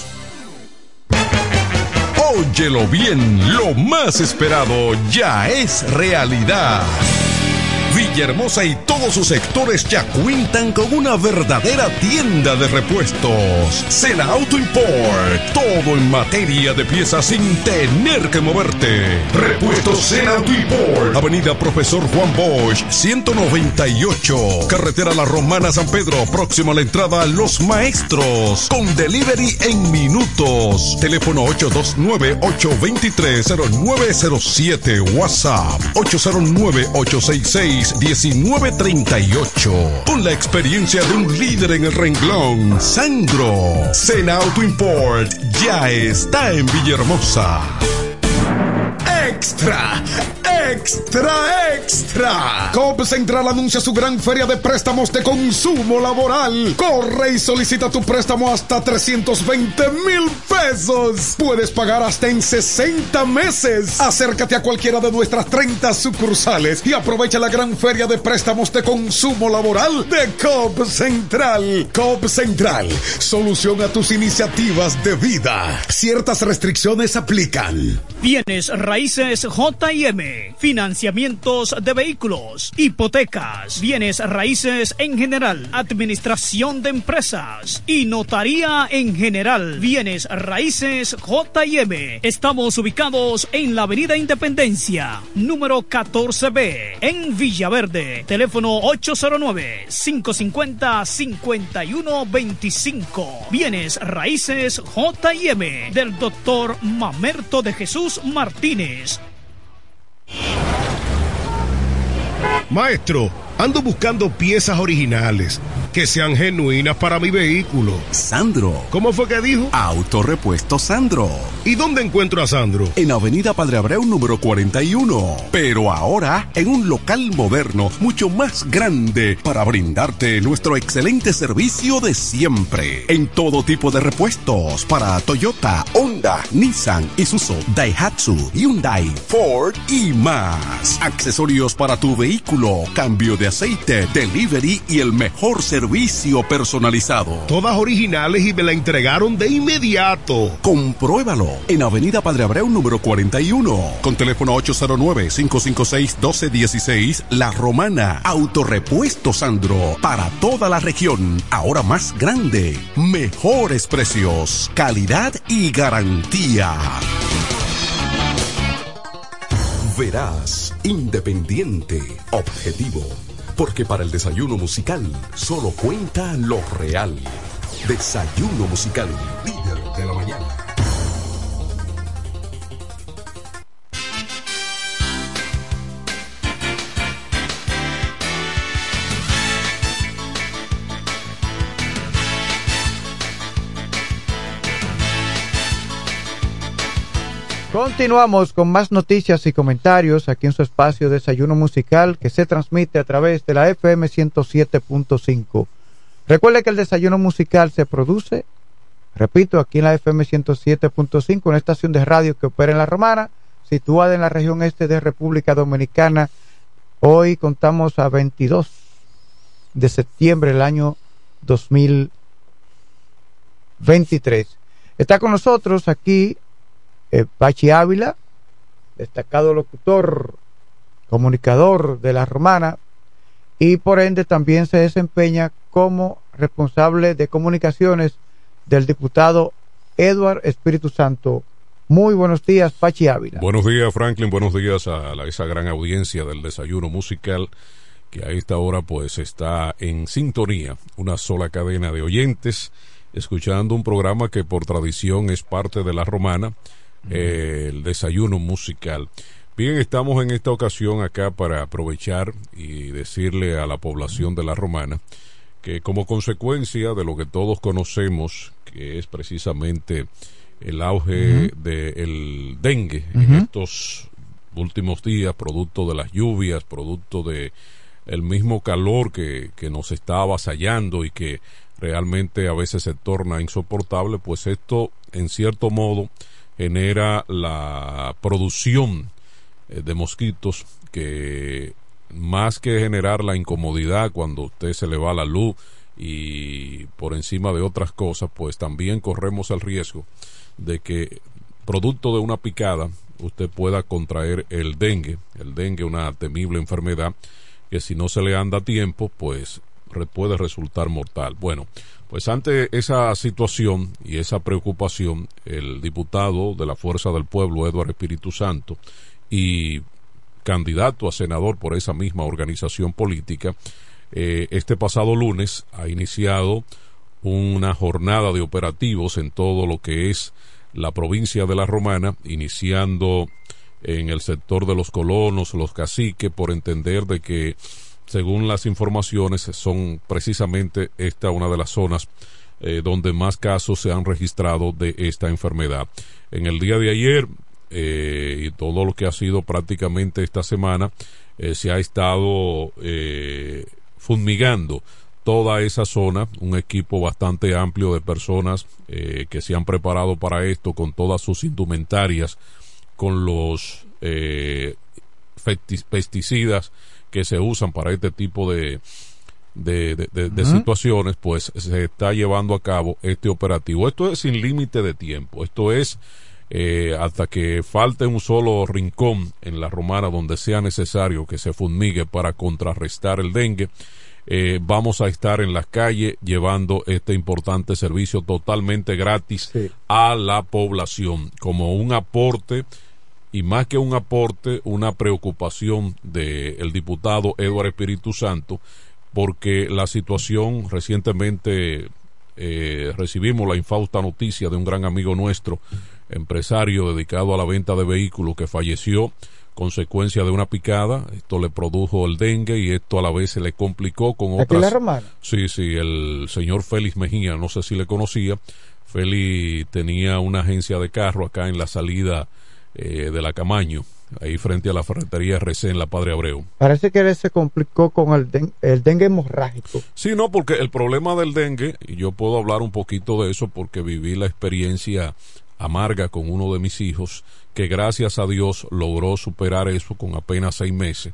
Óyelo bien, lo más esperado ya es realidad. Villahermosa y todos sus sectores ya cuentan con una verdadera tienda de repuestos. Sena Auto Import. Todo en materia de piezas sin tener que moverte. Repuestos Sena Auto Import. Avenida Profesor Juan Bosch, ciento noventa y ocho. Carretera La Romana San Pedro, próximo a la entrada a Los Maestros. Con delivery en minutos. Teléfono ocho dos nueve, ocho dos tres, cero nueve cero siete. WhatsApp ocho cero nueve, ocho seis seis, diecinueve treinta y ocho. Con la experiencia de un líder en el renglón, Sandro. Sena Auto Import ya está en Villahermosa. ¡Extra! ¡Extra, extra! Coop Central anuncia su gran feria de préstamos de consumo laboral. Corre y solicita tu préstamo hasta trescientos veinte mil pesos. Puedes pagar hasta en sesenta meses. Acércate a cualquiera de nuestras treinta sucursales y aprovecha la gran feria de préstamos de consumo laboral de Coop Central. Coop Central, solución a tus iniciativas de vida. Ciertas restricciones aplican. Bienes raíces J y M, financiamientos de vehículos, hipotecas, bienes raíces en general, administración de empresas y notaría en general. Bienes raíces J y M. Estamos ubicados en la Avenida Independencia, número catorce B, en Villaverde. Teléfono ocho cero nueve, cinco cinco cero, cinco uno dos cinco. Bienes raíces J y M del doctor Mamerto de Jesús Martínez. Maestro, ando buscando piezas originales que sean genuinas para mi vehículo. Sandro. ¿Cómo fue que dijo? Autorepuesto Sandro. ¿Y dónde encuentro a Sandro? En Avenida Padre Abreu número cuarenta y uno. Pero ahora en un local moderno mucho más grande para brindarte nuestro excelente servicio de siempre. En todo tipo de repuestos para Toyota, Honda, Nissan, Isuzu, Daihatsu, Hyundai, Ford y más. Accesorios para tu vehículo, cambio de aceite, delivery y el mejor servicio personalizado. Todas originales y me la entregaron de inmediato. Compruébalo en Avenida Padre Abreu número cuarenta y uno. Con teléfono ocho cero nueve, cinco cinco seis, uno dos uno seis. La Romana. Autorepuesto Sandro. Para toda la región. Ahora más grande. Mejores precios. Calidad y garantía. Veraz, independiente, objetivo. Porque para el desayuno musical solo cuenta lo real. Desayuno musical, líder de la mañana. Continuamos con más noticias y comentarios aquí en su espacio Desayuno Musical, que se transmite a través de la F M ciento siete punto cinco. Recuerde que el Desayuno Musical se produce, repito, aquí en la F M ciento siete punto cinco, una estación de radio que opera en La Romana, situada en la región este de República Dominicana. Hoy contamos a veintidós de septiembre del año dos mil veintitrés. Está con nosotros aquí Eh, Pachi Ávila, destacado locutor, comunicador de La Romana, y por ende también se desempeña como responsable de comunicaciones del diputado Edward Espíritu Santo. Muy buenos días, Pachi Ávila. Buenos días, Franklin, buenos días a la, esa gran audiencia del Desayuno Musical, que a esta hora pues está en sintonía, una sola cadena de oyentes, escuchando un programa que por tradición es parte de La Romana, Eh, el Desayuno Musical. Bien, estamos en esta ocasión acá para aprovechar y decirle a la población de La Romana que como consecuencia de lo que todos conocemos, que es precisamente el auge uh-huh. del dengue uh-huh. en estos últimos días, producto de las lluvias, producto de el mismo calor que, que nos está avasallando y que realmente a veces se torna insoportable, pues esto en cierto modo genera la producción eh, de mosquitos que más que generar la incomodidad cuando a usted se le va la luz y por encima de otras cosas, pues también corremos el riesgo de que producto de una picada usted pueda contraer el dengue, el dengue una temible enfermedad que si no se le anda a tiempo pues puede resultar mortal. Bueno, pues ante esa situación y esa preocupación, el diputado de la Fuerza del Pueblo, Edward Espíritu Santo, y candidato a senador por esa misma organización política, eh, este pasado lunes ha iniciado una jornada de operativos en todo lo que es la provincia de La Romana, iniciando en el sector de los colonos, los caciques, por entender de que según las informaciones, son precisamente esta una de las zonas eh, donde más casos se han registrado de esta enfermedad. En el día de ayer eh, y todo lo que ha sido prácticamente esta semana, eh, se ha estado eh, fumigando toda esa zona, un equipo bastante amplio de personas eh, que se han preparado para esto con todas sus indumentarias, con los eh, pesticidas que se usan para este tipo de de, de, de, de uh-huh. situaciones, pues se está llevando a cabo este operativo. Esto es sin límite de tiempo, esto es eh, hasta que falte un solo rincón en La Romana donde sea necesario que se fumigue para contrarrestar el dengue. Eh, vamos a estar en las calles llevando este importante servicio totalmente gratis sí. a la población, como un aporte, y más que un aporte, una preocupación del diputado Edward Espíritu Santo, porque la situación recientemente eh, recibimos la infausta noticia de un gran amigo nuestro, empresario dedicado a la venta de vehículos, que falleció consecuencia de una picada. Esto le produjo el dengue y esto a la vez se le complicó con ¿Aquí otras. la Romana? Sí, sí, el señor Félix Mejía, no sé si le conocía. Félix tenía una agencia de carro acá en la salida eh, de la Camaño, ahí frente a la ferretería R C en la Padre Abreu. Parece que él se complicó con el, den el dengue hemorrágico. Sí, no, porque el problema del dengue, y yo puedo hablar un poquito de eso porque viví la experiencia amarga con uno de mis hijos, que gracias a Dios logró superar eso con apenas seis meses.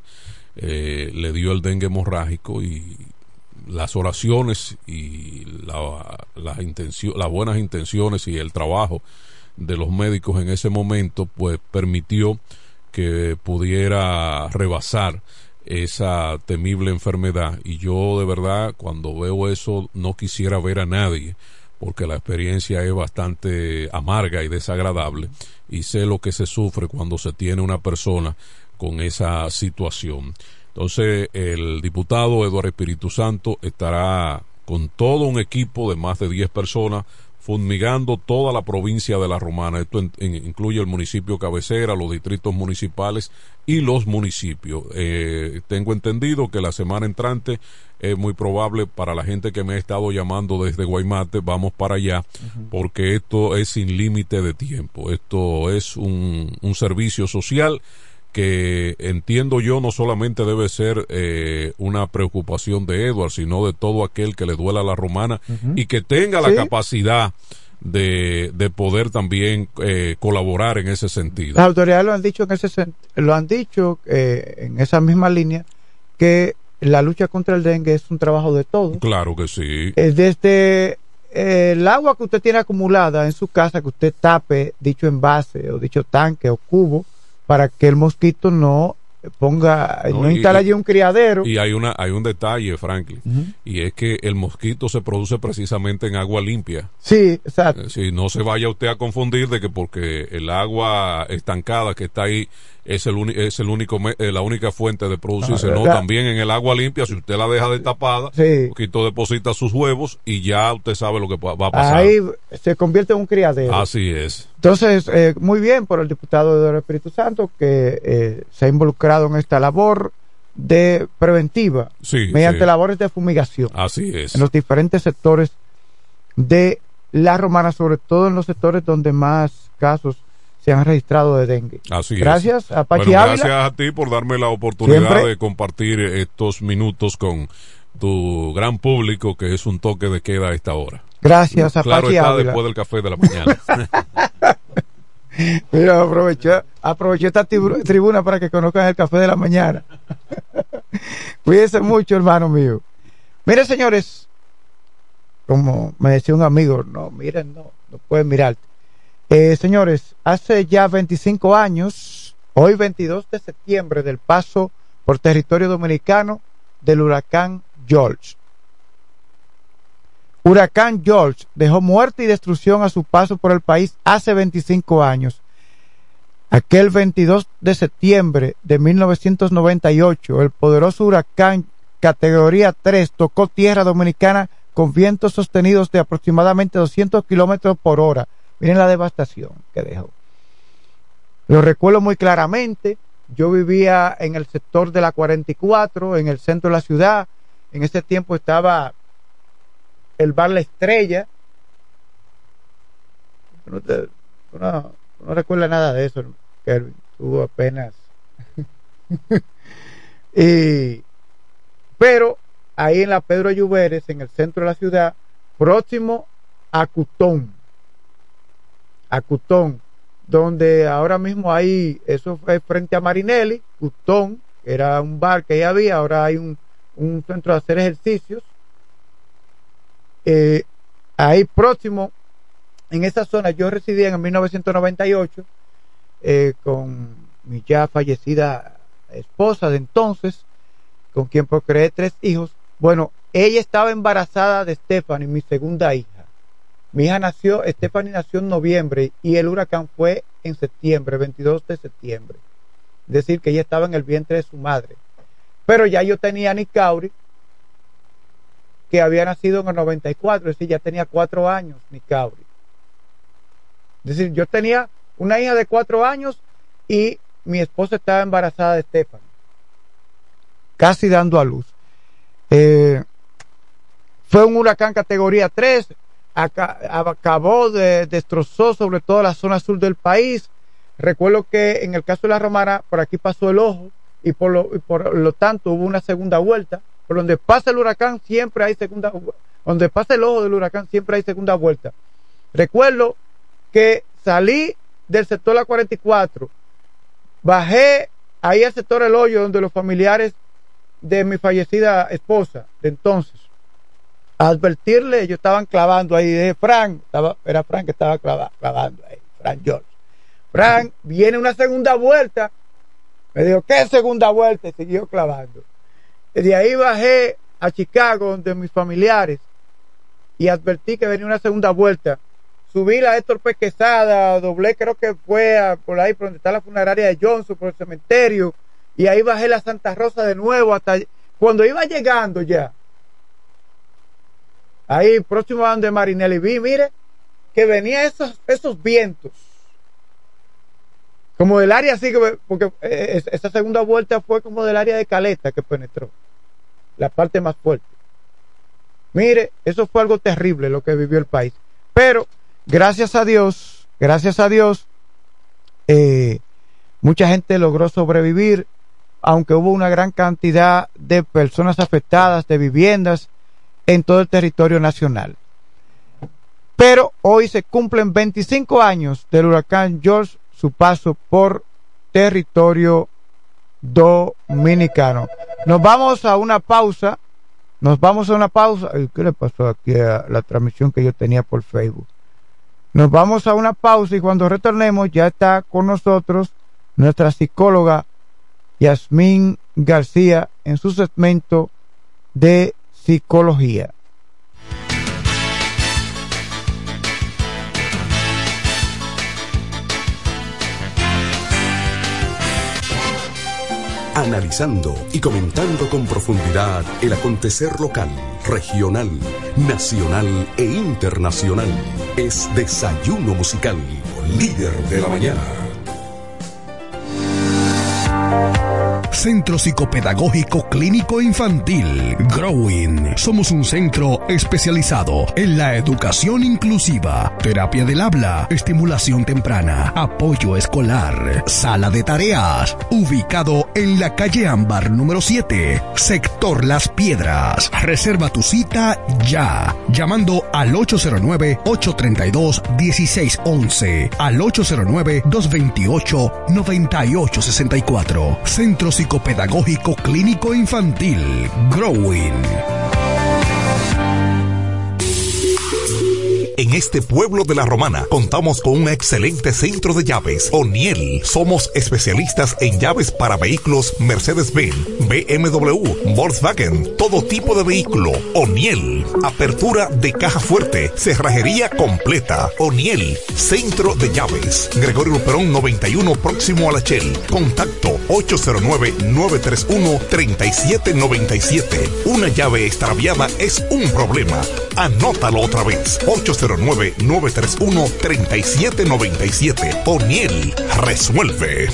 Eh, le dio el dengue hemorrágico y las oraciones y la, las, intencio, las buenas intenciones y el trabajo de los médicos en ese momento pues permitió que pudiera rebasar esa temible enfermedad. Y yo de verdad cuando veo eso no quisiera ver a nadie, porque la experiencia es bastante amarga y desagradable, y sé lo que se sufre cuando se tiene una persona con esa situación. Entonces el diputado Eduardo Espíritu Santo estará con todo un equipo de más de diez personas fumigando toda la provincia de La Romana. Esto en, en, incluye el municipio cabecera, los distritos municipales y los municipios. Eh, tengo entendido que la semana entrante es muy probable, para la gente que me ha estado llamando desde Guaymate, vamos para allá, uh-huh. porque esto es sin límite de tiempo. Esto es un, un servicio social que entiendo yo no solamente debe ser eh, una preocupación de Edward, sino de todo aquel que le duela a La Romana, uh-huh. y que tenga la ¿Sí? capacidad de, de poder también eh, colaborar en ese sentido. Las autoridades lo han dicho en ese lo han dicho eh, en esa misma línea, que la lucha contra el dengue es un trabajo de todos. Claro que sí. Eh, desde eh, el agua que usted tiene acumulada en su casa, que usted tape dicho envase o dicho tanque o cubo, para que el mosquito no ponga, no, no instale allí un criadero. Y hay una hay un detalle, Franklin, uh-huh. y es que el mosquito se produce precisamente en agua limpia. Sí, exacto. Si no se vaya usted a confundir de que porque el agua estancada que está ahí es el, es el único eh, la única fuente de producirse. No, no, también en el agua limpia, si usted la deja destapada, sí. el mosquito deposita sus huevos y ya usted sabe lo que va a pasar. Ahí se convierte en un criadero. Así es. Entonces, eh, muy bien por el diputado Eduardo Espíritu Santo, que eh, se ha involucrado en esta labor de preventiva, sí, mediante sí. labores de fumigación. Así es. En los diferentes sectores de La Romana, sobre todo en los sectores donde más casos se han registrado de dengue. Así gracias es. a Pachi bueno, Ávila. Gracias a ti por darme la oportunidad Siempre. de compartir estos minutos con tu gran público, que es un toque de queda a esta hora. Gracias a claro Pachi está, Ávila. Después del café de la mañana. Mira, aproveché, aproveché esta tribuna para que conozcan el café de la mañana. Cuídense mucho, hermano mío. Miren, señores, como me decía un amigo, no, miren, no, no pueden mirarte. Eh, señores, hace ya veinticinco años, hoy veintidós de septiembre, del paso por territorio dominicano del huracán George. Huracán George dejó muerte y destrucción a su paso por el país hace veinticinco años. Aquel veintidós de septiembre de mil novecientos noventa y ocho, el poderoso huracán categoría tres tocó tierra dominicana con vientos sostenidos de aproximadamente doscientos kilómetros por hora. Miren la devastación que dejó. Lo recuerdo muy claramente. Yo vivía en el sector de la cuarenta y cuatro, en el centro de la ciudad. En ese tiempo estaba el bar La Estrella. No, te, no, no recuerda nada de eso, Kelvin. Tuvo apenas. y, pero ahí en la Pedro Lluveres, en el centro de la ciudad, próximo a Cutón. A Cutón, donde ahora mismo hay, eso fue frente a Marinelli, Cutón, era un bar que ya había, ahora hay un, un centro de hacer ejercicios. Eh, ahí próximo, en esa zona, yo residía en mil novecientos noventa y ocho eh, con mi ya fallecida esposa de entonces, con quien procreé tres hijos. Bueno, ella estaba embarazada de Stephanie, mi segunda hija. Mi hija nació, Stephanie nació en noviembre y el huracán fue en septiembre, veintidós de septiembre. Es decir, que ella estaba en el vientre de su madre. Pero ya yo tenía a Nicauri, que había nacido en el noventa y cuatro, es decir, ya tenía cuatro años Nicauri. Es decir, yo tenía una hija de cuatro años y mi esposa estaba embarazada de Estefan, casi dando a luz. Eh, fue un huracán categoría tres, acá, acabó, de, destrozó sobre todo la zona sur del país. Recuerdo que en el caso de la Romana, por aquí pasó el ojo, y por lo, y por lo tanto hubo una segunda vuelta. Por donde pasa el huracán siempre hay segunda, donde pasa el ojo del huracán siempre hay segunda vuelta. Recuerdo que salí del sector La cuarenta y cuatro, bajé ahí al sector El Hoyo, donde los familiares de mi fallecida esposa de entonces, a advertirle, ellos estaban clavando ahí, de Frank, estaba, era Frank que estaba clava, clavando ahí, Frank George. Frank, viene una segunda vuelta. Me dijo, ¿qué segunda vuelta? Y siguió clavando. De ahí bajé a Chicago, donde mis familiares, y advertí que venía una segunda vuelta. Subí la Héctor P. Quesada, doblé, creo que fue a, por ahí, por donde está la funeraria de Johnson, por el cementerio, y ahí bajé la Santa Rosa de nuevo, hasta cuando iba llegando ya, ahí próximo a donde Marinelli, vi, mire, que venía esos, esos vientos, como del área así, que, porque eh, esa segunda vuelta fue como del área de Caleta que penetró, la parte más fuerte. Mire, eso fue algo terrible lo que vivió el país. Pero, gracias a Dios, gracias a Dios, eh, mucha gente logró sobrevivir, aunque hubo una gran cantidad de personas afectadas, de viviendas, en todo el territorio nacional. Pero hoy se cumplen veinticinco años del huracán George, su paso por territorio dominicano. Nos vamos a una pausa. Nos vamos a una pausa. ¿Qué le pasó aquí a la transmisión que yo tenía por Facebook? Nos vamos a una pausa y cuando retornemos ya está con nosotros nuestra psicóloga Yasmín García en su segmento de psicología. Analizando y comentando con profundidad el acontecer local, regional, nacional e internacional. Es Desayuno Musical, líder de la mañana. Centro Psicopedagógico Clínico Infantil Growing. Somos un centro especializado en la educación inclusiva, terapia del habla, estimulación temprana, apoyo escolar, sala de tareas, ubicado en la calle Ámbar número siete, sector Las Piedras. Reserva tu cita ya, llamando al ocho cero nueve, ocho tres dos, uno seis uno uno, al ocho cero nueve, dos dos ocho, nueve ocho seis cuatro. Centro Psicopedagógico Clínico Infantil Growing. En este pueblo de la Romana contamos con un excelente centro de llaves, O'Neill. Somos especialistas en llaves para vehículos Mercedes-Benz, B M W, Volkswagen, todo tipo de vehículo. O'Neill. Apertura de caja fuerte, cerrajería completa. O'Neill, centro de llaves. Gregorio Luperón noventa y uno, próximo a la Shell. Contacto ocho cero nueve, nueve tres uno, tres siete nueve siete. Una llave extraviada es un problema. Anótalo otra vez. ocho cero nueve, nueve tres uno, tres siete nueve siete. O'Neill resuelve.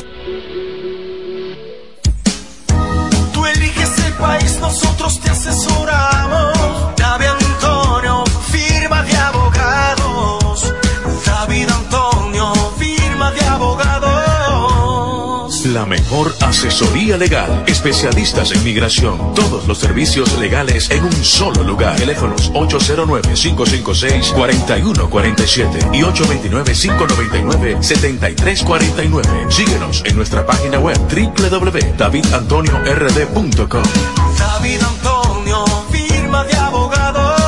Tú eliges el país, nosotros te asesoramos. David Antonio, firma de abogados. David Antonio, firma de abogados. La mejor asesoría legal, especialistas en migración, todos los servicios legales en un solo lugar. Teléfonos ocho cero nueve, cinco cinco seis, cuatro uno cuatro siete y ocho dos nueve, cinco nueve nueve, siete tres cuatro nueve. Síguenos en nuestra página web doble u doble u doble u punto david antonio r d punto com. David Antonio, firma de abogados.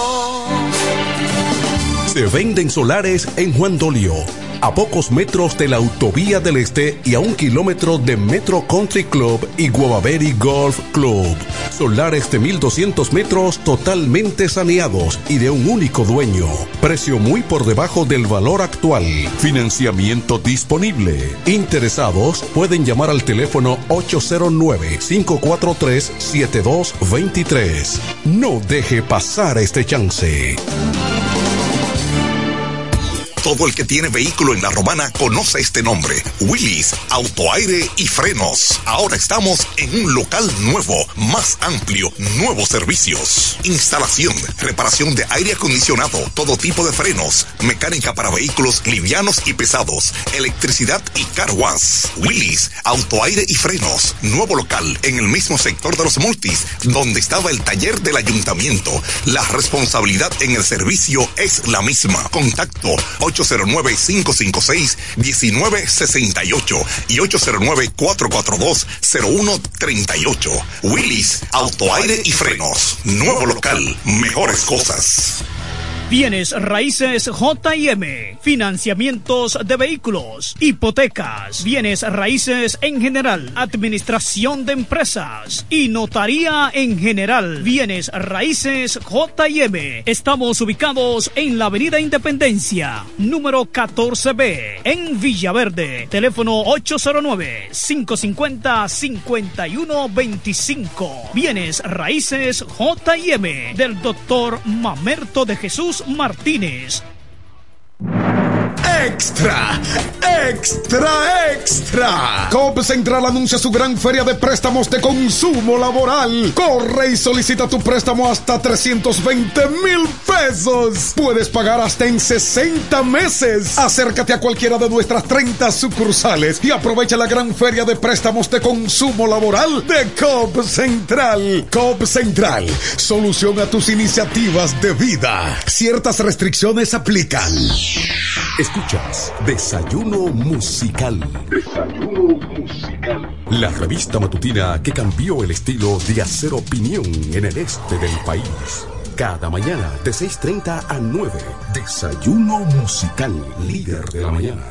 Se venden solares en Juan Dolio, a pocos metros de la Autovía del Este y a un kilómetro de Metro Country Club y Guavaberi Golf Club. Solares de mil doscientos metros totalmente saneados y de un único dueño. Precio muy por debajo del valor actual. Financiamiento disponible. Interesados pueden llamar al teléfono ocho cero nueve, cinco cuatro tres, siete dos dos tres. No deje pasar este chance. Todo el que tiene vehículo en La Romana conoce este nombre. Willis Autoaire y Frenos. Ahora estamos en un local nuevo, más amplio, nuevos servicios. Instalación, reparación de aire acondicionado, todo tipo de frenos, mecánica para vehículos livianos y pesados, electricidad y car wash. Willis Autoaire y Frenos. Nuevo local en el mismo sector de los Multis, donde estaba el taller del ayuntamiento. La responsabilidad en el servicio es la misma. Contacto ocho cero nueve, cinco cinco seis, uno nueve seis ocho y ocho cero nueve, cuatro cuatro dos, cero uno tres ocho. Willis Autoaire y Frenos. Nuevo local, mejores cosas. Bienes raíces J y M, financiamientos de vehículos, hipotecas, bienes raíces en general, administración de empresas y notaría en general. Bienes raíces J y M. Estamos ubicados en la Avenida Independencia, número catorce B, en Villaverde. Teléfono ocho cero nueve, cinco cinco cero, cinco uno dos cinco. Bienes raíces J y M del doctor Mamerto de Jesús Martínez. Extra, extra, extra. Coop Central anuncia su gran feria de préstamos de consumo laboral. Corre y solicita tu préstamo hasta trescientos veinte mil pesos. Puedes pagar hasta en sesenta meses. Acércate a cualquiera de nuestras treinta sucursales y aprovecha la gran feria de préstamos de consumo laboral de Coop Central. Coop Central, solución a tus iniciativas de vida. Ciertas restricciones aplican. Escuchas Desayuno Musical. Desayuno Musical. La revista matutina que cambió el estilo de hacer opinión en el este del país. Cada mañana de seis treinta a nueve. Desayuno Musical, líder de la mañana.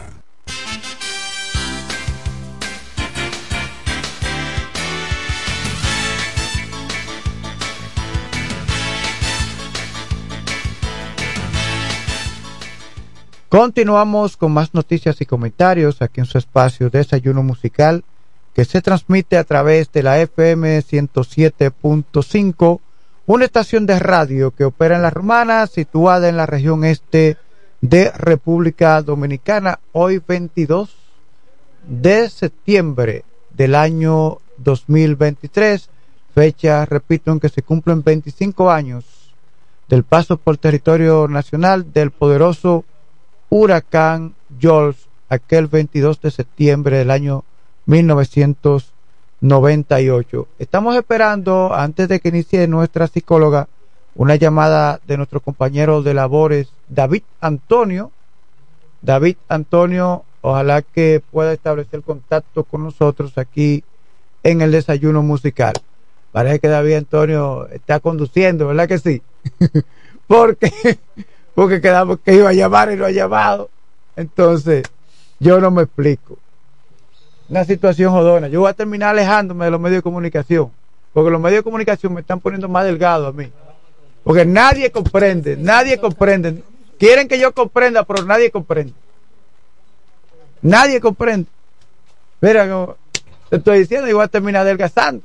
Continuamos con más noticias y comentarios aquí en su espacio Desayuno Musical, que se transmite a través de la F M ciento siete punto cinco, una estación de radio que opera en La Romana, situada en la región este de República Dominicana. Hoy veintidós de septiembre del año dos mil veintitrés, fecha, repito, en que se cumplen veinticinco años del paso por territorio nacional del poderoso huracán George, aquel veintidós de septiembre del año mil novecientos noventa y ocho. Estamos esperando, antes de que inicie nuestra psicóloga, una llamada de nuestro compañero de labores, David Antonio. David Antonio, ojalá que pueda establecer contacto con nosotros aquí en el Desayuno Musical. Parece que David Antonio está conduciendo, ¿verdad que sí? Porque... porque quedamos que iba a llamar y no ha llamado. Entonces, yo no me explico. Una situación jodona. Yo voy a terminar alejándome de los medios de comunicación, porque los medios de comunicación me están poniendo más delgado a mí. Porque nadie comprende, nadie comprende. Quieren que yo comprenda, pero nadie comprende. Nadie comprende. Mira, como te estoy diciendo, yo voy a terminar adelgazando.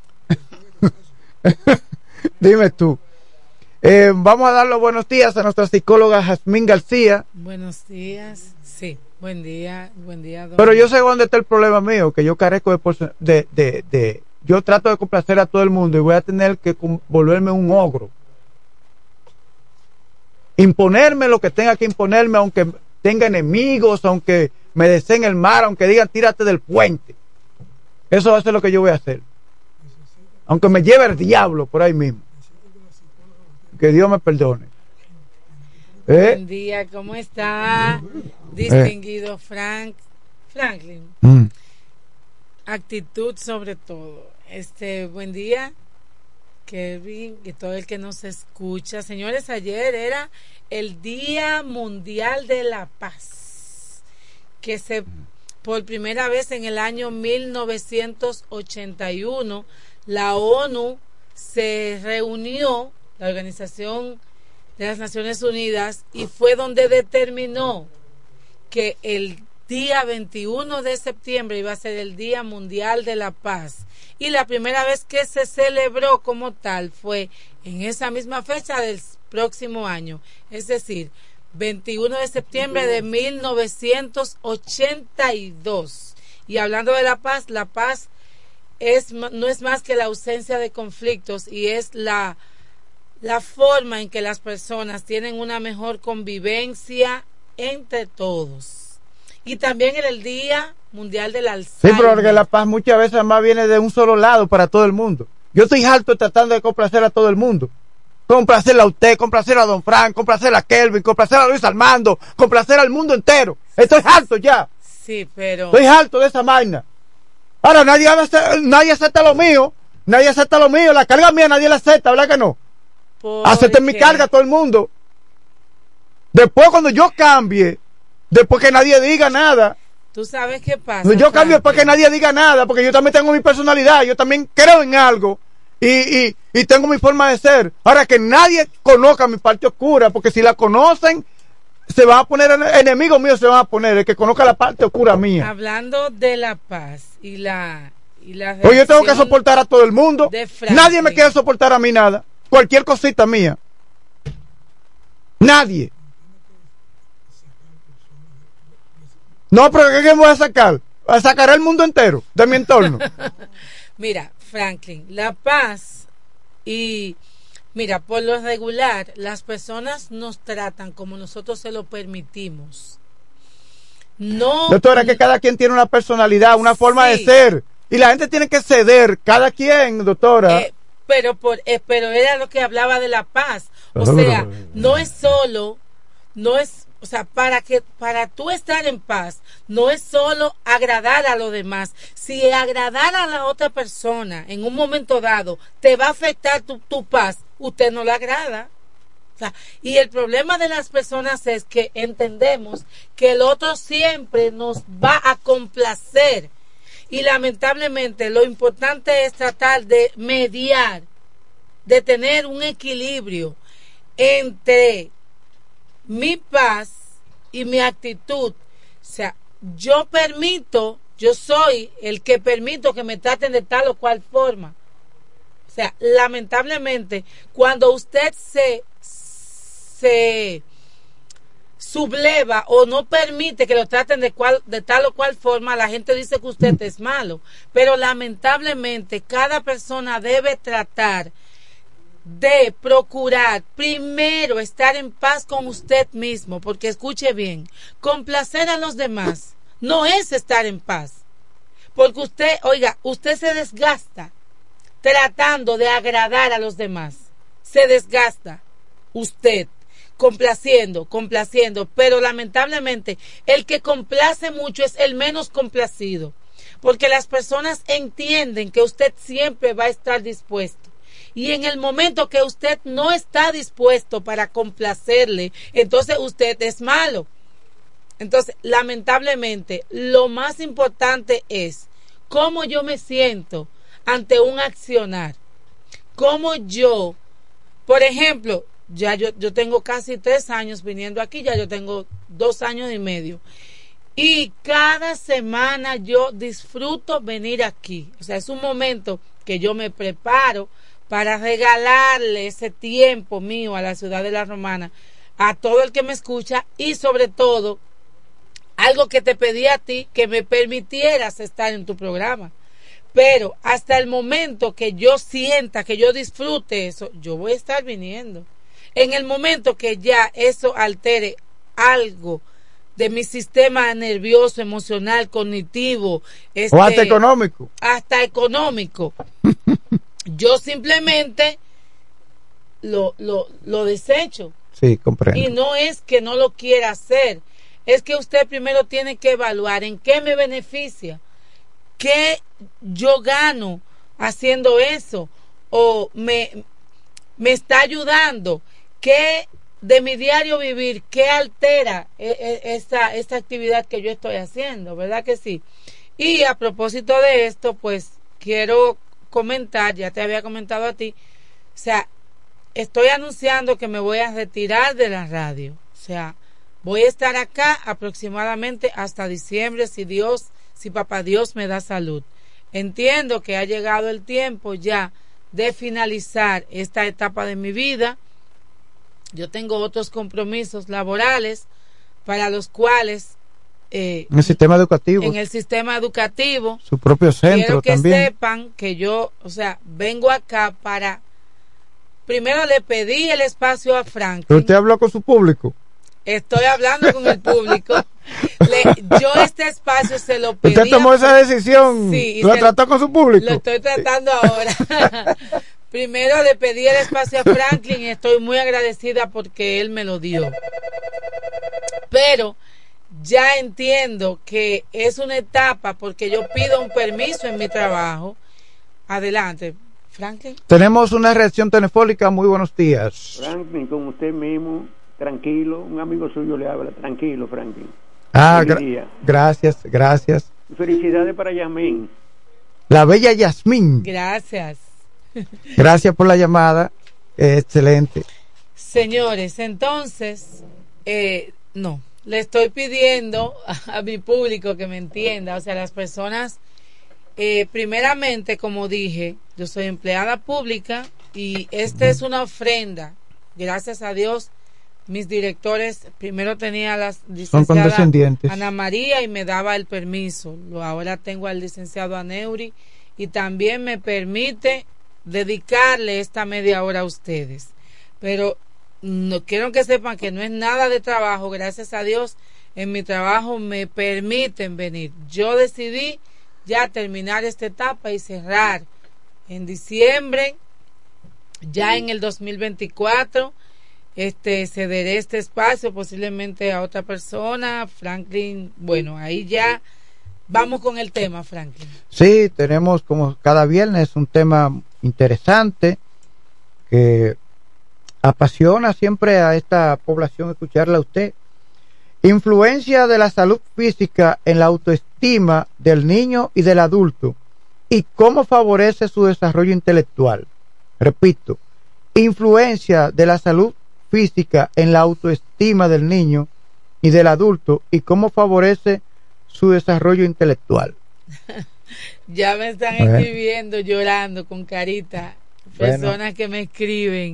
Dime tú. Eh, vamos a dar los buenos días a nuestra psicóloga Jazmín García. Buenos días, sí, buen día, buen día. Don... Pero yo sé dónde está el problema mío, que yo carezco de, de, de, de, yo trato de complacer a todo el mundo y voy a tener que volverme un ogro. Imponerme lo que tenga que imponerme, aunque tenga enemigos, aunque me deseen el mar, aunque digan tírate del puente. Eso va a ser lo que yo voy a hacer. Aunque me lleve el diablo por ahí mismo. Que Dios me perdone. ¿Eh? Buen día, ¿cómo está? Distinguido eh. Frank Franklin. Mm. Actitud sobre todo. Este, buen día, Kevin, y todo el que nos escucha. Señores, ayer era el Día Mundial de la Paz, que se por primera vez en el año mil novecientos ochenta y uno la ONU se reunió, la Organización de las Naciones Unidas, y fue donde determinó que el día veintiuno de septiembre iba a ser el Día Mundial de la Paz, y la primera vez que se celebró como tal fue en esa misma fecha del próximo año, es decir, veintiuno de septiembre de mil novecientos ochenta y dos. Y hablando de la paz, la paz es no es más que la ausencia de conflictos y es la la forma en que las personas tienen una mejor convivencia entre todos. Y también en el Día Mundial del Alzheimer. Sí, pero porque la paz muchas veces más viene de un solo lado para todo el mundo. Yo estoy harto tratando de complacer a todo el mundo. Complacer a usted, complacer a Don Frank, complacer a Kelvin, complacer a Luis Armando, complacer al mundo entero. Estoy harto ya. Sí, pero... Estoy harto de esa vaina. Ahora, nadie, nadie acepta lo mío. Nadie acepta lo mío. La carga mía nadie la acepta, ¿verdad que no? Acepten mi carga todo el mundo. Después cuando yo cambie, después que nadie diga nada. ¿Tú sabes qué pasa? Cuando yo cambio después que nadie diga nada, porque yo también tengo mi personalidad, yo también creo en algo y, y, y tengo mi forma de ser. Ahora que nadie conozca mi parte oscura, porque si la conocen, se van a poner enemigos míos, se van a poner el que conozca la parte oscura mía. Hablando de la paz y la... Y la Oye, yo tengo que soportar a todo el mundo. Nadie me quiere soportar a mí nada. Cualquier cosita mía. Nadie. No, pero ¿qué me voy a sacar? A sacar el mundo entero de mi entorno. Mira, Franklin, la paz y... Mira, por lo regular, las personas nos tratan como nosotros se lo permitimos. No... Doctora, que cada quien tiene una personalidad, una forma sí. de ser. Y la gente tiene que ceder, cada quien, doctora. Eh, pero por eh, pero era lo que hablaba de la paz. O sea, no es solo, no es, o sea, para que para tú estar en paz, no es solo agradar a los demás. Si agradar a la otra persona en un momento dado te va a afectar tu, tu paz, usted no le agrada. O sea, y el problema de las personas es que entendemos que el otro siempre nos va a complacer. Y lamentablemente lo importante es tratar de mediar, de tener un equilibrio entre mi paz y mi actitud. O sea, yo permito, yo soy el que permito que me traten de tal o cual forma. O sea, lamentablemente, cuando usted se, se subleva o no permite que lo traten de, cual, de tal o cual forma, la gente dice que usted es malo. Pero lamentablemente cada persona debe tratar de procurar primero estar en paz con usted mismo, porque escuche bien, complacer a los demás no es estar en paz, porque usted, oiga, usted se desgasta tratando de agradar a los demás, se desgasta usted complaciendo, complaciendo, pero lamentablemente el que complace mucho es el menos complacido, porque las personas entienden que usted siempre va a estar dispuesto, y en el momento que usted no está dispuesto para complacerle, entonces usted es malo. Entonces, lamentablemente, lo más importante es cómo yo me siento ante un accionar, cómo yo, por ejemplo, ya yo, yo tengo casi tres años viniendo aquí, ya yo tengo dos años y medio. Y cada semana yo disfruto venir aquí. O sea, es un momento que yo me preparo para regalarle ese tiempo mío a la ciudad de La Romana, a todo el que me escucha y sobre todo, algo que te pedí a ti, que me permitieras estar en tu programa. Pero hasta el momento que yo sienta, que yo disfrute eso, yo voy a estar viniendo. En el momento que ya eso altere algo de mi sistema nervioso, emocional, cognitivo, este, o hasta económico, hasta económico, yo simplemente lo, lo, lo desecho. Sí, comprendo. Y no es que no lo quiera hacer, es que usted primero tiene que evaluar en qué me beneficia, qué yo gano haciendo eso, o me, me está ayudando, qué de mi diario vivir, qué altera esta, esta actividad que yo estoy haciendo, ¿verdad que sí? Y a propósito de esto, pues quiero comentar, ya te había comentado a ti, o sea, estoy anunciando que me voy a retirar de la radio, o sea, voy a estar acá aproximadamente hasta diciembre, si Dios, si papá Dios me da salud. Entiendo que ha llegado el tiempo ya de finalizar esta etapa de mi vida, Yo tengo otros compromisos laborales para los cuales eh, en el sistema educativo, en el sistema educativo, su propio centro. Quiero que también sepan que yo, o sea, vengo acá para, primero le pedí el espacio a Franklin. ¿Usted habló con su público? Estoy hablando con el público. Le, yo este espacio se lo pedí. ¿Usted tomó esa decisión? Sí, ¿Lo trató con su público? Lo estoy tratando ahora. Primero le pedí el espacio a Franklin y estoy muy agradecida porque él me lo dio. Pero ya entiendo que es una etapa porque yo pido un permiso en mi trabajo. Adelante, Franklin. Tenemos una reacción telefónica. Muy buenos días. Franklin, con usted mismo, tranquilo. Un amigo suyo le habla. Tranquilo, Franklin. Ah, gra- gracias, gracias. Felicidades para Yasmín. La bella Yasmín. Gracias. Gracias por la llamada. Eh, excelente. Señores, entonces, eh, no, le estoy pidiendo a, a mi público que me entienda, o sea, las personas, eh, primeramente, como dije, yo soy empleada pública y esta es una ofrenda. Gracias a Dios, mis directores, primero tenía a la licenciada Ana María y me daba el permiso. Ahora tengo al licenciado Aneuri y también me permite dedicarle esta media hora a ustedes. Pero no quiero que sepan que no es nada de trabajo. Gracias a Dios, en mi trabajo me permiten venir. Yo decidí ya terminar esta etapa y cerrar en diciembre, ya en el dos mil veinticuatro. Este, cederé este espacio posiblemente a otra persona. Franklin, bueno, ahí ya vamos con el tema, Franklin. Sí, tenemos como cada viernes un tema interesante que apasiona siempre a esta población escucharla a usted. Influencia de la salud física en la autoestima del niño y del adulto y cómo favorece su desarrollo intelectual. Repito, influencia de la salud física en la autoestima del niño y del adulto y cómo favorece su desarrollo intelectual. Ya me están escribiendo llorando con carita personas bueno. que me escriben.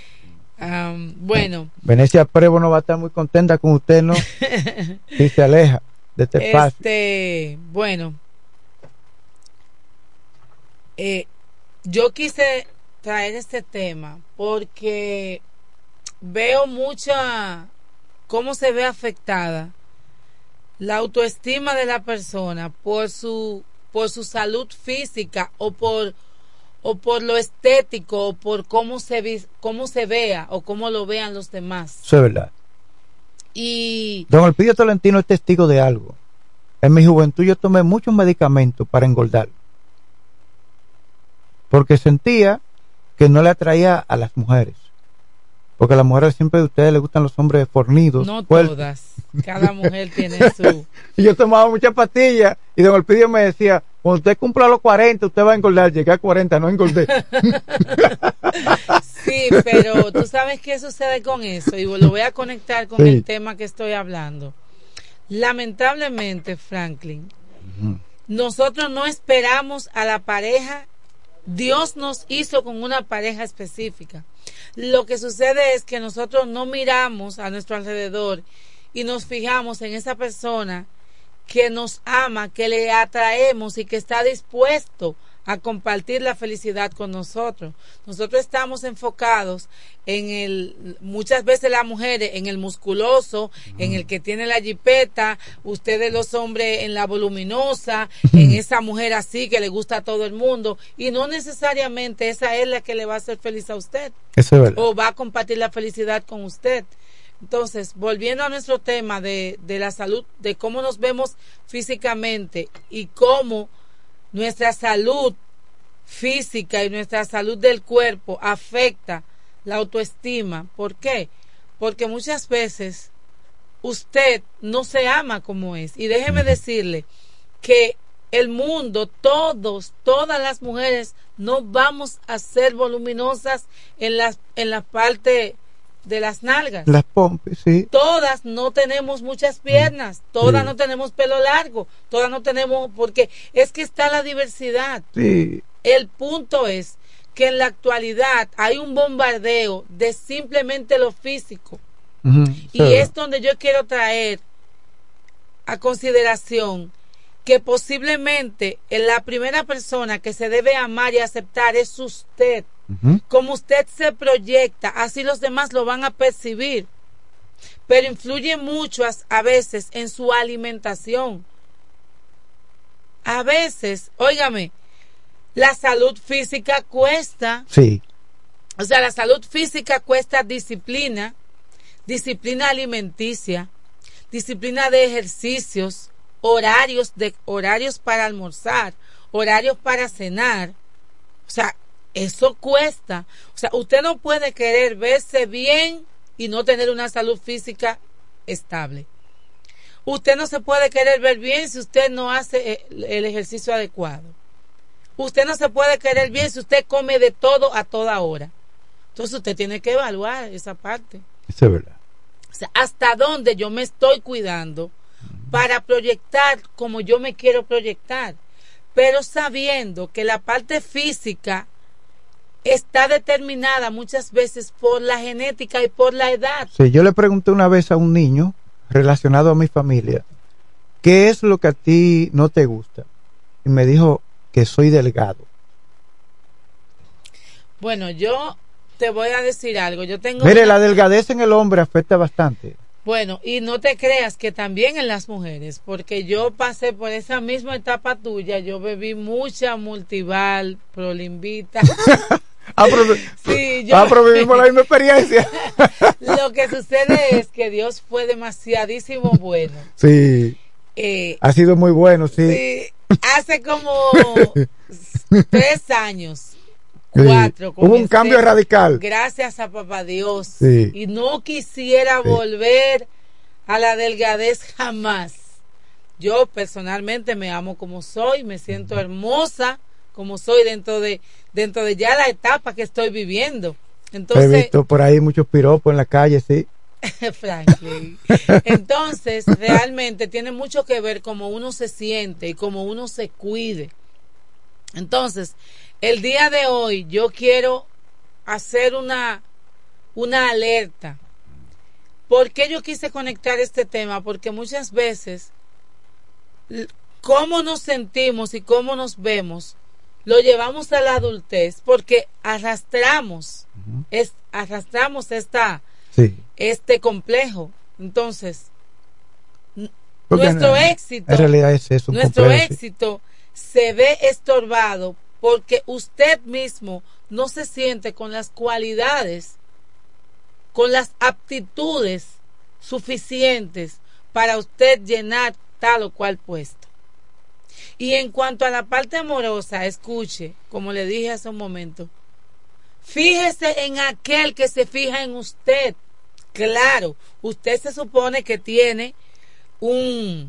Um, bueno, Venecia Prevo no va a estar muy contenta con usted, ¿no? Si se aleja de este espacio. Este, bueno, eh, yo quise traer este tema porque veo mucha cómo se ve afectada la autoestima de la persona por su por su salud física o por o por lo estético o por cómo se ve, cómo se vea o cómo lo vean los demás. Eso es verdad. Y don Elpidio Tolentino es testigo de algo. En mi juventud yo tomé muchos medicamentos para engordar porque sentía que no le atraía a las mujeres. Porque a las mujeres siempre de ustedes les gustan los hombres fornidos. No fuertes. Todas. Cada mujer tiene su... Y yo tomaba muchas pastillas y don Elpidio me decía, cuando usted cumpla los cuarenta, usted va a engordar. Llegué a cuarenta, no engordé. Sí, pero tú sabes qué sucede con eso y lo voy a conectar con sí. el tema que estoy hablando. Lamentablemente, Franklin, uh-huh. nosotros no esperamos a la pareja. Dios nos hizo con una pareja específica. Lo que sucede es que nosotros no miramos a nuestro alrededor y nos fijamos en esa persona que nos ama, que le atraemos y que está dispuesto a compartir la felicidad con nosotros. Nosotros estamos enfocados en el, muchas veces las mujeres, en el musculoso, mm. en el que tiene la jipeta, ustedes los hombres en la voluminosa, en esa mujer así que le gusta a todo el mundo, y no necesariamente esa es la que le va a hacer feliz a usted. Eso es verdad. O va a compartir la felicidad con usted. Entonces, volviendo a nuestro tema de, de la salud, de cómo nos vemos físicamente y cómo nuestra salud física y nuestra salud del cuerpo afecta la autoestima. ¿Por qué? Porque muchas veces usted no se ama como es. Y déjeme decirle que el mundo, todos, todas las mujeres no vamos a ser voluminosas en la, en la parte de las nalgas. Las pompis, sí. Todas no tenemos muchas piernas, todas sí. no tenemos pelo largo, todas no tenemos, porque es que está la diversidad. Sí. El punto es que en la actualidad hay un bombardeo de simplemente lo físico. Uh-huh. Y Sí. es donde yo quiero traer a consideración que posiblemente la primera persona que se debe amar y aceptar es usted. Uh-huh. Como usted se proyecta, así los demás lo van a percibir. Pero influye mucho a, a veces en su alimentación. A veces, óigame, la salud física cuesta. Sí. O sea, la salud física cuesta disciplina, disciplina alimenticia, disciplina de ejercicios, horarios de horarios para almorzar, horarios para cenar. O sea, eso cuesta. O sea, usted no puede querer verse bien y no tener una salud física estable. Usted no se puede querer ver bien si usted no hace el ejercicio adecuado. Usted no se puede querer bien si usted come de todo a toda hora. Entonces usted tiene que evaluar esa parte. Eso es verdad. O sea, hasta dónde yo me estoy cuidando para proyectar como yo me quiero proyectar, pero sabiendo que la parte física está determinada muchas veces por la genética y por la edad. Sí, yo le pregunté una vez a un niño relacionado a mi familia, ¿qué es lo que a ti no te gusta? Y me dijo que soy delgado. Bueno, yo te voy a decir algo. Yo tengo Mire, una... la delgadez en el hombre afecta bastante. Bueno, y no te creas que también en las mujeres, porque yo pasé por esa misma etapa tuya, yo bebí mucha Multival, Prolimbita. Ah, pero, sí, yo... ah, pero vivimos la misma experiencia. Lo que sucede es que Dios fue demasiadísimo bueno. Sí. Eh, ha sido muy bueno, sí. sí. Hace como tres años. Cuatro, sí. Hubo un cambio radical. Gracias a papá Dios. Sí. Y no quisiera sí. volver a la delgadez jamás. Yo personalmente me amo como soy, me siento hermosa como soy dentro de dentro de ya la etapa que estoy viviendo. Entonces, he visto por ahí muchos piropos en la calle, sí. Franklin. Entonces, realmente tiene mucho que ver cómo uno se siente y cómo uno se cuide. Entonces, el día de hoy yo quiero hacer una, una alerta. ¿Por qué yo quise conectar este tema? Porque muchas veces cómo nos sentimos y cómo nos vemos lo llevamos a la adultez porque arrastramos uh-huh. es, arrastramos esta sí. este complejo. Entonces, porque nuestro no, éxito en realidad es eso, nuestro complejo, éxito sí. se ve estorbado porque usted mismo no se siente con las cualidades, con las aptitudes suficientes para usted llenar tal o cual puesto. Y en cuanto a la parte amorosa, escuche, como le dije hace un momento, fíjese en aquel que se fija en usted. Claro, usted se supone que tiene un,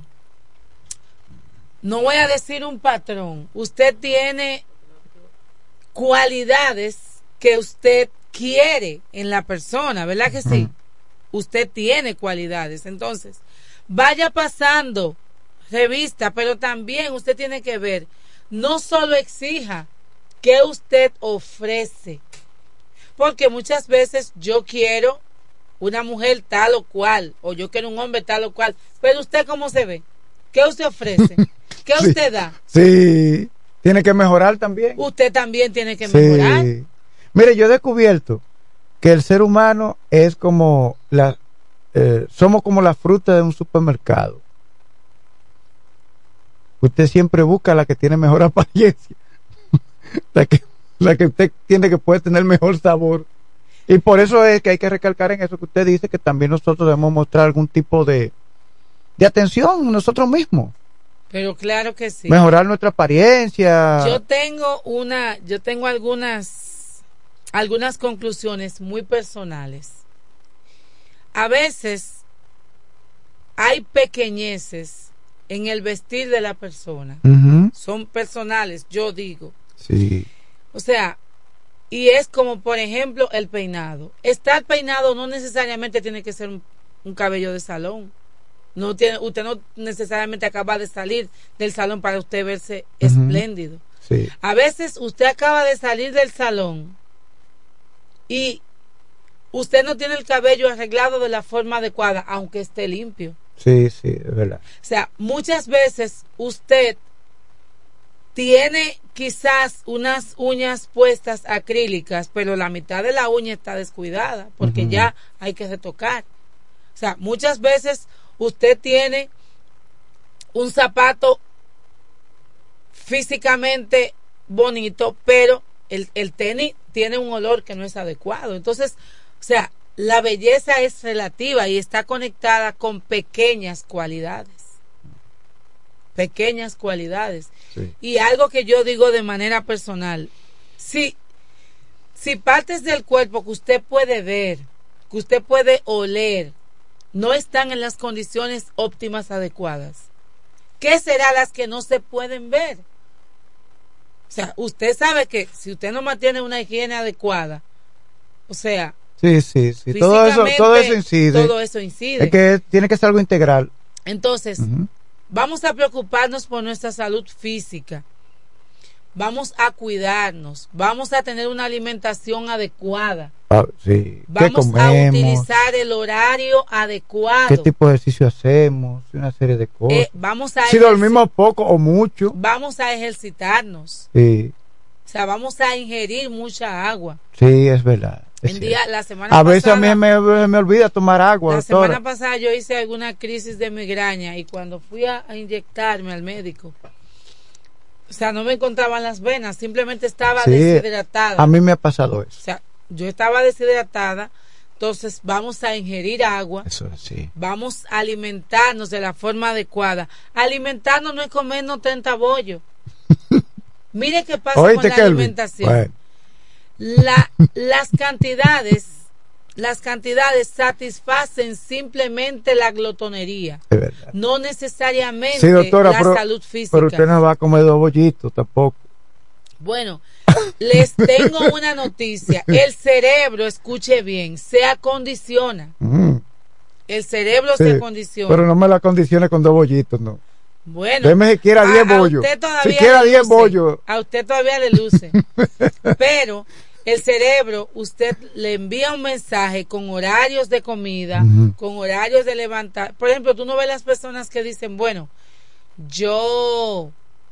no voy a decir un patrón, usted tiene cualidades que usted quiere en la persona, ¿verdad que sí? Usted tiene cualidades, entonces vaya pasando revista, pero también usted tiene que ver, no solo exija qué usted ofrece, porque muchas veces yo quiero una mujer tal o cual, o yo quiero un hombre tal o cual, pero usted cómo se ve, qué usted ofrece, qué sí, usted da. Sí, tiene que mejorar también. Usted también tiene que sí. mejorar. Mire, yo he descubierto que el ser humano es como la, eh, somos como la fruta de un supermercado. Usted siempre busca la que tiene mejor apariencia, la que, la que usted entiende que puede tener mejor sabor. Y por eso es que hay que recalcar en eso que usted dice, que también nosotros debemos mostrar algún tipo de, de atención nosotros mismos. Pero claro que sí. Mejorar nuestra apariencia. Yo tengo una, yo tengo algunas, algunas conclusiones muy personales. A veces hay pequeñeces en el vestir de la persona. Uh-huh. Son personales, yo digo. Sí. O sea, y es como, por ejemplo, el peinado. Estar peinado no necesariamente tiene que ser un, un cabello de salón. No tiene, usted no necesariamente acaba de salir del salón para usted verse uh-huh. espléndido. Sí. A veces usted acaba de salir del salón y usted no tiene el cabello arreglado de la forma adecuada, aunque esté limpio. Sí, sí, es verdad. O sea, muchas veces usted tiene quizás unas uñas puestas acrílicas, pero la mitad de la uña está descuidada, porque uh-huh. ya hay que retocar. O sea, muchas veces usted tiene un zapato físicamente bonito, pero el, el tenis tiene un olor que no es adecuado. Entonces, o sea, la belleza es relativa y está conectada con pequeñas cualidades. Pequeñas cualidades. Sí. Y algo que yo digo de manera personal, si, si partes del cuerpo que usted puede ver, que usted puede oler, no están en las condiciones óptimas adecuadas, ¿qué será las que no se pueden ver? O sea, usted sabe que si usted no mantiene una higiene adecuada, o sea, sí, sí, sí, todo eso, todo eso incide. Todo eso incide. Es que tiene que ser algo integral. Entonces, uh-huh. vamos a preocuparnos por nuestra salud física. Vamos a cuidarnos, vamos a tener una alimentación adecuada. Ah, sí. Vamos a utilizar el horario adecuado. ¿Qué tipo de ejercicio hacemos? Una serie de cosas. Eh, vamos a si dormimos poco o mucho. Vamos a ejercitarnos. Sí. O sea, vamos a ingerir mucha agua. Sí, es verdad. Es en día, la semana a pasada, veces a mí me, me olvida tomar agua. La doctora. semana pasada yo hice alguna crisis de migraña y cuando fui a, a inyectarme al médico, o sea, no me encontraban las venas, simplemente estaba sí, deshidratada. A mí me ha pasado eso. O sea, yo estaba deshidratada, entonces vamos a ingerir agua. Eso sí. Vamos a alimentarnos de la forma adecuada. Alimentarnos no es comernos treinta bollos. Mire qué pasa Oíste, con la Kelvin. alimentación. Bueno. La, las cantidades, las cantidades satisfacen simplemente la glotonería, es verdad. No necesariamente sí, doctora, la pero, salud física. Pero usted no va a comer dos bollitos tampoco. Bueno, les tengo una noticia. El cerebro, escuche bien, se acondiciona. Mm. El cerebro sí, se acondiciona. Pero no me la condicione con dos bollitos, no. Bueno, deme siquiera diez bollos. Siquiera diez bollos. A usted todavía le luce. Pero el cerebro, usted le envía un mensaje con horarios de comida, uh-huh. con horarios de levantar. Por ejemplo, tú no ves las personas que dicen, bueno, yo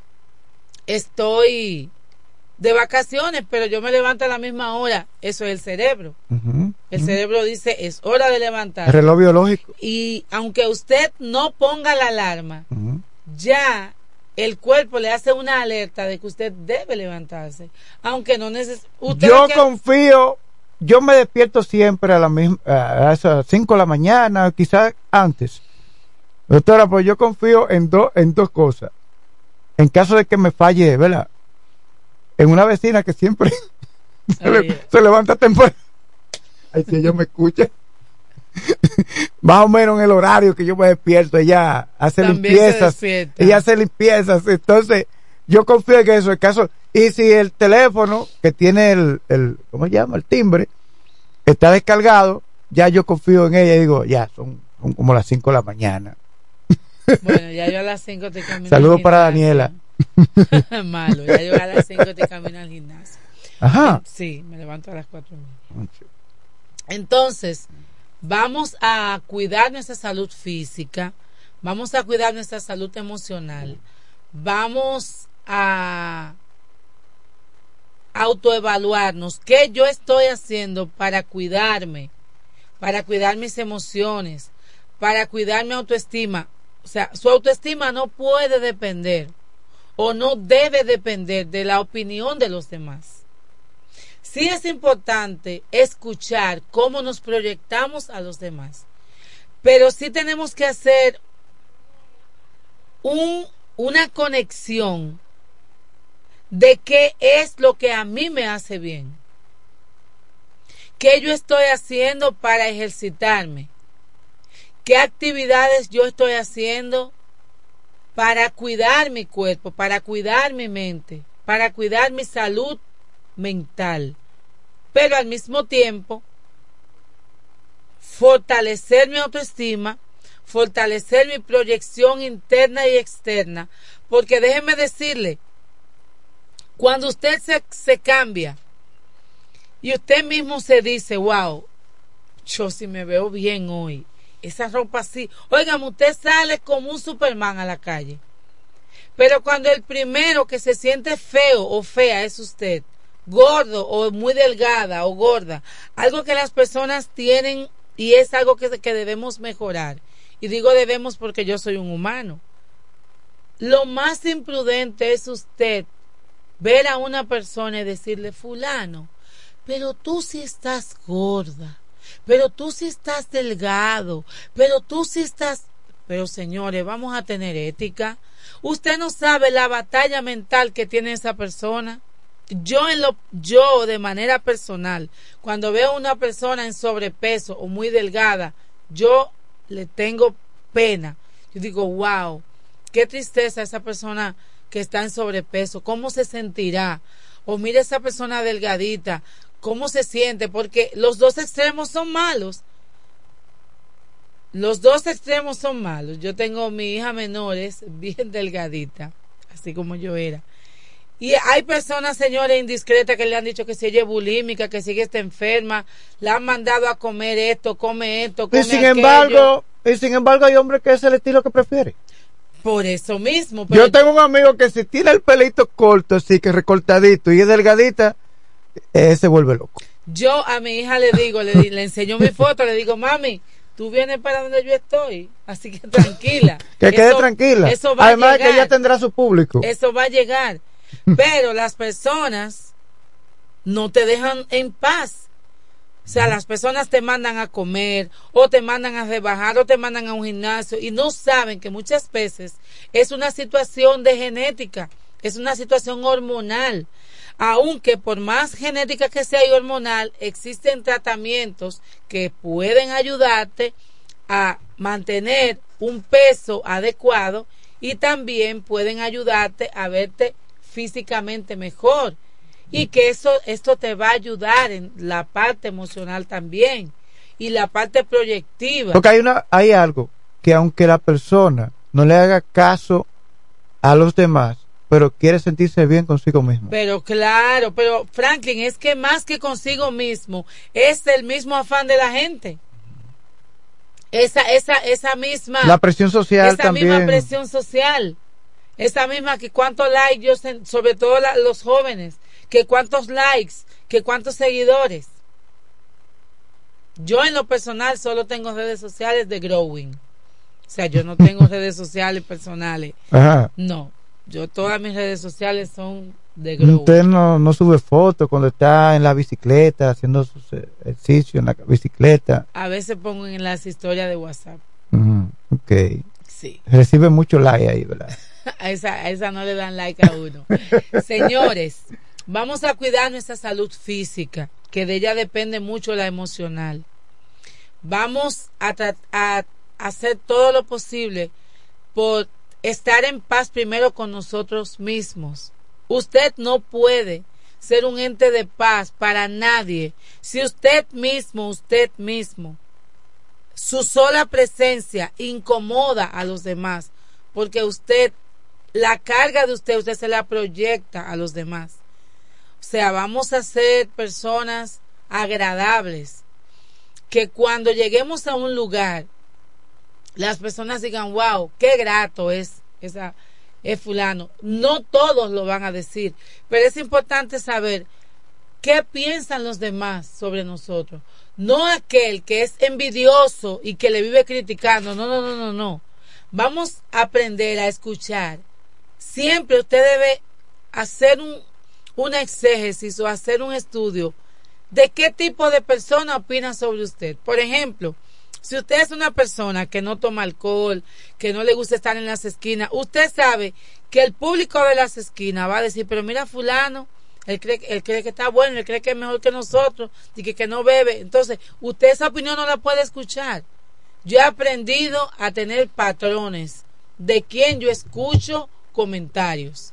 estoy de vacaciones, pero yo me levanto a la misma hora. Eso es el cerebro. Uh-huh. El uh-huh. cerebro dice, es hora de levantar. El reloj biológico. Y aunque usted no ponga la alarma, uh-huh. ya el cuerpo le hace una alerta de que usted debe levantarse, aunque no necesite. Yo que... confío, yo me despierto siempre a la misma, a esas cinco de la mañana, quizás antes. Doctora, pues yo confío en dos, en dos cosas. En caso de que me falle, ¿verdad? En una vecina que siempre se, le, se levanta temprano. Ay, si ella me escucha. Más o menos en el horario que yo me despierto, ella hace También limpiezas, ella hace limpiezas, entonces yo confío en eso, el caso, y si el teléfono que tiene el, el ¿cómo se llama? El timbre está descargado, ya yo confío en ella y digo, ya, son, son como las cinco de la mañana. Bueno, ya yo a las cinco te camino. Saludos para Daniela. Malo, ya yo a las cinco te camino al gimnasio. Ajá. Sí, me levanto a las cuatro. Entonces, vamos a cuidar nuestra salud física, vamos a cuidar nuestra salud emocional, vamos a autoevaluarnos. ¿Qué yo estoy haciendo para cuidarme? Para cuidar mis emociones, para cuidar mi autoestima. O sea, su autoestima no puede depender o no debe depender de la opinión de los demás. Sí es importante escuchar cómo nos proyectamos a los demás, pero sí tenemos que hacer un, una conexión de qué es lo que a mí me hace bien, qué yo estoy haciendo para ejercitarme, qué actividades yo estoy haciendo para cuidar mi cuerpo, para cuidar mi mente, para cuidar mi salud mental, pero al mismo tiempo fortalecer mi autoestima, fortalecer mi proyección interna y externa, porque déjeme decirle, Cuando usted se, se cambia y usted mismo se dice, wow, yo sí me veo bien hoy, esa ropa así. Oigan, usted sale como un Superman a la calle. Pero cuando el primero que se siente feo o fea es usted, gordo o muy delgada o gorda, algo que las personas tienen y es algo que, que debemos mejorar. Y digo debemos porque yo soy un humano. Lo más imprudente es usted ver a una persona y decirle, fulano, pero tú sí estás gorda, pero tú sí estás delgado, pero tú sí estás... Pero señores, vamos a tener ética. Usted no sabe la batalla mental que tiene esa persona. Yo en lo, yo de manera personal, cuando veo a una persona en sobrepeso o muy delgada, yo le tengo pena. Yo digo, wow, qué tristeza esa persona que está en sobrepeso, ¿cómo se sentirá? O mire esa persona delgadita, ¿cómo se siente? Porque los dos extremos son malos. Los dos extremos son malos. Yo tengo mi hija menores bien delgadita, así como yo era. Y hay personas, señores, indiscretas que le han dicho que si ella es bulímica, que si ella está enferma, la han mandado a comer esto, come esto, come y sin aquello. embargo, y sin embargo hay hombres que es el estilo que prefiere. Por eso mismo. Pero yo tengo un amigo que si tiene el pelito corto, así que recortadito y es delgadita, ese se vuelve loco. Yo a mi hija le digo, le, le enseño mi foto, le digo, mami, tú vienes para donde yo estoy, así que tranquila. que quede eso, tranquila. Eso va Además a llegar. que ella tendrá su público. Eso va a llegar. Pero las personas no te dejan en paz. O sea, las personas te mandan a comer, o te mandan a rebajar, o te mandan a un gimnasio, y no saben que muchas veces es una situación de genética, es una situación hormonal. Aunque por más genética que sea y hormonal, existen tratamientos que pueden ayudarte a mantener un peso adecuado y también pueden ayudarte a verte físicamente mejor. Y que eso, esto te va a ayudar en la parte emocional también y la parte proyectiva. Porque hay una, hay algo que aunque la persona no le haga caso a los demás, pero quiere sentirse bien consigo mismo. Pero claro, pero Franklin, es que más que consigo mismo, es el mismo afán de la gente. Esa, esa, esa misma. La presión social esa también. Esa misma presión social. Esa misma que cuántos likes, yo, sobre todo la, los jóvenes, que cuántos likes, que cuántos seguidores. Yo en lo personal solo tengo redes sociales de Growing. O sea, yo no tengo redes sociales personales. Ajá. No. Yo todas mis redes sociales son de Growing. Usted no, no sube fotos cuando está en la bicicleta, haciendo sus ejercicios en la bicicleta. A veces pongo en las historias de WhatsApp. Uh-huh. Ok. Sí. Recibe mucho like ahí, ¿verdad? a, esa, a esa no le dan like a uno. Señores, vamos a cuidar nuestra salud física, que de ella depende mucho la emocional. Vamos a, a hacer todo lo posible por estar en paz primero con nosotros mismos. Usted no puede ser un ente de paz para nadie si usted mismo, usted mismo, su sola presencia incomoda a los demás, porque usted, la carga de usted, usted se la proyecta a los demás. O sea, vamos a ser personas agradables, que cuando lleguemos a un lugar, las personas digan, wow, qué grato es esa es fulano. No todos lo van a decir, pero es importante saber qué piensan los demás sobre nosotros. No aquel que es envidioso y que le vive criticando. No, no, no, no, no. Vamos a aprender a escuchar. Siempre usted debe hacer un, una exégesis o hacer un estudio de qué tipo de persona opina sobre usted. Por ejemplo, si usted es una persona que no toma alcohol, que no le gusta estar en las esquinas, usted sabe que el público de las esquinas va a decir, pero mira fulano, él cree, él cree que está bueno, él cree que es mejor que nosotros, y que, que no bebe. Entonces, usted esa opinión no la puede escuchar. Yo he aprendido a tener patrones de quien yo escucho comentarios.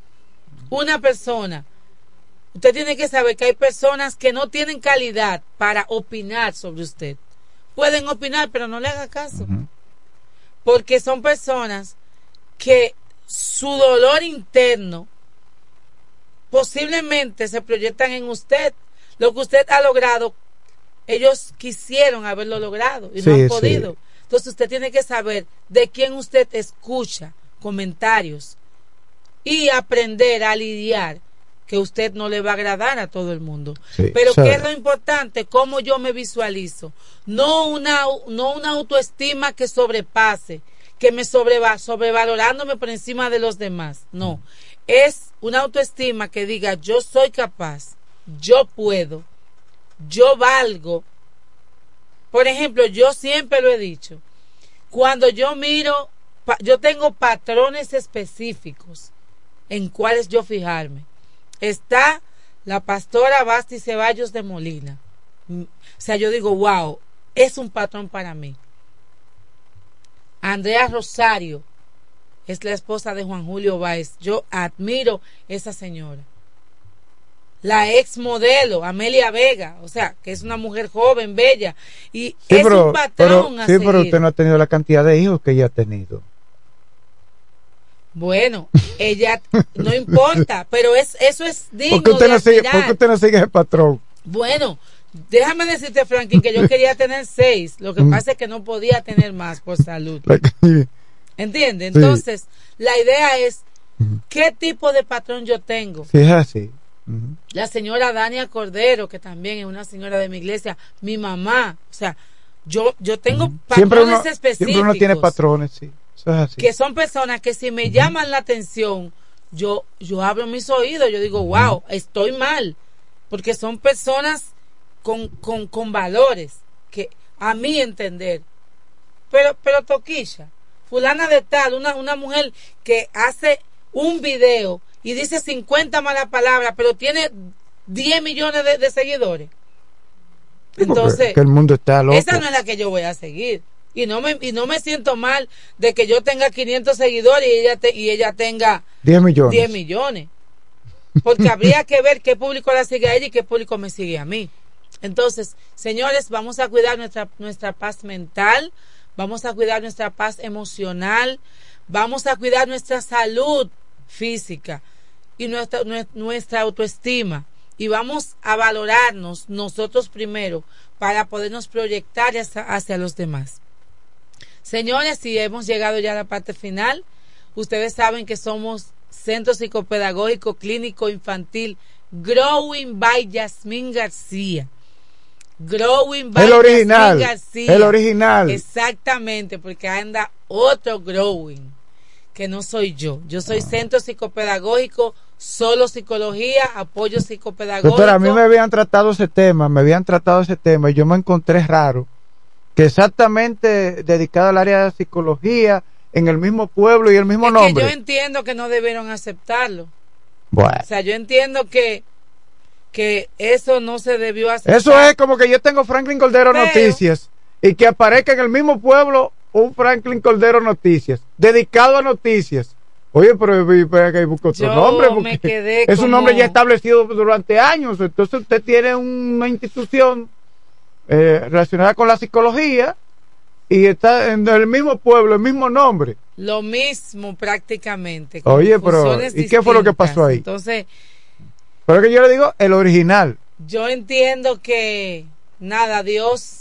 Una persona, usted tiene que saber que hay personas que no tienen calidad para opinar sobre usted. Pueden opinar, pero no le haga caso. Uh-huh. Porque son personas que su dolor interno posiblemente se proyectan en usted. Lo que usted ha logrado, ellos quisieron haberlo logrado y sí, no han podido. Sí. Entonces usted tiene que saber de quién usted escucha comentarios y aprender a lidiar, que usted no le va a agradar a todo el mundo. Sí, pero sabe. ¿qué es lo importante? Cómo yo me visualizo. No una, no una autoestima que sobrepase, que me sobreva, sobrevalorándome por encima de los demás. No, es una autoestima que diga, yo soy capaz, yo puedo, yo valgo. Por ejemplo, yo siempre lo he dicho, cuando yo miro, yo tengo patrones específicos en cuáles yo fijarme. Está la pastora Basti Ceballos de Molina. O sea, yo digo, wow, es un patrón para mí. Andrea Rosario es la esposa de Juan Julio Báez. Yo admiro esa señora. La ex modelo Amelia Vega, o sea, que es una mujer joven, bella, y Sí, es pero, un patrón pero, a sí, seguir. pero usted no ha tenido la cantidad de hijos que ella ha tenido. Bueno, ella no importa, pero es eso es digno ¿Por qué usted, de no sigue, admirar. ¿Por qué usted no sigue ese patrón? Bueno, déjame decirte, Franklin, que yo quería tener seis. Lo que Mm. pasa es que no podía tener más por salud. ¿Entiende? Sí. Entonces, la idea es, ¿qué tipo de patrón yo tengo? Sí, es así. Ujú. La señora Dania Cordero, que también es una señora de mi iglesia, mi mamá. O sea, yo, yo tengo Siempre patrones uno, específicos. siempre uno tiene patrones, sí. Eso es así. Que son personas que si me llaman la atención, yo, yo abro mis oídos, yo digo, wow, estoy mal. Porque son personas con, con, con valores, que a mi entender. Pero, pero Toquilla, fulana de tal, una, una mujer que hace un video y dice cincuenta malas palabras, pero tiene diez millones de, de seguidores. Entonces, que el mundo está loco. esa no es la que yo voy a seguir. Y no me, y no me siento mal de que yo tenga quinientos seguidores y ella, te, y ella tenga diez millones. diez millones. Porque habría que ver qué público la sigue a ella y qué público me sigue a mí. Entonces, señores, vamos a cuidar nuestra, nuestra paz mental, vamos a cuidar nuestra paz emocional, vamos a cuidar nuestra salud física y nuestra, nuestra autoestima. Y vamos a valorarnos nosotros primero para podernos proyectar hacia, hacia los demás. Señores, si hemos llegado ya a la parte final, ustedes saben que somos Centro Psicopedagógico Clínico Infantil Growing by Yasmín García. Growing by El original, Yasmín García. el original. Exactamente, porque anda otro Growing, que no soy yo. Yo soy Centro Psicopedagógico, solo psicología, apoyo psicopedagógico. Doctora, a mí me habían tratado ese tema, me habían tratado ese tema y yo me encontré raro que exactamente dedicado al área de psicología, en el mismo pueblo y el mismo es nombre. Que yo entiendo que no debieron aceptarlo. Bueno. O sea, yo entiendo que que eso no se debió hacer. Eso es como que yo tengo Franklin Cordero Pero, Noticias y que aparezca en el mismo pueblo un Franklin Cordero Noticias, dedicado a noticias. Oye, pero, pero que busco otro yo nombre porque me quedé es un como... nombre ya establecido durante años. Entonces usted tiene una institución eh, relacionada con la psicología y está en el mismo pueblo, el mismo nombre. Lo mismo prácticamente. con Oye, pero funciones ¿y qué fue lo que distintas. pasó ahí? Entonces, Pero que yo le digo, el original. yo entiendo que nada, Dios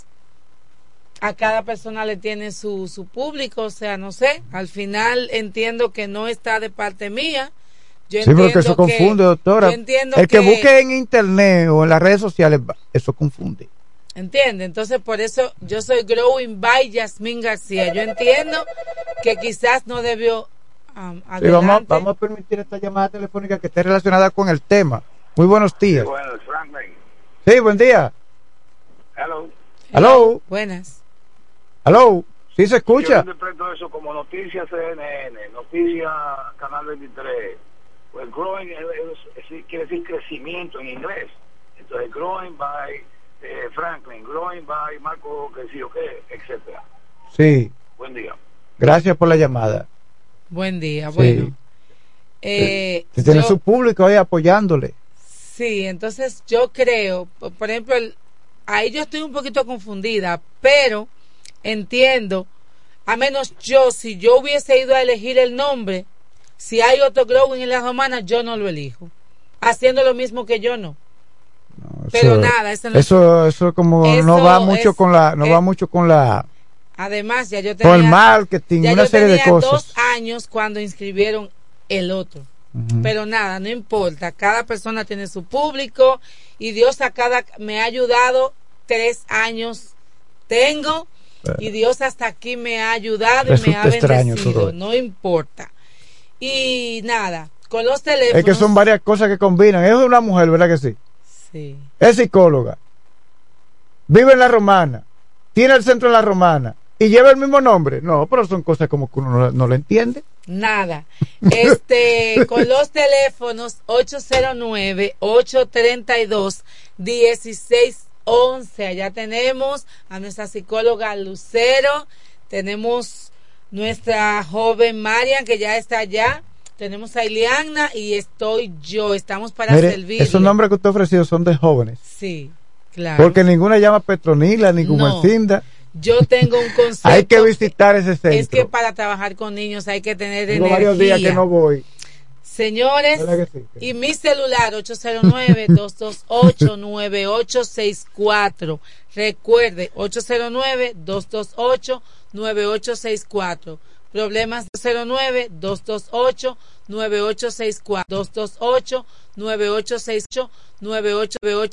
a cada persona le tiene su, su público, o sea, no sé, al final entiendo que no está de parte mía. Yo Sí, pero que eso confunde, doctora. Yo entiendo El que, que busque en internet o en las redes sociales, eso confunde. ¿Entiende? Entonces, por eso yo soy Growing by Yasmín García. Yo entiendo que quizás no debió um, Sí, vamos, a, vamos a permitir esta llamada telefónica que esté relacionada con el tema. Muy buenos días. Sí, bueno, Franklin. Sí, buen día. Hello. Hello. Buenas. Hello. ¿Sí se escucha? Yo interpreto eso como Noticias C N N, Noticias Canal veintitrés. Pues growing es, es, es, quiere decir crecimiento en inglés. Entonces, growing by eh, Franklin, growing by Marco, que sí o qué, etcétera. Sí. Buen día. Gracias por la llamada. Buen día, Sí. bueno. Eh, Que tiene yo- su público ahí apoyándole. Sí, entonces yo creo, por por ejemplo, el- ahí yo estoy un poquito confundida, pero entiendo, a menos yo, si yo hubiese ido a elegir el nombre, si hay otro Growing en la romana, yo no lo elijo. haciendo lo mismo que yo, no. no Pero eso, nada, eso no eso, eso como eso no va mucho es, con la, no es, va mucho con la, además ya yo tenía, con el marketing, ya una yo serie tenía de cosas. dos años cuando inscribieron el otro. Uh-huh. Pero nada, no importa, cada persona tiene su público y Dios a cada me ha ayudado, tres años tengo y Dios hasta aquí me ha ayudado y me ha bendecido, no importa. Y nada, con los teléfonos. Es que son varias cosas que combinan. Es una mujer, ¿verdad que sí? Sí. Es psicóloga, vive en la Romana, tiene el centro en la Romana y lleva el mismo nombre. No, pero son cosas como que uno no, no lo entiende. Nada. Este, con los teléfonos ocho cero nueve, ocho tres dos, uno seis once. Allá tenemos a nuestra psicóloga Lucero, tenemos nuestra joven Marian que ya está allá, tenemos a Ileana y estoy yo, estamos para Mire, servir. Esos nombres que usted ha ofrecido son de jóvenes. Sí, claro. Porque ninguna llama Petronila, ni Gumercinda. No. Yo tengo un concepto. Hay que visitar ese centro. Es que para trabajar con niños hay que tener tengo energía. varios días que no voy. Señores, sí? Y mi celular ocho cero nueve, dos dos ocho, nueve ocho seis cuatro. Recuerde, ocho cero nueve, dos dos ocho, nueve ocho seis cuatro. Problemas cero nueve, dos dos ocho, nueve ocho seis cuatro. dos dos ocho, nueve ocho seis ocho, nueve ocho nueve ocho